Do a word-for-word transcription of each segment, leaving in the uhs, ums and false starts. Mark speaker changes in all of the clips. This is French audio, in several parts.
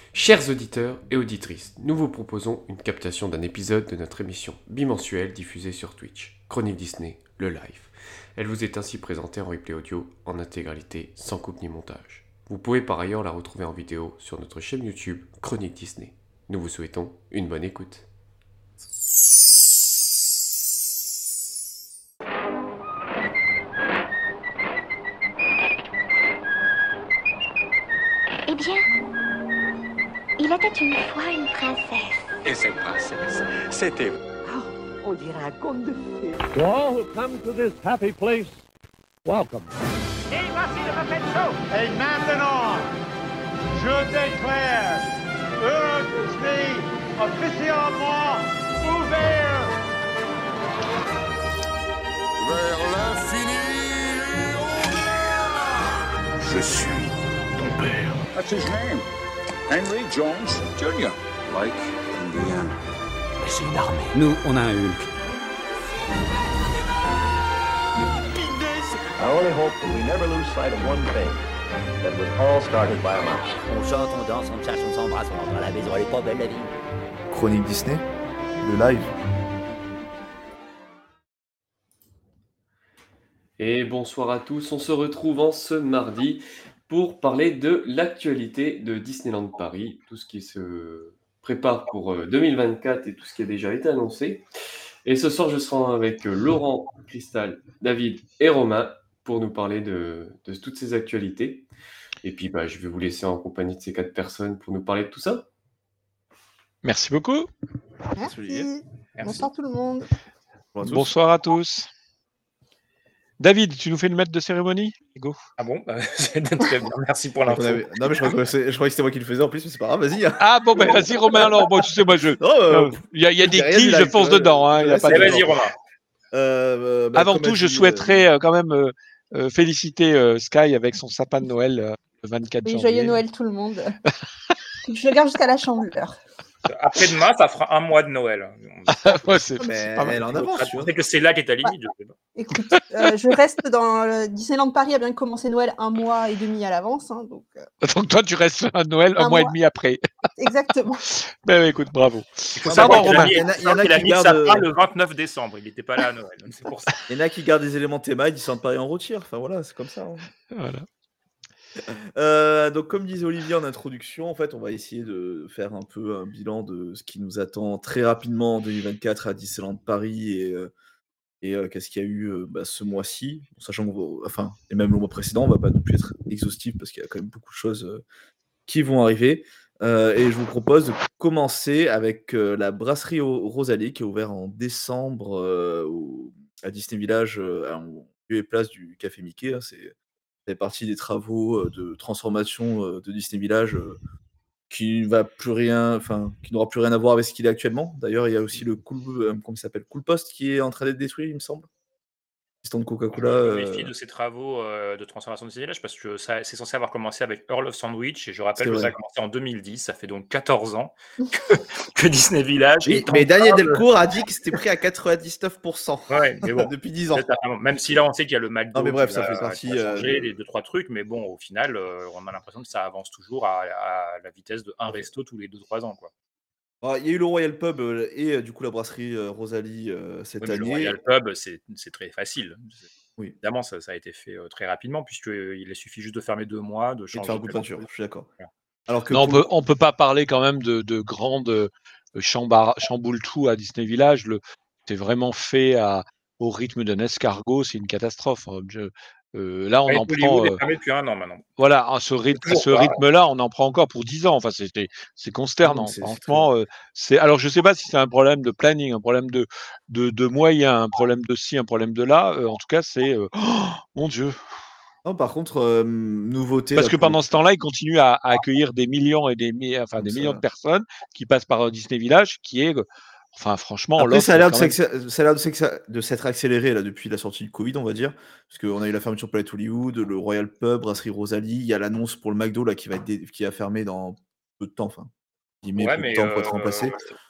Speaker 1: Chers auditeurs et auditrices, nous vous proposons une captation d'un épisode de notre émission bimensuelle diffusée sur Twitch, Chronique Disney, le live. Elle vous est ainsi présentée en replay audio en intégralité, sans coupe ni montage. Vous pouvez par ailleurs la retrouver en vidéo sur notre chaîne YouTube Chronique Disney. Nous vous souhaitons une bonne écoute.
Speaker 2: Eh bien, il était une fois une princesse.
Speaker 3: Et cette princesse, c'était...
Speaker 4: On dirait un conte de fées.
Speaker 5: To all who come to this happy place, welcome.
Speaker 6: Et voici le Muppet Show. Et maintenant, je déclare Euro Disney officiellement ouvert.
Speaker 3: Vers l'infini et au-delà.
Speaker 7: Je suis ton père.
Speaker 3: That's his name. Henry Jones Junior Like Indiana.
Speaker 7: Mais c'est une armée. Nous, on a un Hulk.
Speaker 8: I only hope that we never lose sight of one thing, that was all started by a mouse.
Speaker 9: On chante, on danse, on cherche, on s'embrasse, on rentre à la maison, elle est pas belle la vie.
Speaker 10: Chronique Disney, le live.
Speaker 1: Et bonsoir à tous, on se retrouve en ce mardi pour parler de l'actualité de Disneyland Paris, tout ce qui se prépare pour deux mille vingt-quatre et tout ce qui a déjà été annoncé. Et ce soir, je serai avec Laurent, Cristal, David et Romain pour nous parler de, de toutes ces actualités. Et puis, bah, je vais vous laisser en compagnie de ces quatre personnes pour nous parler de tout ça.
Speaker 11: Merci beaucoup.
Speaker 12: Merci.
Speaker 11: Merci.
Speaker 12: Bonsoir tout le monde.
Speaker 11: Bonsoir à tous. Bonsoir à tous. David, tu nous fais le maître de cérémonie? Go.
Speaker 13: Ah bon, bah, c'est très bien. Merci pour l'info.
Speaker 10: Avait... Non mais je crois, que je crois que c'était moi qui le faisais en plus, mais c'est pas grave, vas-y.
Speaker 11: Ah bon, ben bah, vas-y Romain alors. Bon, tu sais, moi je. Il oh, euh, y a, y a des qui, je fonce dedans. Hein, y a pas de...
Speaker 13: Vas-y Romain.
Speaker 11: Euh, bah, Avant tout, je dit, souhaiterais euh... quand même euh, euh, féliciter euh, Sky avec son sapin de Noël euh, le vingt-quatre
Speaker 12: oui,
Speaker 11: janvier.
Speaker 12: Joyeux Noël tout le monde. Je le garde jusqu'à la chandeleur.
Speaker 13: Après-demain, ça fera un mois de Noël.
Speaker 11: Ouais, c'est
Speaker 10: mais elle en avance.
Speaker 13: C'est que c'est là qu'est ta limite.
Speaker 12: Ouais. Écoute, euh, je reste dans le... Disneyland Paris a bien commencé Noël un mois et demi à l'avance, hein, donc. Euh...
Speaker 11: Donc toi, tu restes à Noël un, un mois, mois et demi après.
Speaker 12: Exactement.
Speaker 11: Ben écoute, bravo.
Speaker 13: Il faut savoir Romain. Il y en a, il y en a qui, qui gardent ça le vingt-neuf décembre. Il n'était pas là à Noël. Donc c'est pour ça.
Speaker 10: Il y en a qui gardent des éléments théma, ils descendent Paris en road tir. Enfin voilà, c'est comme ça. Hein.
Speaker 11: Voilà.
Speaker 10: Euh, donc comme disait Olivier en introduction, en fait on va essayer de faire un peu un bilan de ce qui nous attend très rapidement en deux mille vingt-quatre à Disneyland Paris et, euh, et euh, qu'est-ce qu'il y a eu euh, bah, ce mois-ci, sachant qu'on va, enfin, et même le mois précédent, on va pas non plus être exhaustif parce qu'il y a quand même beaucoup de choses euh, qui vont arriver. Euh, et je vous propose de commencer avec euh, la brasserie Rosalie qui est ouverte en décembre euh, au, à Disney Village, euh, en lieu et place du Café Mickey. Hein, c'est fait partie des travaux de transformation de Disney Village qui va plus rien, enfin qui n'aura plus rien à voir avec ce qu'il est actuellement. D'ailleurs, il y a aussi le cool, euh, comment il s'appelle, Cool Post qui est en train d'être détruit, il me semble. Stand de Coca-Cola.
Speaker 13: Je me méfie euh... de ces travaux euh, de transformation de Disney Village parce que ça, c'est censé avoir commencé avec Earl of Sandwich et je rappelle c'est que vrai. Ça a commencé en deux mille dix, ça fait donc quatorze ans que, que Disney Village.
Speaker 10: Oui, mais Daniel Delcourt a dit que c'était pris à quatre-vingt-dix-neuf pour cent
Speaker 13: ouais, mais bon,
Speaker 10: depuis dix ans.
Speaker 13: Même si là on sait qu'il y a le McDo.
Speaker 10: Non mais bref,
Speaker 13: qui
Speaker 10: ça
Speaker 13: a,
Speaker 10: fait partie.
Speaker 13: Qui a changé,
Speaker 10: euh...
Speaker 13: les deux trois trucs, mais bon, au final, euh, on a l'impression que ça avance toujours à, à la vitesse de un resto tous les deux trois ans, quoi.
Speaker 10: Alors, il y a eu le Royal Pub euh, et euh, du coup la brasserie euh, Rosalie euh, cette
Speaker 13: oui,
Speaker 10: année.
Speaker 13: Le Royal Pub, c'est, c'est très facile. C'est...
Speaker 10: Oui.
Speaker 13: Évidemment, ça, ça a été fait euh, très rapidement, puisqu'il suffit juste de fermer deux mois, de changer.
Speaker 10: Et de faire un coup de peinture, je suis d'accord.
Speaker 11: Voilà. Alors que non, tout... on peut, on peut pas parler quand même de, de grandes euh, chambar- chamboule-tout à Disney Village. Le, c'est vraiment fait à, au rythme d'un escargot, c'est une catastrophe. Je, euh, là, on
Speaker 13: ouais,
Speaker 11: en prend.
Speaker 13: Euh, depuis un an maintenant.
Speaker 11: Voilà, à ce, rythme, ce rythme-là, on en prend encore pour dix ans. Enfin, c'est, c'est consternant.
Speaker 10: C'est,
Speaker 11: franchement, c'est, euh, c'est. Alors, je sais pas si c'est un problème de planning, un problème de, de, de moyens, un problème de ci, un problème de là. Euh, en tout cas, c'est. Euh... Oh, mon Dieu.
Speaker 10: Non, par contre, euh, nouveauté.
Speaker 11: Parce que pendant ce temps-là, ils continuent à, à accueillir des millions et des, enfin, des millions de personnes qui passent par Disney Village, qui est. Enfin, franchement,
Speaker 10: après, ça a l'air, de, même... ça a l'air de, de s'être accéléré là, depuis la sortie du Covid, on va dire. Parce qu'on a eu la fermeture de Planet Hollywood, le Royal Pub, Brasserie Rosalie. Il y a l'annonce pour le McDo là, qui va être dé... qui va fermer dans peu de temps. Enfin, il met
Speaker 13: ouais,
Speaker 10: peu
Speaker 13: mais
Speaker 10: de temps pour
Speaker 13: euh...
Speaker 10: être remplacé.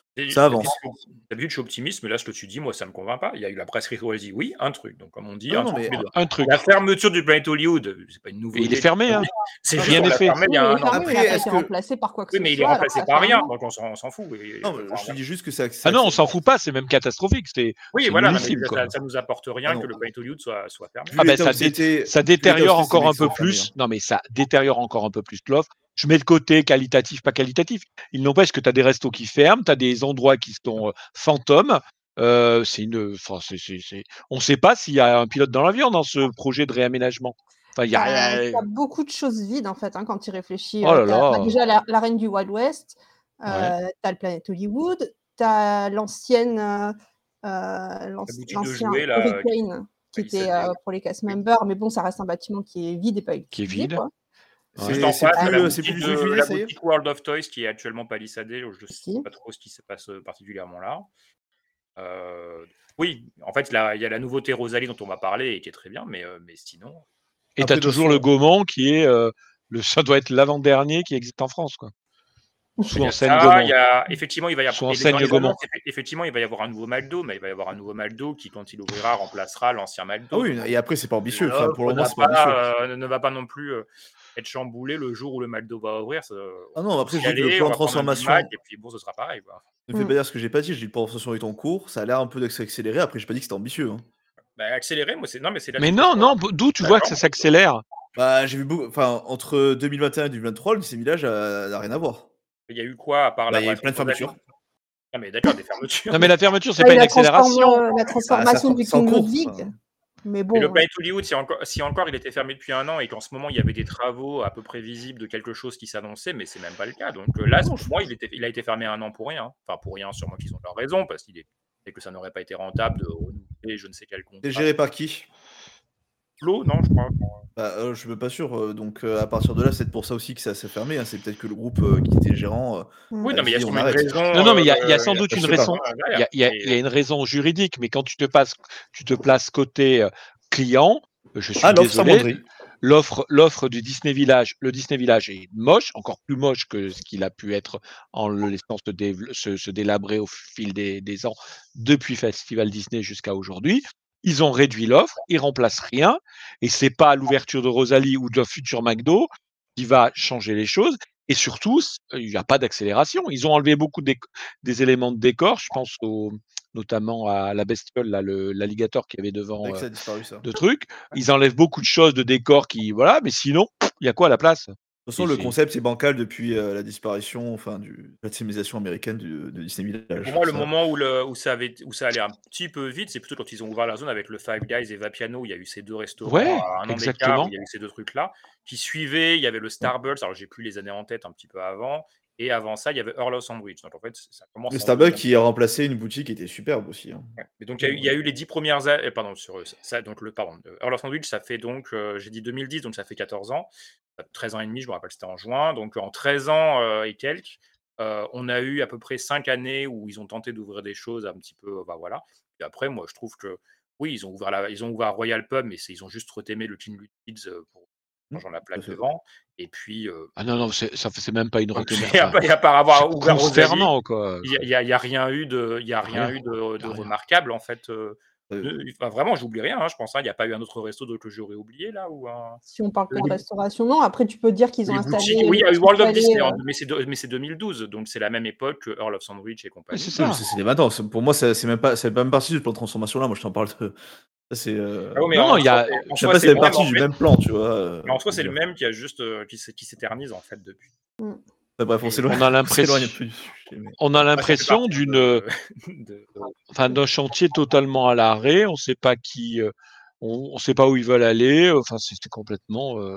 Speaker 13: Et
Speaker 10: Ça
Speaker 13: d'habitude,
Speaker 10: avance.
Speaker 13: d'habitude, je suis optimiste, mais là, ce que tu dis, moi, ça me convainc pas. Il y a eu la presse écrite, elle dit oui, un truc. Donc, comme on dit,
Speaker 10: Non,
Speaker 13: un
Speaker 10: non,
Speaker 13: truc
Speaker 10: mais
Speaker 13: tous les deux.
Speaker 11: Un truc.
Speaker 13: La fermeture du Planet Hollywood, euh, c'est pas une
Speaker 11: Et
Speaker 13: nouveauté.
Speaker 11: il est fermé, hein.
Speaker 13: C'est
Speaker 10: Non,
Speaker 13: juste
Speaker 11: Rien
Speaker 13: qu'on
Speaker 11: n'est
Speaker 13: l'a
Speaker 11: fait.
Speaker 13: fermé il y a
Speaker 12: Oui,
Speaker 13: un
Speaker 12: il est
Speaker 13: an.
Speaker 12: fermé, mais il
Speaker 10: Après,
Speaker 12: n'a pas
Speaker 10: est-ce
Speaker 12: été
Speaker 10: que
Speaker 12: remplacé par quoi que
Speaker 13: Oui,
Speaker 12: ce
Speaker 13: mais il est
Speaker 12: soit, alors que
Speaker 13: remplacé
Speaker 12: ça
Speaker 13: par
Speaker 12: fait un
Speaker 13: rien,
Speaker 12: an.
Speaker 13: donc on s'en on s'en fout. Et,
Speaker 10: non,
Speaker 13: euh,
Speaker 10: je te
Speaker 13: enfin,
Speaker 10: dis juste que c'est
Speaker 11: Ah non, on
Speaker 10: accessible.
Speaker 11: s'en fout pas, c'est même catastrophique. C'est
Speaker 13: oui,
Speaker 11: c'est
Speaker 13: voilà, non, mais
Speaker 11: nullissime,
Speaker 13: ça,
Speaker 11: quoi.
Speaker 13: ça nous apporte
Speaker 10: Ah
Speaker 13: rien
Speaker 10: non.
Speaker 13: que le Planet Hollywood soit, soit fermé.
Speaker 10: Vu
Speaker 11: Ah ben
Speaker 10: l'état
Speaker 11: ça,
Speaker 10: où
Speaker 11: dé-
Speaker 10: c'était,
Speaker 11: ça
Speaker 10: vu l'état où
Speaker 11: détériore
Speaker 10: c'était, ces
Speaker 11: encore un
Speaker 10: mecs
Speaker 11: peu
Speaker 10: sont fermés.
Speaker 11: plus.
Speaker 10: Hein.
Speaker 11: Non, mais ça détériore encore un peu plus l'offre. Je mets de côté qualitatif, pas qualitatif. Il n'empêche que tu as des restos qui ferment, tu as des endroits qui sont euh, fantômes. Euh, c'est une, enfin, c'est, c'est, c'est- On ne sait pas s'il y a un pilote dans l'avion dans ce projet de réaménagement. Enfin, il y a
Speaker 12: T'as
Speaker 11: rien.
Speaker 12: t'as beaucoup de choses vides en fait hein, quand tu y réfléchis.
Speaker 11: Oh
Speaker 12: Euh,
Speaker 11: là
Speaker 12: t'as bah,
Speaker 11: là.
Speaker 12: déjà la, la Reine du Wild West, euh,
Speaker 11: Ouais.
Speaker 12: t'as le Planet Hollywood, t'as l'ancienne, euh, euh,
Speaker 13: La
Speaker 12: l'anci-
Speaker 13: boutique de
Speaker 12: l'ancien
Speaker 13: jouets, là, euh, qui
Speaker 12: Hurricane qui était
Speaker 13: palissadait,
Speaker 12: euh,
Speaker 13: ouais.
Speaker 12: pour les cast
Speaker 13: Oui.
Speaker 12: members, mais bon, ça reste un bâtiment qui est vide et pas
Speaker 11: Qui est
Speaker 12: utilisé
Speaker 11: vide.
Speaker 12: quoi.
Speaker 13: Juste
Speaker 10: C'est
Speaker 13: en
Speaker 10: c'est
Speaker 13: face, t'as
Speaker 10: plus,
Speaker 13: la
Speaker 10: euh, c'est plus
Speaker 13: boutique,
Speaker 10: du tout
Speaker 13: de,
Speaker 10: utilisé,
Speaker 13: la
Speaker 10: ça y est.
Speaker 13: boutique World of Toys qui est actuellement palissadée. Je sais
Speaker 12: Si.
Speaker 13: pas trop ce qui se passe euh, particulièrement là. Euh, oui, en fait, là, il y a la nouveauté Rosalie dont on va parler et qui est très bien, mais, euh, mais sinon.
Speaker 11: Et tu
Speaker 10: Après,
Speaker 11: as
Speaker 10: de toute
Speaker 11: toujours le
Speaker 10: façon,
Speaker 11: Gaumont qui est euh, le, ça doit être l'avant-dernier qui existe en France, quoi. Sous
Speaker 13: Il y a
Speaker 11: enseigne
Speaker 13: ça, il
Speaker 11: Gaumont.
Speaker 13: y a effectivement, il va y
Speaker 11: Sous
Speaker 13: avoir, et dans
Speaker 11: enseigne
Speaker 13: les
Speaker 11: Gaumont.
Speaker 13: annonces, effe- effectivement, il va y avoir un nouveau McDo, mais il va y avoir un nouveau McDo qui, quand il ouvrira, remplacera l'ancien
Speaker 10: ah
Speaker 13: McDo.
Speaker 10: oui,
Speaker 13: Donc,
Speaker 10: et après, c'est pas ambitieux. Enfin, pour le
Speaker 13: l'offre
Speaker 10: moment,
Speaker 13: n'a
Speaker 10: c'est pas ambitieux.
Speaker 13: pas, euh, ne va pas non plus euh, être chamboulée le jour où le McDo va ouvrir. Ça,
Speaker 10: Ah
Speaker 13: on
Speaker 10: non,
Speaker 13: va
Speaker 10: après,
Speaker 13: s'y
Speaker 10: je dis que le
Speaker 13: aller,
Speaker 10: plan
Speaker 13: on
Speaker 10: de
Speaker 13: va prendre un Big
Speaker 10: transformation
Speaker 13: Mac, et puis bon, ce sera pareil, quoi.
Speaker 10: ne fait
Speaker 12: Mm.
Speaker 10: pas dire ce que j'ai pas dit. Je dis le plan de transformation est en cours. Ça a l'air un peu d'accélérer. Après, j'ai pas dit que c'était ambitieux. Hein.
Speaker 13: Bah, accélérer, moi, c'est non, mais c'est
Speaker 11: Mais
Speaker 13: là-dessus que
Speaker 11: non,
Speaker 13: je
Speaker 11: non, b- d'où tu vois que
Speaker 13: d'accord.
Speaker 11: ça s'accélère?
Speaker 10: Bah, j'ai vu beaucoup. Enfin, entre deux mille vingt et un et deux mille vingt-trois, le lycée Village a- n'a rien à voir.
Speaker 13: Il y a eu quoi à part
Speaker 10: Bah,
Speaker 13: la
Speaker 10: il y a eu
Speaker 13: brasserie
Speaker 10: plein de
Speaker 13: Rosalie?
Speaker 10: fermetures.
Speaker 13: Ah, mais d'accord, des fermetures.
Speaker 11: Non, mais la fermeture, c'est
Speaker 12: Ah,
Speaker 11: pas
Speaker 12: et
Speaker 11: une
Speaker 12: la, transforme-
Speaker 11: accélération.
Speaker 12: la
Speaker 10: Ah, ça,
Speaker 12: transformation
Speaker 10: ça-
Speaker 12: du
Speaker 10: c'est en
Speaker 12: King
Speaker 10: cours.
Speaker 12: Ludwig.
Speaker 10: Enfin,
Speaker 12: Mais
Speaker 13: Mais
Speaker 12: bon,
Speaker 13: le
Speaker 12: hein.
Speaker 13: Planet Hollywood, si encore, si encore il était fermé depuis un an et qu'en ce moment il y avait des travaux à peu près visibles de quelque chose qui s'annonçait, mais c'est même pas le cas. Donc euh, là,
Speaker 10: non,
Speaker 13: pour
Speaker 10: je-
Speaker 13: moi, il, était, il a été fermé un an pour rien. Enfin, pour rien, sûrement qu'ils ont leur raison, parce qu'il est, et que ça n'aurait pas été rentable de renouveler je ne sais quel
Speaker 10: c'est
Speaker 13: contrat.
Speaker 10: géré par qui?
Speaker 13: Flo, non, je crois.
Speaker 10: Bah, euh, je suis même pas sûr. euh, donc, euh, à partir de là, c'est pour ça aussi que ça s'est fermé. Hein. C'est peut-être que le groupe euh, qui était gérant
Speaker 12: Mm.
Speaker 10: euh,
Speaker 13: Oui,
Speaker 10: a
Speaker 13: non, mais il y a
Speaker 10: dit on
Speaker 13: sûrement une
Speaker 10: arrête.
Speaker 13: raison.
Speaker 11: Non, non, mais il y a, il y a
Speaker 13: euh,
Speaker 11: sans doute
Speaker 10: Je
Speaker 11: une
Speaker 10: sais pas.
Speaker 11: raison. Il y
Speaker 13: derrière.
Speaker 11: a, il y a- il y a une raison juridique, mais quand tu te passes, tu te places côté euh, client, je suis
Speaker 10: Ah, l'offre
Speaker 11: désolé.
Speaker 10: s'amoindrit.
Speaker 11: L'offre, l'offre du Disney Village, le Disney Village est moche, encore plus moche que ce qu'il a pu être en le laissant se, dév- se- se délabrer au fil des, des ans depuis Festival Disney jusqu'à aujourd'hui. Ils ont réduit l'offre, ils remplacent rien, et c'est pas l'ouverture de Rosalie ou d'un futur McDo qui va changer les choses. Et surtout, c- il n'y a pas d'accélération. Ils ont enlevé beaucoup des, des éléments de décor. Je pense au, notamment à la bestiole, là, le- l'alligator qui avait
Speaker 10: C'est
Speaker 11: devant
Speaker 10: vrai que
Speaker 11: euh,
Speaker 10: ça a disparu, ça.
Speaker 11: de trucs. Ils enlèvent beaucoup de choses de décors qui, voilà, mais sinon, il y a quoi à la place?
Speaker 10: De toute façon,
Speaker 11: Et
Speaker 10: le
Speaker 11: c'est-
Speaker 10: concept est bancal depuis euh, la disparition, enfin, du, de la civilisation américaine du- de Disney Village.
Speaker 13: Pour moi, le
Speaker 10: Ça-
Speaker 13: moment où, le, où, ça avait, où ça allait un petit peu vite, c'est plutôt quand ils ont ouvert la zone avec le Five Guys et Vapiano. Il y a eu ces deux restaurants
Speaker 11: Ouais,
Speaker 13: à un an d'écart,
Speaker 11: exactement.
Speaker 13: où il y a eu ces deux trucs-là qui suivaient. Il y avait le Starbucks, alors j'ai plus les années en tête un petit peu avant. Et avant ça, il y avait Earl of Sandwich. Donc en fait, ça commence
Speaker 10: Le
Speaker 13: en
Speaker 10: Starbucks
Speaker 13: deux.
Speaker 10: qui a remplacé une boutique qui était superbe aussi. Hein.
Speaker 13: Ouais. Et donc il y, a eu- il y a eu les dix premières années. euh, Pardon, sur ça, donc le pardon. euh, Earl of Sandwich, ça fait donc, euh, j'ai dit deux mille dix, donc ça fait quatorze ans. Euh, treize ans et demi, je me rappelle, c'était en juin. Donc en treize ans euh, et quelques, euh, on a eu à peu près cinq années où ils ont tenté d'ouvrir des choses un petit peu. Bah, voilà. Et après, moi, je trouve que oui, ils ont ouvert, la, ils ont ouvert Royal Pub, mais c'est- ils ont juste retémé le King Kids euh, pour
Speaker 10: Mmh,
Speaker 13: changeant la
Speaker 10: tout à
Speaker 13: plaque
Speaker 10: fait.
Speaker 13: devant. Et puis, euh,
Speaker 11: Ah non, non, c'est, ça fait, c'est même pas une retenue.
Speaker 13: et à,
Speaker 11: Enfin,
Speaker 13: et à part avoir
Speaker 11: c'est
Speaker 13: ouvert Rosalie,
Speaker 11: consternant, quoi.
Speaker 13: il n'y a, il y a- il y a rien eu de, il y a rien
Speaker 11: Rien.
Speaker 13: eu de, de
Speaker 11: Y a rien.
Speaker 13: remarquable en fait. euh,
Speaker 10: Euh,
Speaker 13: de- enfin, vraiment, j'oublie rien, hein, je pense. hein, Il n'y a pas eu un autre resto de- que j'aurais oublié là ou un.
Speaker 12: Si on parle que de
Speaker 13: Les-
Speaker 12: restauration, non. Après, tu peux dire qu'ils ont
Speaker 13: les
Speaker 12: installé.
Speaker 13: boutiques- oui, il y a eu
Speaker 12: les
Speaker 13: World of
Speaker 12: petits
Speaker 13: Disney,
Speaker 12: palais,
Speaker 13: hein,
Speaker 12: euh,
Speaker 13: mais c'est de- mais c'est deux mille douze, donc c'est la même époque que Earl of Sandwich et
Speaker 11: Mais
Speaker 13: compagnie.
Speaker 11: c'est
Speaker 10: non, mais
Speaker 11: ça.
Speaker 10: ça, c'est des maintenant. c'est- Pour moi, ça- c'est même pas, c'est pas même partie du plan de transformation là. Moi, je t'en parle de. Ça, c'est. euh,
Speaker 13: Ah oui, mais
Speaker 11: Non,
Speaker 13: en
Speaker 11: non, il y
Speaker 13: soi,
Speaker 11: a.
Speaker 13: c'est- en
Speaker 10: Je sais
Speaker 13: soi,
Speaker 10: pas,
Speaker 13: c'est
Speaker 10: c'est
Speaker 13: le même,
Speaker 10: partie
Speaker 13: en
Speaker 10: du
Speaker 13: fait.
Speaker 10: même plan, tu vois. euh,
Speaker 13: Mais en soi,
Speaker 10: je
Speaker 13: c'est
Speaker 10: veux
Speaker 13: le
Speaker 10: dire.
Speaker 13: même qui a juste euh, qui s'é- qui s'éternise en fait depuis.
Speaker 12: mm.
Speaker 10: Enfin, bref, on
Speaker 13: Et-
Speaker 10: s'éloigne
Speaker 11: On a
Speaker 10: on s'éloigne
Speaker 11: l'impression,
Speaker 10: plus du sujet, mais-
Speaker 11: on a
Speaker 13: Ah, ça fait
Speaker 11: l'impression
Speaker 13: partie
Speaker 11: d'une,
Speaker 13: de- de-
Speaker 11: enfin, d'un chantier totalement à l'arrêt. On sait pas qui, euh, on, on sait pas où ils veulent aller. Enfin, c'est c'est complètement, euh,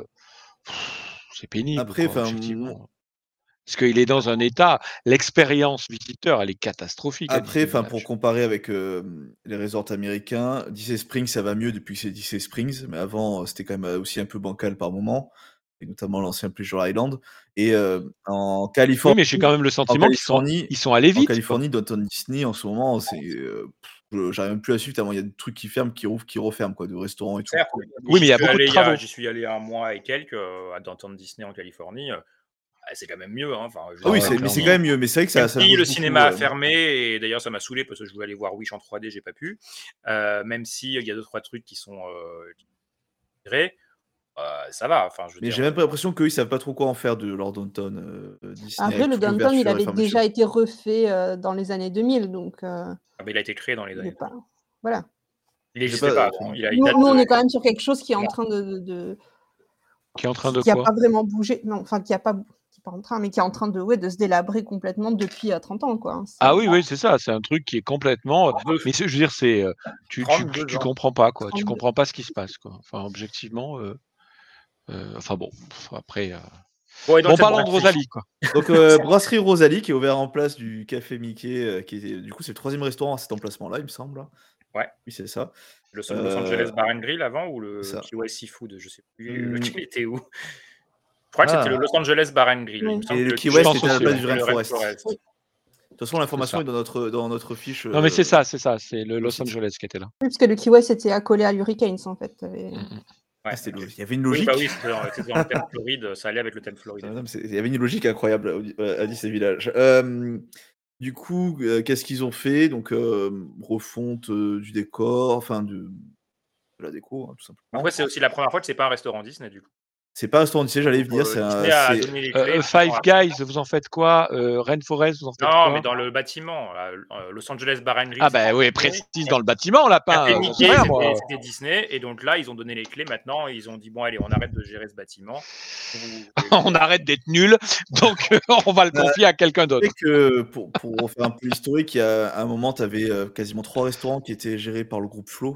Speaker 11: c'est pénible,
Speaker 10: Après,
Speaker 11: quoi,
Speaker 10: enfin,
Speaker 11: effectivement. Parce qu'il est dans un état, l'expérience visiteur, elle est catastrophique à
Speaker 10: Après,
Speaker 11: Disney
Speaker 10: enfin, pour
Speaker 11: Village.
Speaker 10: comparer avec euh, les resorts américains, Disney Springs, ça va mieux depuis que c'est Disney Springs, mais avant, euh, c'était quand même euh, aussi un peu bancal par moment, et notamment l'ancien Pleasure Island. Et euh, en
Speaker 11: Oui,
Speaker 10: Californie,
Speaker 11: mais j'ai quand même le
Speaker 10: en
Speaker 11: sentiment qu'ils sont,
Speaker 10: Californie,
Speaker 11: ils sont allés
Speaker 10: en
Speaker 11: vite, quoi.
Speaker 10: Californie, Downtown Disney, en ce moment, c'est, euh, pff, je- j'arrive même plus à suivre tellement il y a des trucs qui ferment, qui rouvrent, qui referment, quoi, de restaurants et tout.
Speaker 13: Certes,
Speaker 11: Oui, mais il y
Speaker 13: j'y
Speaker 11: a
Speaker 13: suis
Speaker 11: beaucoup de
Speaker 13: allé il y a-
Speaker 11: travaux.
Speaker 13: j'y suis allé un mois et quelques euh, à Downtown Disney en Californie. euh, ah, c'est quand même mieux. Hein. Enfin, je veux
Speaker 10: Ah oui,
Speaker 13: dire,
Speaker 10: c'est,
Speaker 13: même
Speaker 10: mais c'est
Speaker 13: si,
Speaker 10: quand même mieux. Mais c'est vrai que ça,
Speaker 13: même
Speaker 10: ça
Speaker 13: si
Speaker 10: bouge
Speaker 13: le
Speaker 10: beaucoup.
Speaker 13: cinéma a
Speaker 10: euh.
Speaker 13: fermé, et d'ailleurs ça m'a saoulé parce que je voulais aller voir Wish en trois D, j'ai pas pu. Euh, même s'il y a deux trois trucs qui sont euh, tirés, euh, ça va. Enfin, je veux
Speaker 10: Mais
Speaker 13: dire,
Speaker 10: j'ai même pas l'impression qu'eux, ils savent pas trop quoi en faire de leur downtown euh, Disney
Speaker 12: Après,
Speaker 10: avec
Speaker 12: le
Speaker 10: toutes les
Speaker 12: downtown, il
Speaker 10: ouvertures et
Speaker 12: avait
Speaker 10: fermetures.
Speaker 12: déjà été refait euh, dans les années deux mille, donc euh,
Speaker 13: ah, mais il a été créé dans les
Speaker 12: il est
Speaker 13: années.
Speaker 12: pas. Voilà.
Speaker 13: Il
Speaker 10: J'ai
Speaker 13: n'existait
Speaker 10: pas.
Speaker 13: pas
Speaker 10: enfin,
Speaker 13: avant. Il, a, il
Speaker 12: Nous,
Speaker 13: date
Speaker 12: nous, on
Speaker 13: de.
Speaker 12: est quand même sur quelque chose qui est en
Speaker 13: Non.
Speaker 12: train de, de- de-
Speaker 11: Qui est en train
Speaker 12: qui
Speaker 11: de
Speaker 12: qui a
Speaker 11: quoi?
Speaker 12: pas vraiment bougé. Non, enfin, qui a pas, qui est pas en train, mais qui est en train de, ouais, de se délabrer complètement depuis euh, trente ans, quoi. C'est-
Speaker 11: Ah oui, oui, c'est ça. C'est un truc qui est complètement. euh,
Speaker 13: Deux-
Speaker 11: Mais c'est- je veux dire, c'est euh, tu, tu,
Speaker 13: trente-deux
Speaker 11: tu
Speaker 13: ans.
Speaker 11: comprends pas quoi. Tu
Speaker 12: trente-deux.
Speaker 11: comprends pas ce qui se passe quoi. Enfin, objectivement. euh, euh, Enfin bon, pff, après. euh,
Speaker 13: Bon, et donc
Speaker 11: Bon,
Speaker 13: cette
Speaker 11: parlons de
Speaker 13: brasserie.
Speaker 11: Rosalie quoi.
Speaker 10: Donc, euh, Brasserie Rosalie qui est ouvert en place du Café Mickey, euh, qui est, du coup, c'est le troisième restaurant à cet emplacement-là, il me semble. hein.
Speaker 13: Ouais.
Speaker 10: Oui, c'est ça.
Speaker 13: Le Los
Speaker 10: Euh,
Speaker 13: Angeles Bar and Grill avant ou le
Speaker 10: ça.
Speaker 13: Key West Seafood, je sais plus
Speaker 10: Hmm.
Speaker 13: lequel était où. Je crois que c'était
Speaker 10: Ah.
Speaker 13: le Los Angeles Bar and Grill. Il
Speaker 12: Oui.
Speaker 13: me semble
Speaker 10: Et
Speaker 13: que
Speaker 10: le
Speaker 13: le
Speaker 10: Key
Speaker 13: Key
Speaker 10: West
Speaker 11: pense
Speaker 10: était à la
Speaker 11: aussi,
Speaker 10: place
Speaker 11: ouais.
Speaker 10: du
Speaker 13: c'était le
Speaker 10: Rainforest.
Speaker 13: Rainforest.
Speaker 10: De toute façon, l'information
Speaker 11: ça.
Speaker 10: est dans notre, dans notre fiche.
Speaker 11: Non mais c'est
Speaker 10: euh,
Speaker 11: ça, c'est ça. C'est le
Speaker 10: sur le
Speaker 11: Los
Speaker 10: site.
Speaker 11: Angeles qui était là.
Speaker 12: Oui, parce que le Key West était accolé à l'Hurricanes, en fait. T'avais-
Speaker 11: Mm, mm.
Speaker 10: Ah,
Speaker 13: Ouais,
Speaker 10: c'était
Speaker 13: ok.
Speaker 10: logique. Il y avait une
Speaker 13: Oui,
Speaker 10: logique.
Speaker 13: bah oui, c'était dans, c'était dans le thème Floride, ça allait avec le thème Floride.
Speaker 10: Ah, non, mais c'est- Il y avait une logique incroyable au- euh, à Disney Village. Euh, du coup, euh, qu'est-ce qu'ils ont fait? Donc, euh, refonte euh, du décor, enfin, de, de la déco, hein, tout simplement.
Speaker 13: Après, c'est aussi la première fois que c'est pas un restaurant Disney, du coup.
Speaker 10: C'est pas un restaurant Disney, j'allais
Speaker 13: Donc,
Speaker 10: venir.
Speaker 13: euh,
Speaker 10: C'est un-
Speaker 13: Disney a
Speaker 10: c'est-
Speaker 13: donné les
Speaker 11: Euh,
Speaker 13: clés.
Speaker 11: euh,
Speaker 13: dix ans
Speaker 11: Five
Speaker 13: après.
Speaker 11: Guys, vous en faites quoi? euh, Rainforest, vous en faites
Speaker 13: Non,
Speaker 11: quoi?
Speaker 13: mais dans le bâtiment. là, euh, Los Angeles Bar and Grill,
Speaker 11: Ah
Speaker 13: c'était
Speaker 11: bah oui,
Speaker 13: Disney.
Speaker 11: précise dans le bâtiment, lapin.
Speaker 13: Café
Speaker 11: euh, J'en sais
Speaker 13: Mickey,
Speaker 11: rien moi.
Speaker 13: c'était c'était Disney. Et donc là, ils ont donné les clés. Maintenant, ils ont dit bon, allez, on arrête de gérer ce bâtiment. Vous-
Speaker 11: On arrête d'être nuls, donc euh, on va le
Speaker 10: Euh,
Speaker 11: confier à quelqu'un
Speaker 10: Tu
Speaker 11: d'autre.
Speaker 10: sais que pour, pour refaire un peu l'historique, il y a à un moment, tu avais quasiment trois restaurants qui étaient gérés par le groupe Flo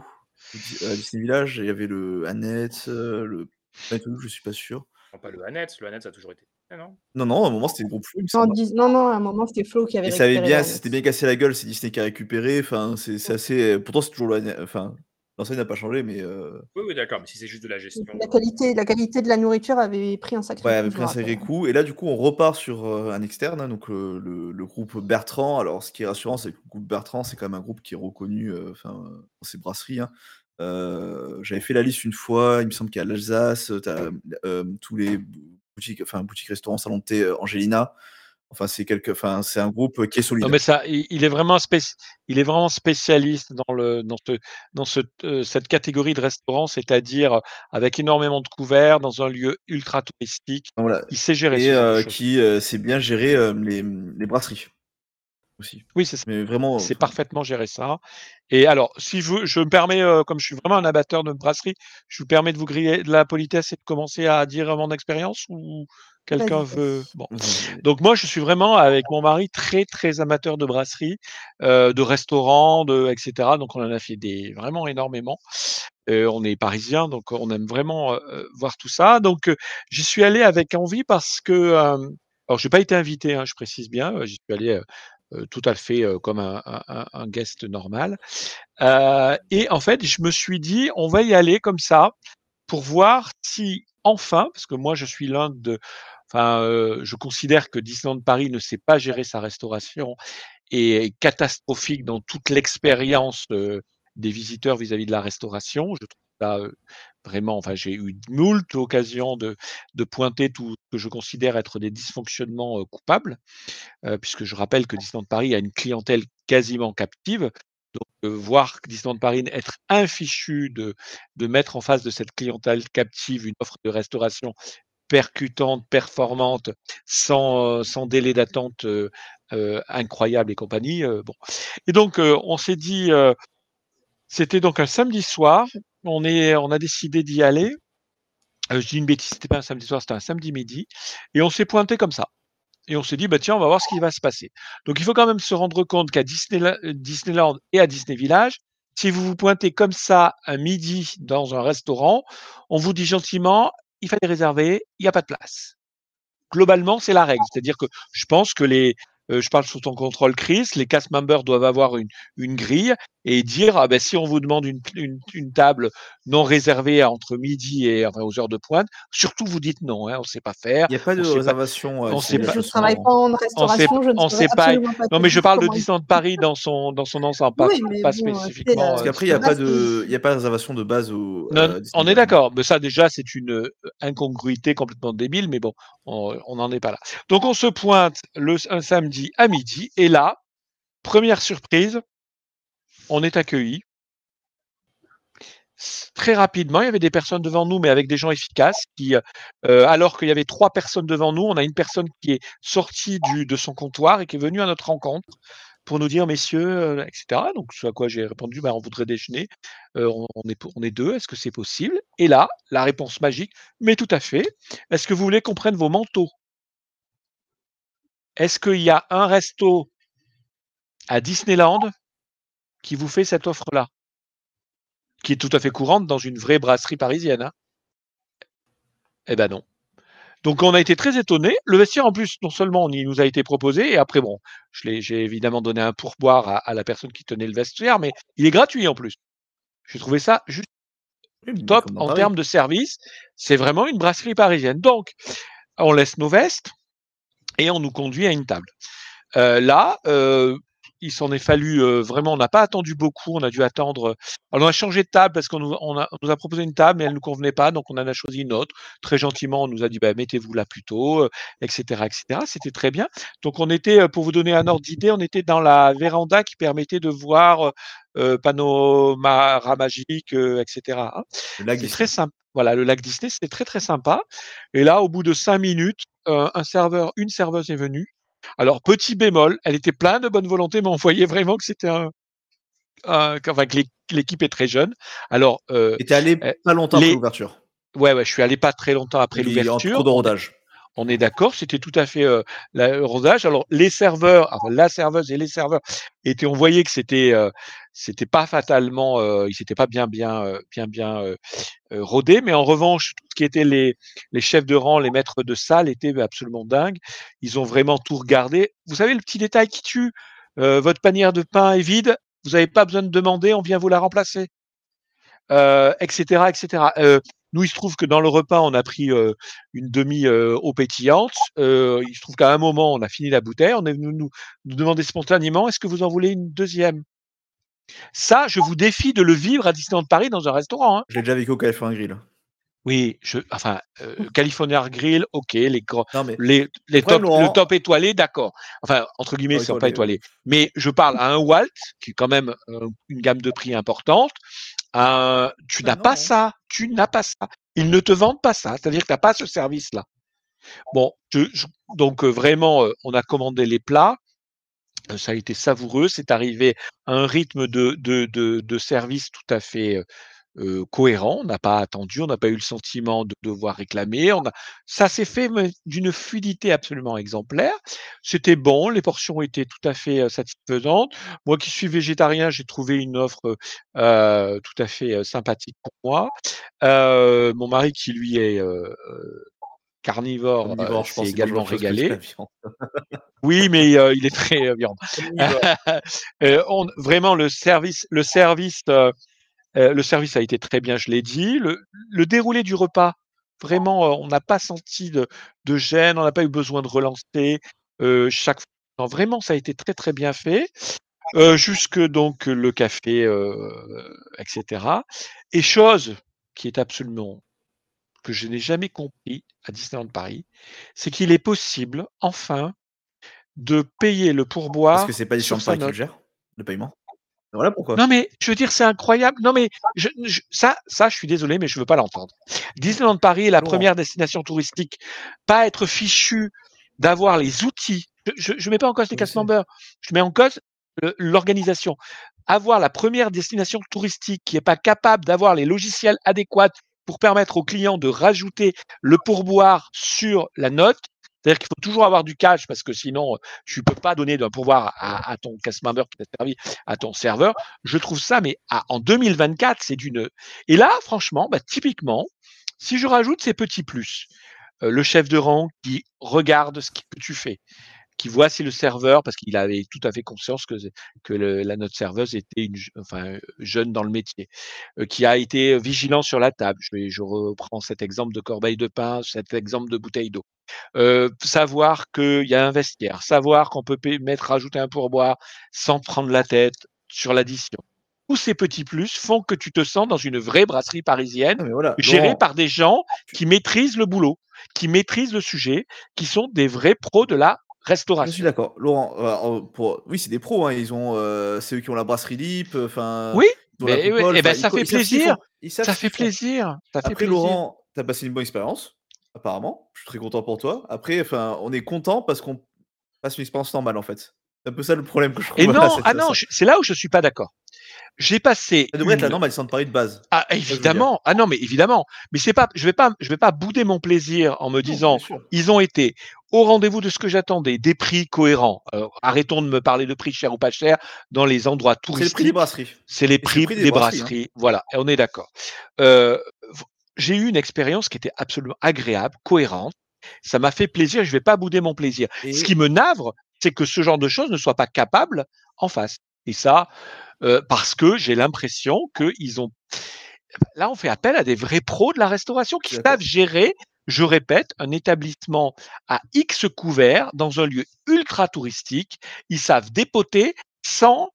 Speaker 10: à Disney Village. Il y avait le Annette, euh, le Plateau, je suis pas sûr.
Speaker 13: Non, pas le Annette. Le Annette, ça a toujours été. Disney, non
Speaker 10: Non, non, à un moment, c'était le groupe Flo, il me
Speaker 12: Non,
Speaker 10: semble.
Speaker 12: Dis- non, non, à un moment, c'était Flo qui avait
Speaker 10: Et ça avait
Speaker 12: récupéré
Speaker 10: bien,
Speaker 12: le
Speaker 10: c'était
Speaker 12: Annette.
Speaker 10: bien cassé la gueule, c'est Disney qui a récupéré. Enfin, c'est c'est assez. Pourtant, c'est toujours le Annette. Enfin, l'enseigne n'a pas changé, mais euh,
Speaker 13: Oui, oui, d'accord. Mais si c'est juste de la gestion.
Speaker 12: La qualité, la qualité de la nourriture avait pris un sacré
Speaker 10: ouais,
Speaker 12: coup,
Speaker 10: avait
Speaker 12: je
Speaker 10: pris
Speaker 12: me
Speaker 10: un sacré
Speaker 12: rappelle.
Speaker 10: coup. Et là, du coup, on repart sur euh, un externe, hein, donc euh, le, le groupe Bertrand. Alors, ce qui est rassurant, c'est que le groupe Bertrand, c'est quand même un groupe qui est reconnu euh, enfin, dans ses brasseries. hein. Euh, J'avais fait la liste une fois, il me semble qu'il y a l'Alsace, tu as tous les boutiques, enfin, boutiques, restaurants, salon de thé, euh, Angelina. Enfin, c'est quelque, enfin, c'est un groupe qui est solide.
Speaker 11: Non mais ça, il, il est vraiment spéc- il est vraiment spécialiste dans le dans ce dans ce euh, cette catégorie de restaurants, c'est-à-dire avec énormément de couverts dans un lieu ultra touristique.
Speaker 10: Voilà.
Speaker 11: Il sait gérer
Speaker 10: Et
Speaker 11: ce genre de
Speaker 10: euh,
Speaker 11: choses.
Speaker 10: qui euh, sait bien gérer euh, les, les brasseries aussi.
Speaker 11: Oui, c'est ça.
Speaker 10: Mais vraiment,
Speaker 11: C'est
Speaker 10: enfin,
Speaker 11: parfaitement géré ça. Et alors, si je, je me permets, euh, comme je suis vraiment un amateur de brasserie, je vous permets de vous griller de la politesse et de commencer à dire mon expérience ou quelqu'un
Speaker 12: Vas-y,
Speaker 11: veut.
Speaker 12: vas-y.
Speaker 11: Bon.
Speaker 10: vous-
Speaker 11: Donc moi, je suis vraiment avec mon mari très très amateur de brasserie, euh, de restaurants, de et cetera. Donc on en a fait des vraiment énormément. Euh, on est parisien, donc on aime vraiment euh, voir tout ça. Donc euh, j'y suis allé avec envie parce que euh, alors j'ai pas été invité, hein, je précise bien. euh, J'y suis allé euh, euh, tout à fait euh, comme un, un- un- un guest normal. Euh, et en fait, je me suis dit, on va y aller comme ça pour voir si enfin, parce que moi je suis l'un de, enfin, euh, je considère que Disneyland Paris ne sait pas gérer sa restauration et est catastrophique dans toute l'expérience euh, des visiteurs vis-à-vis de la restauration. Je trouve ça euh, vraiment, enfin, j'ai eu moult occasions de, de pointer tout ce que je considère être des dysfonctionnements euh, coupables, euh, puisque je rappelle que Disneyland Paris a une clientèle quasiment captive. Donc, euh, voir Disneyland Paris être infichu de, de mettre en face de cette clientèle captive une offre de restauration percutante, performante, sans, euh, sans délai d'attente euh, euh, incroyable et compagnie. euh, bon. Et donc, euh, on s'est dit, euh, c'était donc un samedi soir, on, est, on a décidé d'y aller. Euh, je dis une bêtise, c'était pas un samedi soir, c'était un samedi midi. Et on s'est pointé comme ça. Et on s'est dit, bah tiens, on va voir ce qui va se passer. Donc, il faut quand même se rendre compte qu'à Disneyla- euh, Disneyland et à Disney Village, si vous vous pointez comme ça un midi dans un restaurant, on vous dit gentiment, il fallait réserver, il n'y a pas de place. Globalement, c'est la règle. C'est-à-dire que je pense que les, euh, je parle sous ton contrôle, Chris, les cast members doivent avoir une, une grille et dire ah ben si on vous demande une, une, une table non réservée entre midi et enfin, aux heures de pointe, surtout vous dites non, hein, on ne sait pas faire.
Speaker 10: Il n'y a pas de
Speaker 11: on sait
Speaker 10: réservation.
Speaker 11: Pas,
Speaker 10: euh,
Speaker 11: on sait pas.
Speaker 12: Je ne travaille pas en restauration, je ne
Speaker 11: on
Speaker 12: saurais
Speaker 11: sait pas.
Speaker 12: absolument pas.
Speaker 11: Non,
Speaker 12: te
Speaker 11: mais je
Speaker 12: dire
Speaker 11: parle de
Speaker 12: comment ils-
Speaker 11: Disneyland Paris dans son dans son ensemble, pas,
Speaker 12: Oui, mais
Speaker 11: pas
Speaker 12: bon, euh, tu sais,
Speaker 11: spécifiquement.
Speaker 10: Parce
Speaker 11: euh,
Speaker 10: qu'après, il n'y a,
Speaker 12: de
Speaker 10: pas
Speaker 12: base,
Speaker 10: de... il y a pas de réservation de base au.
Speaker 11: Non,
Speaker 10: euh,
Speaker 11: on est
Speaker 10: Disneyland.
Speaker 11: d'accord, mais ça déjà c'est une euh, incongruité complètement débile, mais bon, on on n'en est pas là. Donc on se pointe le, un samedi à midi, et là, première surprise, on est accueilli. S- Très rapidement, il y avait des personnes devant nous, mais avec des gens efficaces, qui, euh, alors qu'il y avait trois personnes devant nous, on a une personne qui est sortie du, de son comptoir et qui est venue à notre rencontre pour nous dire, messieurs, euh, et cetera. Donc, ce à quoi j'ai répondu, bah, on voudrait déjeuner, euh, on, on est, pour- on est deux, est-ce que c'est possible? Et là, la réponse magique, mais tout à fait. Est-ce que vous voulez qu'on prenne vos manteaux? Est-ce qu'il y a un resto à Disneyland qui vous fait cette offre-là, qui est tout à fait courante dans une vraie brasserie parisienne, hein? Eh ben non. Donc on a été très étonnés. Le vestiaire, en plus, non seulement il nous a été proposé, et après, bon, je l'ai- j'ai évidemment donné un pourboire à, à la personne qui tenait le vestiaire, mais il est gratuit en plus. J'ai trouvé ça juste
Speaker 10: Oui, mais
Speaker 11: top
Speaker 10: comme dans
Speaker 11: en
Speaker 10: Paris.
Speaker 11: termes de service. C'est vraiment une brasserie parisienne. Donc, on laisse nos vestes et on nous conduit à une table. Euh, là, euh, il s'en est fallu euh, vraiment, on n'a pas attendu beaucoup, on a dû attendre. Alors on a changé de table parce qu'on nous, on a, on nous a proposé une table, mais elle ne nous convenait pas, donc on en a choisi une autre. Très gentiment, on nous a dit bah, mettez-vous là plus tôt, euh, et cetera, et cetera. C'était très bien. Donc on était, euh, pour vous donner un ordre d'idée, on était dans la véranda qui permettait de voir euh, panorama magique, euh, et cetera, hein.
Speaker 10: Le lac
Speaker 11: C'est très
Speaker 10: Disney.
Speaker 11: sympa. Voilà, le lac Disney, c'était très très sympa. Et là, au bout de cinq minutes, euh, un serveur, une serveuse est venue. Alors, petit bémol, elle était pleine de bonne volonté, mais on voyait vraiment que c'était un, un- enfin, que l'é- l'équipe est très jeune. Alors, euh,
Speaker 10: Et t'es allé
Speaker 11: euh,
Speaker 10: pas longtemps après
Speaker 11: les,
Speaker 10: l'ouverture.
Speaker 11: ouais, ouais, je suis allé pas très longtemps après
Speaker 10: Donc, il est en
Speaker 11: l'ouverture.
Speaker 10: cours de
Speaker 11: On est,
Speaker 10: rodage.
Speaker 11: on est d'accord, c'était tout à fait euh, la- le rodage. Alors, les serveurs, enfin, la serveuse et les serveurs étaient, on voyait que c'était, euh, c'était pas fatalement, euh, ils s'étaient pas bien, bien, euh, bien, bien euh, euh, rodés, mais en revanche, tout ce qui était les, les chefs de rang, les maîtres de salle étaient absolument dingues. Ils ont vraiment tout regardé. Vous savez, le petit détail qui tue, euh, votre panière de pain est vide, vous n'avez pas besoin de demander, on vient vous la remplacer, euh, et cetera, et cetera. Euh, nous, il se trouve que dans le repas, on a pris euh, une demi euh, eau pétillante. Euh, il se trouve qu'à un moment, on a fini la bouteille. On est venu nous, nous demander spontanément, est-ce que vous en voulez une deuxième? Ça, je vous défie de le vivre à Disneyland Paris dans un restaurant, hein.
Speaker 10: Je l'ai déjà vécu au California Grill.
Speaker 11: Oui, je, enfin, euh, California Grill, ok, les, grands-
Speaker 10: Non, mais
Speaker 11: les, les
Speaker 10: le problème,
Speaker 11: top, le
Speaker 10: Laurent,
Speaker 11: top étoilé, d'accord. Enfin, entre guillemets,
Speaker 10: non,
Speaker 11: ils sont
Speaker 10: étoilé,
Speaker 11: pas
Speaker 10: euh,
Speaker 11: étoilés. Mais je parle à un Walt, qui est quand même euh, une gamme de prix importante. Un- tu
Speaker 10: bah
Speaker 11: n'as pas
Speaker 10: non.
Speaker 11: ça, tu n'as pas ça. Ils ne te vendent pas ça, c'est-à-dire que tu n'as pas ce service-là. Bon, je, je- donc euh, vraiment, euh, on a commandé les plats. Euh, Ça a été savoureux. C'est arrivé à un rythme de, de, de, de service tout à fait euh, euh, cohérent. On n'a pas attendu, on n'a pas eu le sentiment de devoir réclamer. On a... Ça s'est fait mais d'une fluidité absolument exemplaire. C'était bon, les portions étaient tout à fait euh, satisfaisantes. Moi qui suis végétarien, j'ai trouvé une offre euh, tout à fait euh, sympathique pour moi. Euh, mon mari qui lui est euh, euh, carnivore, euh,
Speaker 10: Omnivore, je
Speaker 11: s'est
Speaker 10: pense qu'il mange
Speaker 11: également
Speaker 10: autre chose que de
Speaker 11: régalé.
Speaker 10: la viande.
Speaker 11: Oui, mais euh, il est très euh, viande.
Speaker 10: Omnivore.
Speaker 11: Euh, on, vraiment, le service, le service, euh, euh, le service a été très bien, je l'ai dit. Le, le déroulé du repas, vraiment, euh, on n'a pas senti de, de gêne, on n'a pas eu besoin de relancer euh, chaque fois. Non, vraiment, ça a été très très bien fait. Euh, jusque donc le café, euh, et cetera. Et chose qui est absolument que je n'ai jamais compris à Disneyland Paris, c'est qu'il est possible, enfin, de payer le
Speaker 10: Parce que
Speaker 11: pourboire
Speaker 10: c'est pas
Speaker 11: sur
Speaker 10: Disneyland
Speaker 11: sa
Speaker 10: Paris qui le
Speaker 11: note.
Speaker 10: gère, le paiement. Voilà pourquoi.
Speaker 11: Non mais je veux dire, c'est incroyable. Non mais je, je- ça, ça, je suis désolé, mais je veux pas l'entendre. Disneyland Paris est la
Speaker 10: Laurent.
Speaker 11: première destination touristique. Pas être fichu d'avoir les outils. Je, je, je mets pas en cause les
Speaker 10: Je
Speaker 11: cast
Speaker 10: sais.
Speaker 11: members. Je mets en cause le- l'organisation. Avoir la première destination touristique qui est pas capable d'avoir les logiciels adéquats pour permettre aux clients de rajouter le pourboire sur la note. C'est-à-dire qu'il faut toujours avoir du cash parce que sinon, euh, tu peux pas donner d'un pourboire à, à ton cast member qui t'a servi, à ton serveur. Je trouve ça, mais à- en deux mille vingt-quatre, c'est d'une. Et là, franchement, bah, typiquement, si je rajoute ces petits plus, euh, le chef de rang qui regarde ce que tu fais, qui voit si le serveur, parce qu'il avait tout à fait conscience que, que le, la notre serveuse était une, enfin, jeune dans le métier, euh, qui a été vigilant sur la table. Je, vais, je reprends cet exemple de corbeille de pain, cet exemple de bouteille d'eau. Euh, savoir qu'il y a un vestiaire, savoir qu'on peut mettre, rajouter un pourboire sans prendre la tête sur l'addition. Tous ces petits plus font que tu te sens dans une vraie brasserie parisienne,
Speaker 10: Ah, voilà,
Speaker 11: gérée
Speaker 10: Laurent,
Speaker 11: par des gens qui maîtrisent le boulot, qui maîtrisent le sujet, qui sont des vrais pros de la
Speaker 10: je suis
Speaker 11: restauration.
Speaker 10: d'accord. Laurent, euh, pour... oui, c'est des pros. Hein. Ils ont, euh, c'est eux qui ont la brasserie Lip. Enfin,
Speaker 11: Oui,
Speaker 10: ils ont la
Speaker 11: mais,
Speaker 10: coupole.
Speaker 11: eh ben,
Speaker 10: Enfin,
Speaker 11: ça
Speaker 10: ils,
Speaker 11: fait
Speaker 10: ils savent ce qu'ils
Speaker 11: plaisir.
Speaker 10: font. Ils savent
Speaker 11: Ça
Speaker 10: ce
Speaker 11: fait
Speaker 10: qu'ils font.
Speaker 11: plaisir. Ça fait
Speaker 10: Après,
Speaker 11: plaisir.
Speaker 10: Laurent, tu as passé une bonne expérience, apparemment. Je suis très content pour toi. Après, enfin, on est content parce qu'on passe une expérience normale, en fait. C'est un peu ça le problème que je trouve.
Speaker 11: Et
Speaker 10: à
Speaker 11: non,
Speaker 10: cette
Speaker 11: ah non,
Speaker 10: façon.
Speaker 11: je- c'est là où je suis pas d'accord. J'ai passé
Speaker 10: Ça devrait être la
Speaker 11: une.
Speaker 10: norme à Disneyland Paris de base.
Speaker 11: Ah
Speaker 10: Ça, je veux dire.
Speaker 11: évidemment, ah non mais évidemment, mais c'est pas, je vais pas, je vais pas bouder mon plaisir en me
Speaker 10: Non,
Speaker 11: disant,
Speaker 10: bien sûr.
Speaker 11: ils ont été au rendez-vous de ce que j'attendais, des prix cohérents. Alors, arrêtons de me parler de prix cher ou pas cher dans les endroits
Speaker 10: C'est le prix des
Speaker 11: touristiques.
Speaker 10: brasseries.
Speaker 11: C'est les
Speaker 10: Et c'est le
Speaker 11: prix
Speaker 10: prix
Speaker 11: des,
Speaker 10: des brasseries.
Speaker 11: brasseries.
Speaker 10: Hein.
Speaker 11: Voilà, et on est d'accord. Euh, v- j'ai eu une expérience qui était absolument agréable, cohérente. Ça m'a fait plaisir. Je vais pas bouder mon plaisir. Ce
Speaker 10: Et
Speaker 11: qui me navre, c'est que ce genre de choses ne soit pas capable en face. Et ça, euh, parce que j'ai l'impression qu'ils ont. Là, on fait appel à des vrais pros de la restauration qui
Speaker 10: D'accord.
Speaker 11: savent gérer, je répète, un établissement à X couverts dans un lieu ultra touristique. Ils savent dépoter sans,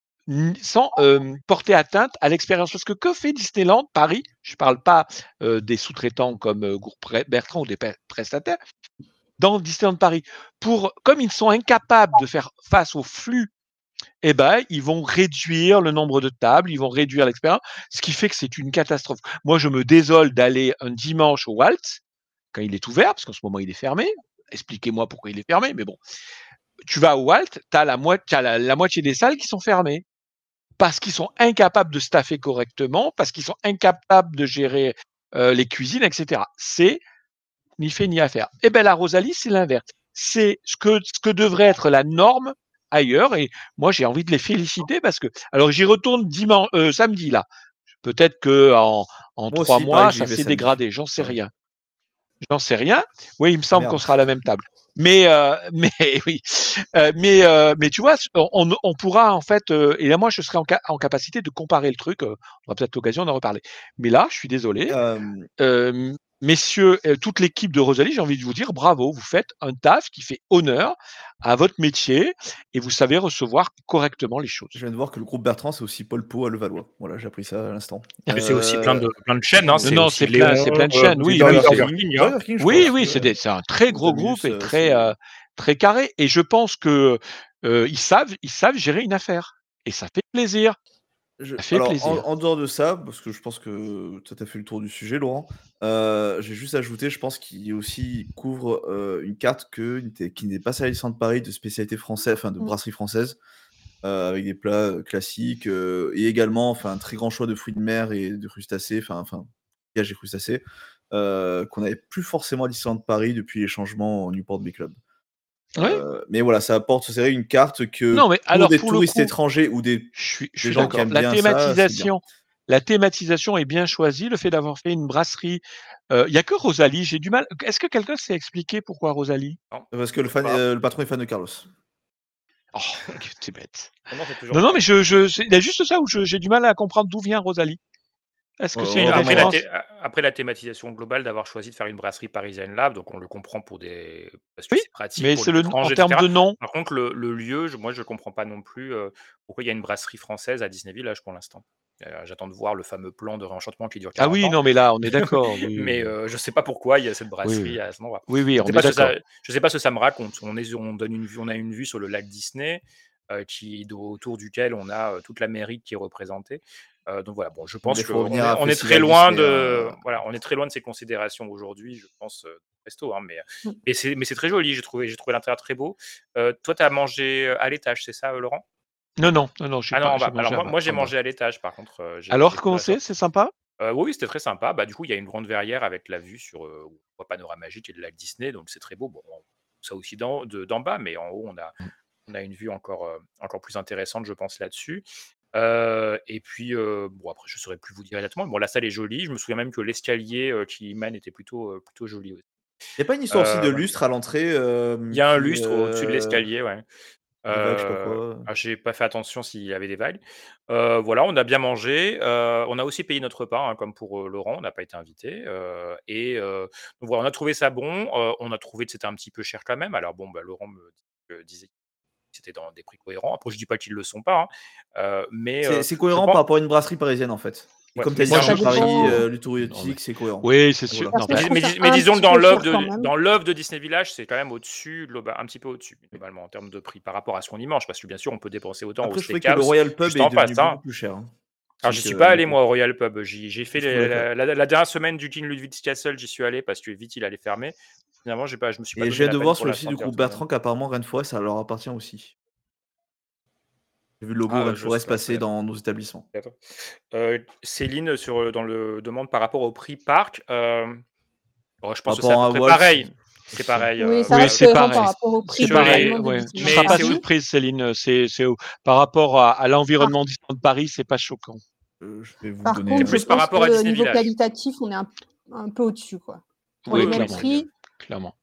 Speaker 11: sans euh, porter atteinte à l'expérience. Parce que que fait Disneyland Paris? Je ne parle pas euh, des sous-traitants comme euh, Groupe Bertrand ou des pe- prestataires. Dans Disneyland Paris, pour, comme ils sont incapables de faire face au flux, eh ben, ils vont réduire le nombre de tables, ils vont réduire l'expérience, ce qui fait que c'est une catastrophe. Moi, je me désole d'aller un dimanche au Waltz, quand il est ouvert, parce qu'en ce moment, il est fermé. Expliquez-moi pourquoi il est fermé, mais bon. Tu vas au Waltz, tu as, la, mo- t'as la, la moitié des salles qui sont fermées, parce qu'ils sont incapables de staffer correctement, parce qu'ils sont incapables de gérer euh, les cuisines, et cetera. C'est ni fait ni à faire. Eh bien, la Rosalie, c'est l'inverse. C'est ce que, ce que devrait être la norme ailleurs. Et moi, j'ai envie de les féliciter parce que, alors, j'y retourne dimanche, euh, samedi, là. Peut-être que en, en
Speaker 10: moi
Speaker 11: trois
Speaker 10: aussi, pareil,
Speaker 11: mois,
Speaker 10: j'y
Speaker 11: ça
Speaker 10: vais
Speaker 11: s'est
Speaker 10: samedi.
Speaker 11: dégradé. J'en sais
Speaker 10: Ouais.
Speaker 11: rien. J'en sais rien. Oui, il me semble
Speaker 10: Merde.
Speaker 11: qu'on sera à la même table. Mais, euh, mais oui. Euh, mais, euh, mais tu vois, on, on pourra en fait, euh, et là, moi, je serai en, ca- en capacité de comparer le truc. euh, on aura peut-être l'occasion d'en reparler. Mais là, je suis désolé.
Speaker 10: Euh,
Speaker 11: Euh, messieurs, euh, toute l'équipe de Rosalie, j'ai envie de vous dire bravo, vous faites un taf qui fait honneur à votre métier et vous savez recevoir correctement les choses.
Speaker 10: Je viens de voir que le groupe Bertrand, c'est aussi Paul Pot à Levallois. Voilà, j'ai appris ça à l'instant.
Speaker 13: Mais c'est aussi plein de,
Speaker 10: Euh,
Speaker 13: plein de chaînes. Hein.
Speaker 11: Non,
Speaker 13: C'est
Speaker 11: non,
Speaker 13: aussi
Speaker 11: c'est plein,
Speaker 13: Léon,
Speaker 11: c'est plein de
Speaker 13: euh,
Speaker 11: chaînes. Oui,
Speaker 10: Burger
Speaker 11: oui,
Speaker 10: King,
Speaker 11: c'est-
Speaker 13: King, hein.
Speaker 10: Burger King, je
Speaker 11: oui,
Speaker 10: pense.
Speaker 11: oui,
Speaker 10: Ouais.
Speaker 11: c'est des- c'est un très gros
Speaker 10: Dominius,
Speaker 11: groupe et
Speaker 10: euh,
Speaker 11: très,
Speaker 10: c'est-
Speaker 11: euh, très carré. Et je pense que euh, ils savent, ils savent gérer une affaire et ça fait plaisir.
Speaker 10: Je-
Speaker 11: Ça fait
Speaker 10: Alors, en,
Speaker 11: plaisir.
Speaker 10: en dehors de ça, parce que je pense que tu as fait le tour du sujet, Laurent, euh, j'ai juste ajouté, je pense qu'il aussi couvre euh, une carte que, qui n'est pas sur la licence de Paris de spécialité française, enfin de
Speaker 12: Mm.
Speaker 10: brasserie française, euh, avec des plats euh, classiques euh, et également enfin, un très grand choix de fruits de mer et de crustacés, enfin, enfin, gage et crustacés, euh, qu'on n'avait plus forcément à Disneyland Paris depuis les changements au Newport Bay Club.
Speaker 11: Ouais.
Speaker 10: Euh, mais voilà, ça apporte, c'est vrai, une carte que
Speaker 11: Non, mais
Speaker 10: pour
Speaker 11: alors
Speaker 10: des
Speaker 11: pour le
Speaker 10: touristes
Speaker 11: coup,
Speaker 10: étrangers ou des,
Speaker 11: je suis, je
Speaker 10: des
Speaker 11: suis
Speaker 10: gens qui
Speaker 11: d'accord.
Speaker 10: aiment
Speaker 11: La
Speaker 10: bien ça, c'est bien.
Speaker 11: thématisation, la thématisation est bien choisie. Le fait d'avoir fait une brasserie, il y a que Rosalie. J'ai du mal. Est-ce que quelqu'un sait expliquer pourquoi Rosalie?
Speaker 10: Parce que le, fan, euh, le patron est fan de Carlos.
Speaker 11: Oh, t'es bête.
Speaker 13: Non, non, c'est toujours
Speaker 11: Non, non,
Speaker 13: pareil.
Speaker 11: mais je, je, c'est- il y a juste ça où je- j'ai du mal à comprendre d'où vient Rosalie. Est-ce que
Speaker 10: Ouais,
Speaker 11: c'est
Speaker 10: on
Speaker 11: une
Speaker 10: va
Speaker 13: Après la,
Speaker 11: référence?
Speaker 13: thé- après la thématisation globale d'avoir choisi de faire une brasserie parisienne là, donc on le comprend pour des parce que
Speaker 11: Oui,
Speaker 13: c'est pratique
Speaker 11: mais
Speaker 13: pour
Speaker 11: c'est
Speaker 13: les
Speaker 11: le en
Speaker 13: étrangers,
Speaker 11: termes
Speaker 13: et cetera.
Speaker 11: de nom.
Speaker 13: Par contre, le, le lieu, je- moi, je comprends pas non plus euh, pourquoi il y a une brasserie française à Disney Village pour l'instant. Euh, J'attends de voir le fameux plan de réenchantement qui dure
Speaker 11: Ah
Speaker 13: quarante
Speaker 11: oui,
Speaker 13: ans.
Speaker 11: non, mais là, on est d'accord. Oui,
Speaker 13: Mais
Speaker 11: oui,
Speaker 13: euh, je sais pas pourquoi il y a cette
Speaker 11: oui,
Speaker 13: brasserie
Speaker 11: oui.
Speaker 13: à cet endroit.
Speaker 11: Oui, oui,
Speaker 13: Je
Speaker 11: on
Speaker 13: sais
Speaker 11: est
Speaker 13: pas ce que ça,
Speaker 11: d'accord.
Speaker 13: je sais pas ce que ça me raconte. On est, on donne une vue, on a une vue sur le lac Disney, euh, qui autour duquel on a euh, toute l'Amérique qui est représentée. Euh, donc voilà, bon, je pense
Speaker 10: Il faut
Speaker 13: qu'on
Speaker 10: revenir
Speaker 13: est,
Speaker 10: à
Speaker 13: on est
Speaker 10: Festival
Speaker 13: très loin
Speaker 10: Disney,
Speaker 13: de,
Speaker 10: hein.
Speaker 13: voilà, on est très loin de ces considérations aujourd'hui, je pense, euh, resto, hein, mais,
Speaker 12: Mm.
Speaker 13: mais c'est, mais c'est très joli. J'ai trouvé, j'ai trouvé l'intérieur très beau. Euh, toi, tu as mangé à l'étage, c'est ça, euh, Laurent?
Speaker 11: Non, non, non, non, j'ai
Speaker 13: Ah non,
Speaker 11: pas,
Speaker 13: en
Speaker 11: j'ai
Speaker 13: bas. Alors
Speaker 11: mangé à
Speaker 13: moi,
Speaker 11: bas,
Speaker 13: moi j'ai
Speaker 11: en bas.
Speaker 13: mangé à l'étage, par contre. euh, j'ai,
Speaker 11: Alors,
Speaker 13: j'ai trouvé
Speaker 11: comment
Speaker 13: ça.
Speaker 11: c'est? C'est sympa?
Speaker 13: Euh, oui, oui, c'était très sympa. Bah, du coup, il y a une grande verrière avec la vue sur euh, on voit Panorama Magique et le lac Disney, donc c'est très beau. Bon, on- ça aussi d'en, de- d'en bas, mais en haut, on a, on a une vue encore, euh, encore plus intéressante, je pense, là-dessus. Euh, et puis, euh, bon, après, je ne saurais plus vous dire exactement. Bon, la salle est jolie. Je me souviens même que l'escalier euh, qui y mène était plutôt, euh, plutôt joli aussi.
Speaker 10: Il y a pas une histoire aussi
Speaker 13: Euh,
Speaker 10: de
Speaker 13: voilà.
Speaker 10: lustre à l'entrée, hem,
Speaker 13: Il y a un
Speaker 10: qui,
Speaker 13: lustre au-dessus de
Speaker 10: heu,
Speaker 13: l'escalier, ouais.
Speaker 10: des vagues, je sais pas
Speaker 13: Heu,
Speaker 10: quoi.
Speaker 13: ah, j'ai pas fait attention s'il y avait des vagues. Heu, voilà, on a bien mangé, heu, on a aussi payé notre repas, hein, comme pour, heu, Laurent, on n'a pas été invité, heu et heu, donc voilà, on a trouvé ça bon, heu, on a trouvé que c'était un petit peu cher quand même. Alors bon, bah, Laurent me me disait que c'était dans des prix cohérents. Après, je dis pas qu'ils le sont pas, hein, heu, mais
Speaker 10: C'est
Speaker 13: heu,
Speaker 10: c'est
Speaker 13: je
Speaker 10: cohérent
Speaker 13: pen
Speaker 10: par rapport à une brasserie parisienne, en fait. Et
Speaker 13: ouais,
Speaker 10: comme tu
Speaker 13: mais
Speaker 10: as dit
Speaker 13: c'est
Speaker 11: Moi,
Speaker 13: un
Speaker 10: sur
Speaker 11: je
Speaker 12: Ça
Speaker 13: peu
Speaker 10: Paris,
Speaker 12: dépend.
Speaker 10: heu,
Speaker 12: euh,
Speaker 10: le
Speaker 11: non, mais
Speaker 10: touristique, c'est cohérent.
Speaker 11: oui, c'est
Speaker 10: Et
Speaker 11: sûr.
Speaker 10: voilà.
Speaker 11: Non,
Speaker 12: Perso,
Speaker 11: mais
Speaker 12: je
Speaker 13: mais
Speaker 12: trouve
Speaker 13: mais
Speaker 12: ça
Speaker 13: dis mais
Speaker 12: un
Speaker 13: disons
Speaker 12: petit
Speaker 13: que dans
Speaker 12: peu
Speaker 13: l'offre
Speaker 12: cher
Speaker 13: de
Speaker 12: quand même.
Speaker 13: dans l'offre de Disney Village, c'est quand même au-dessus globa un petit peu au-dessus, globalement, en termes de prix, par rapport à ce qu'on y mange. Parce que bien sûr, on peut dépenser autant au
Speaker 10: Après, je trouvais que le
Speaker 13: steakhouse,
Speaker 10: Royal Pub
Speaker 13: juste
Speaker 10: est
Speaker 13: en
Speaker 10: devenu
Speaker 13: face,
Speaker 10: beaucoup
Speaker 13: hein.
Speaker 10: plus cher, hein.
Speaker 13: Alors,
Speaker 10: C'est
Speaker 13: j'y suis
Speaker 10: qu'à
Speaker 13: pas allé
Speaker 10: l'époque
Speaker 13: moi au Royal Pub, j'y j'ai fait
Speaker 10: je trouvais que
Speaker 13: les la la la dernière semaine du King Ludwig's Castle, j'y suis allé parce que vite il allait fermer. Finalement, j'ai pas je me suis pas
Speaker 10: et je
Speaker 13: donné
Speaker 10: viens
Speaker 13: la
Speaker 10: de
Speaker 13: peine
Speaker 10: voir
Speaker 13: pour
Speaker 10: sur le
Speaker 13: la
Speaker 10: site
Speaker 13: prendre
Speaker 10: du groupe
Speaker 13: directement.
Speaker 10: Bertrand qu'apparemment Rainforest, ça leur appartient aussi. J'ai vu le logo
Speaker 13: Ah, heu, je sais
Speaker 10: Rainforest
Speaker 13: pas, je
Speaker 10: passer
Speaker 13: connais pas.
Speaker 10: dans nos établissements.
Speaker 13: D'accord. Heu, Céline sur, heu, dans le demande par rapport au prix parc, hem, oh, je
Speaker 10: Par
Speaker 13: pense que c'est à
Speaker 10: rapport
Speaker 13: peu
Speaker 10: à
Speaker 13: près
Speaker 10: Walt,
Speaker 13: pareil.
Speaker 10: c'est
Speaker 13: C'est
Speaker 10: ça.
Speaker 13: pareil,
Speaker 12: Oui,
Speaker 13: heu,
Speaker 12: ça
Speaker 11: Oui,
Speaker 13: voilà.
Speaker 12: reste
Speaker 11: c'est
Speaker 12: cohérent par
Speaker 11: pareil.
Speaker 12: rapport au
Speaker 11: C'est
Speaker 12: prix
Speaker 13: Sur
Speaker 11: pareil.
Speaker 13: les
Speaker 12: quasiment de
Speaker 11: Ouais. Tu
Speaker 12: Disneyland
Speaker 11: seras
Speaker 13: mais
Speaker 11: pas
Speaker 13: c'est au
Speaker 12: Paris.
Speaker 11: surprise, Céline. C'est, c'est au- par rapport à, à
Speaker 12: Par,
Speaker 11: l'environnement Disneyland Paris, c'est pas choquant.
Speaker 10: Heu, je vais vous
Speaker 12: par
Speaker 10: donner,
Speaker 13: c'est
Speaker 12: contre, je
Speaker 10: heu
Speaker 13: plus par
Speaker 12: pense
Speaker 13: rapport à
Speaker 12: que
Speaker 13: Disney
Speaker 12: niveau
Speaker 13: Village.
Speaker 12: qualitatif, on est un, un peu au-dessus, quoi. Pour
Speaker 13: Oui,
Speaker 12: les
Speaker 11: Oui,
Speaker 13: oui,
Speaker 12: mêmes
Speaker 13: mais
Speaker 11: clairement,
Speaker 13: c'est mieux.
Speaker 12: prix.
Speaker 11: clairement.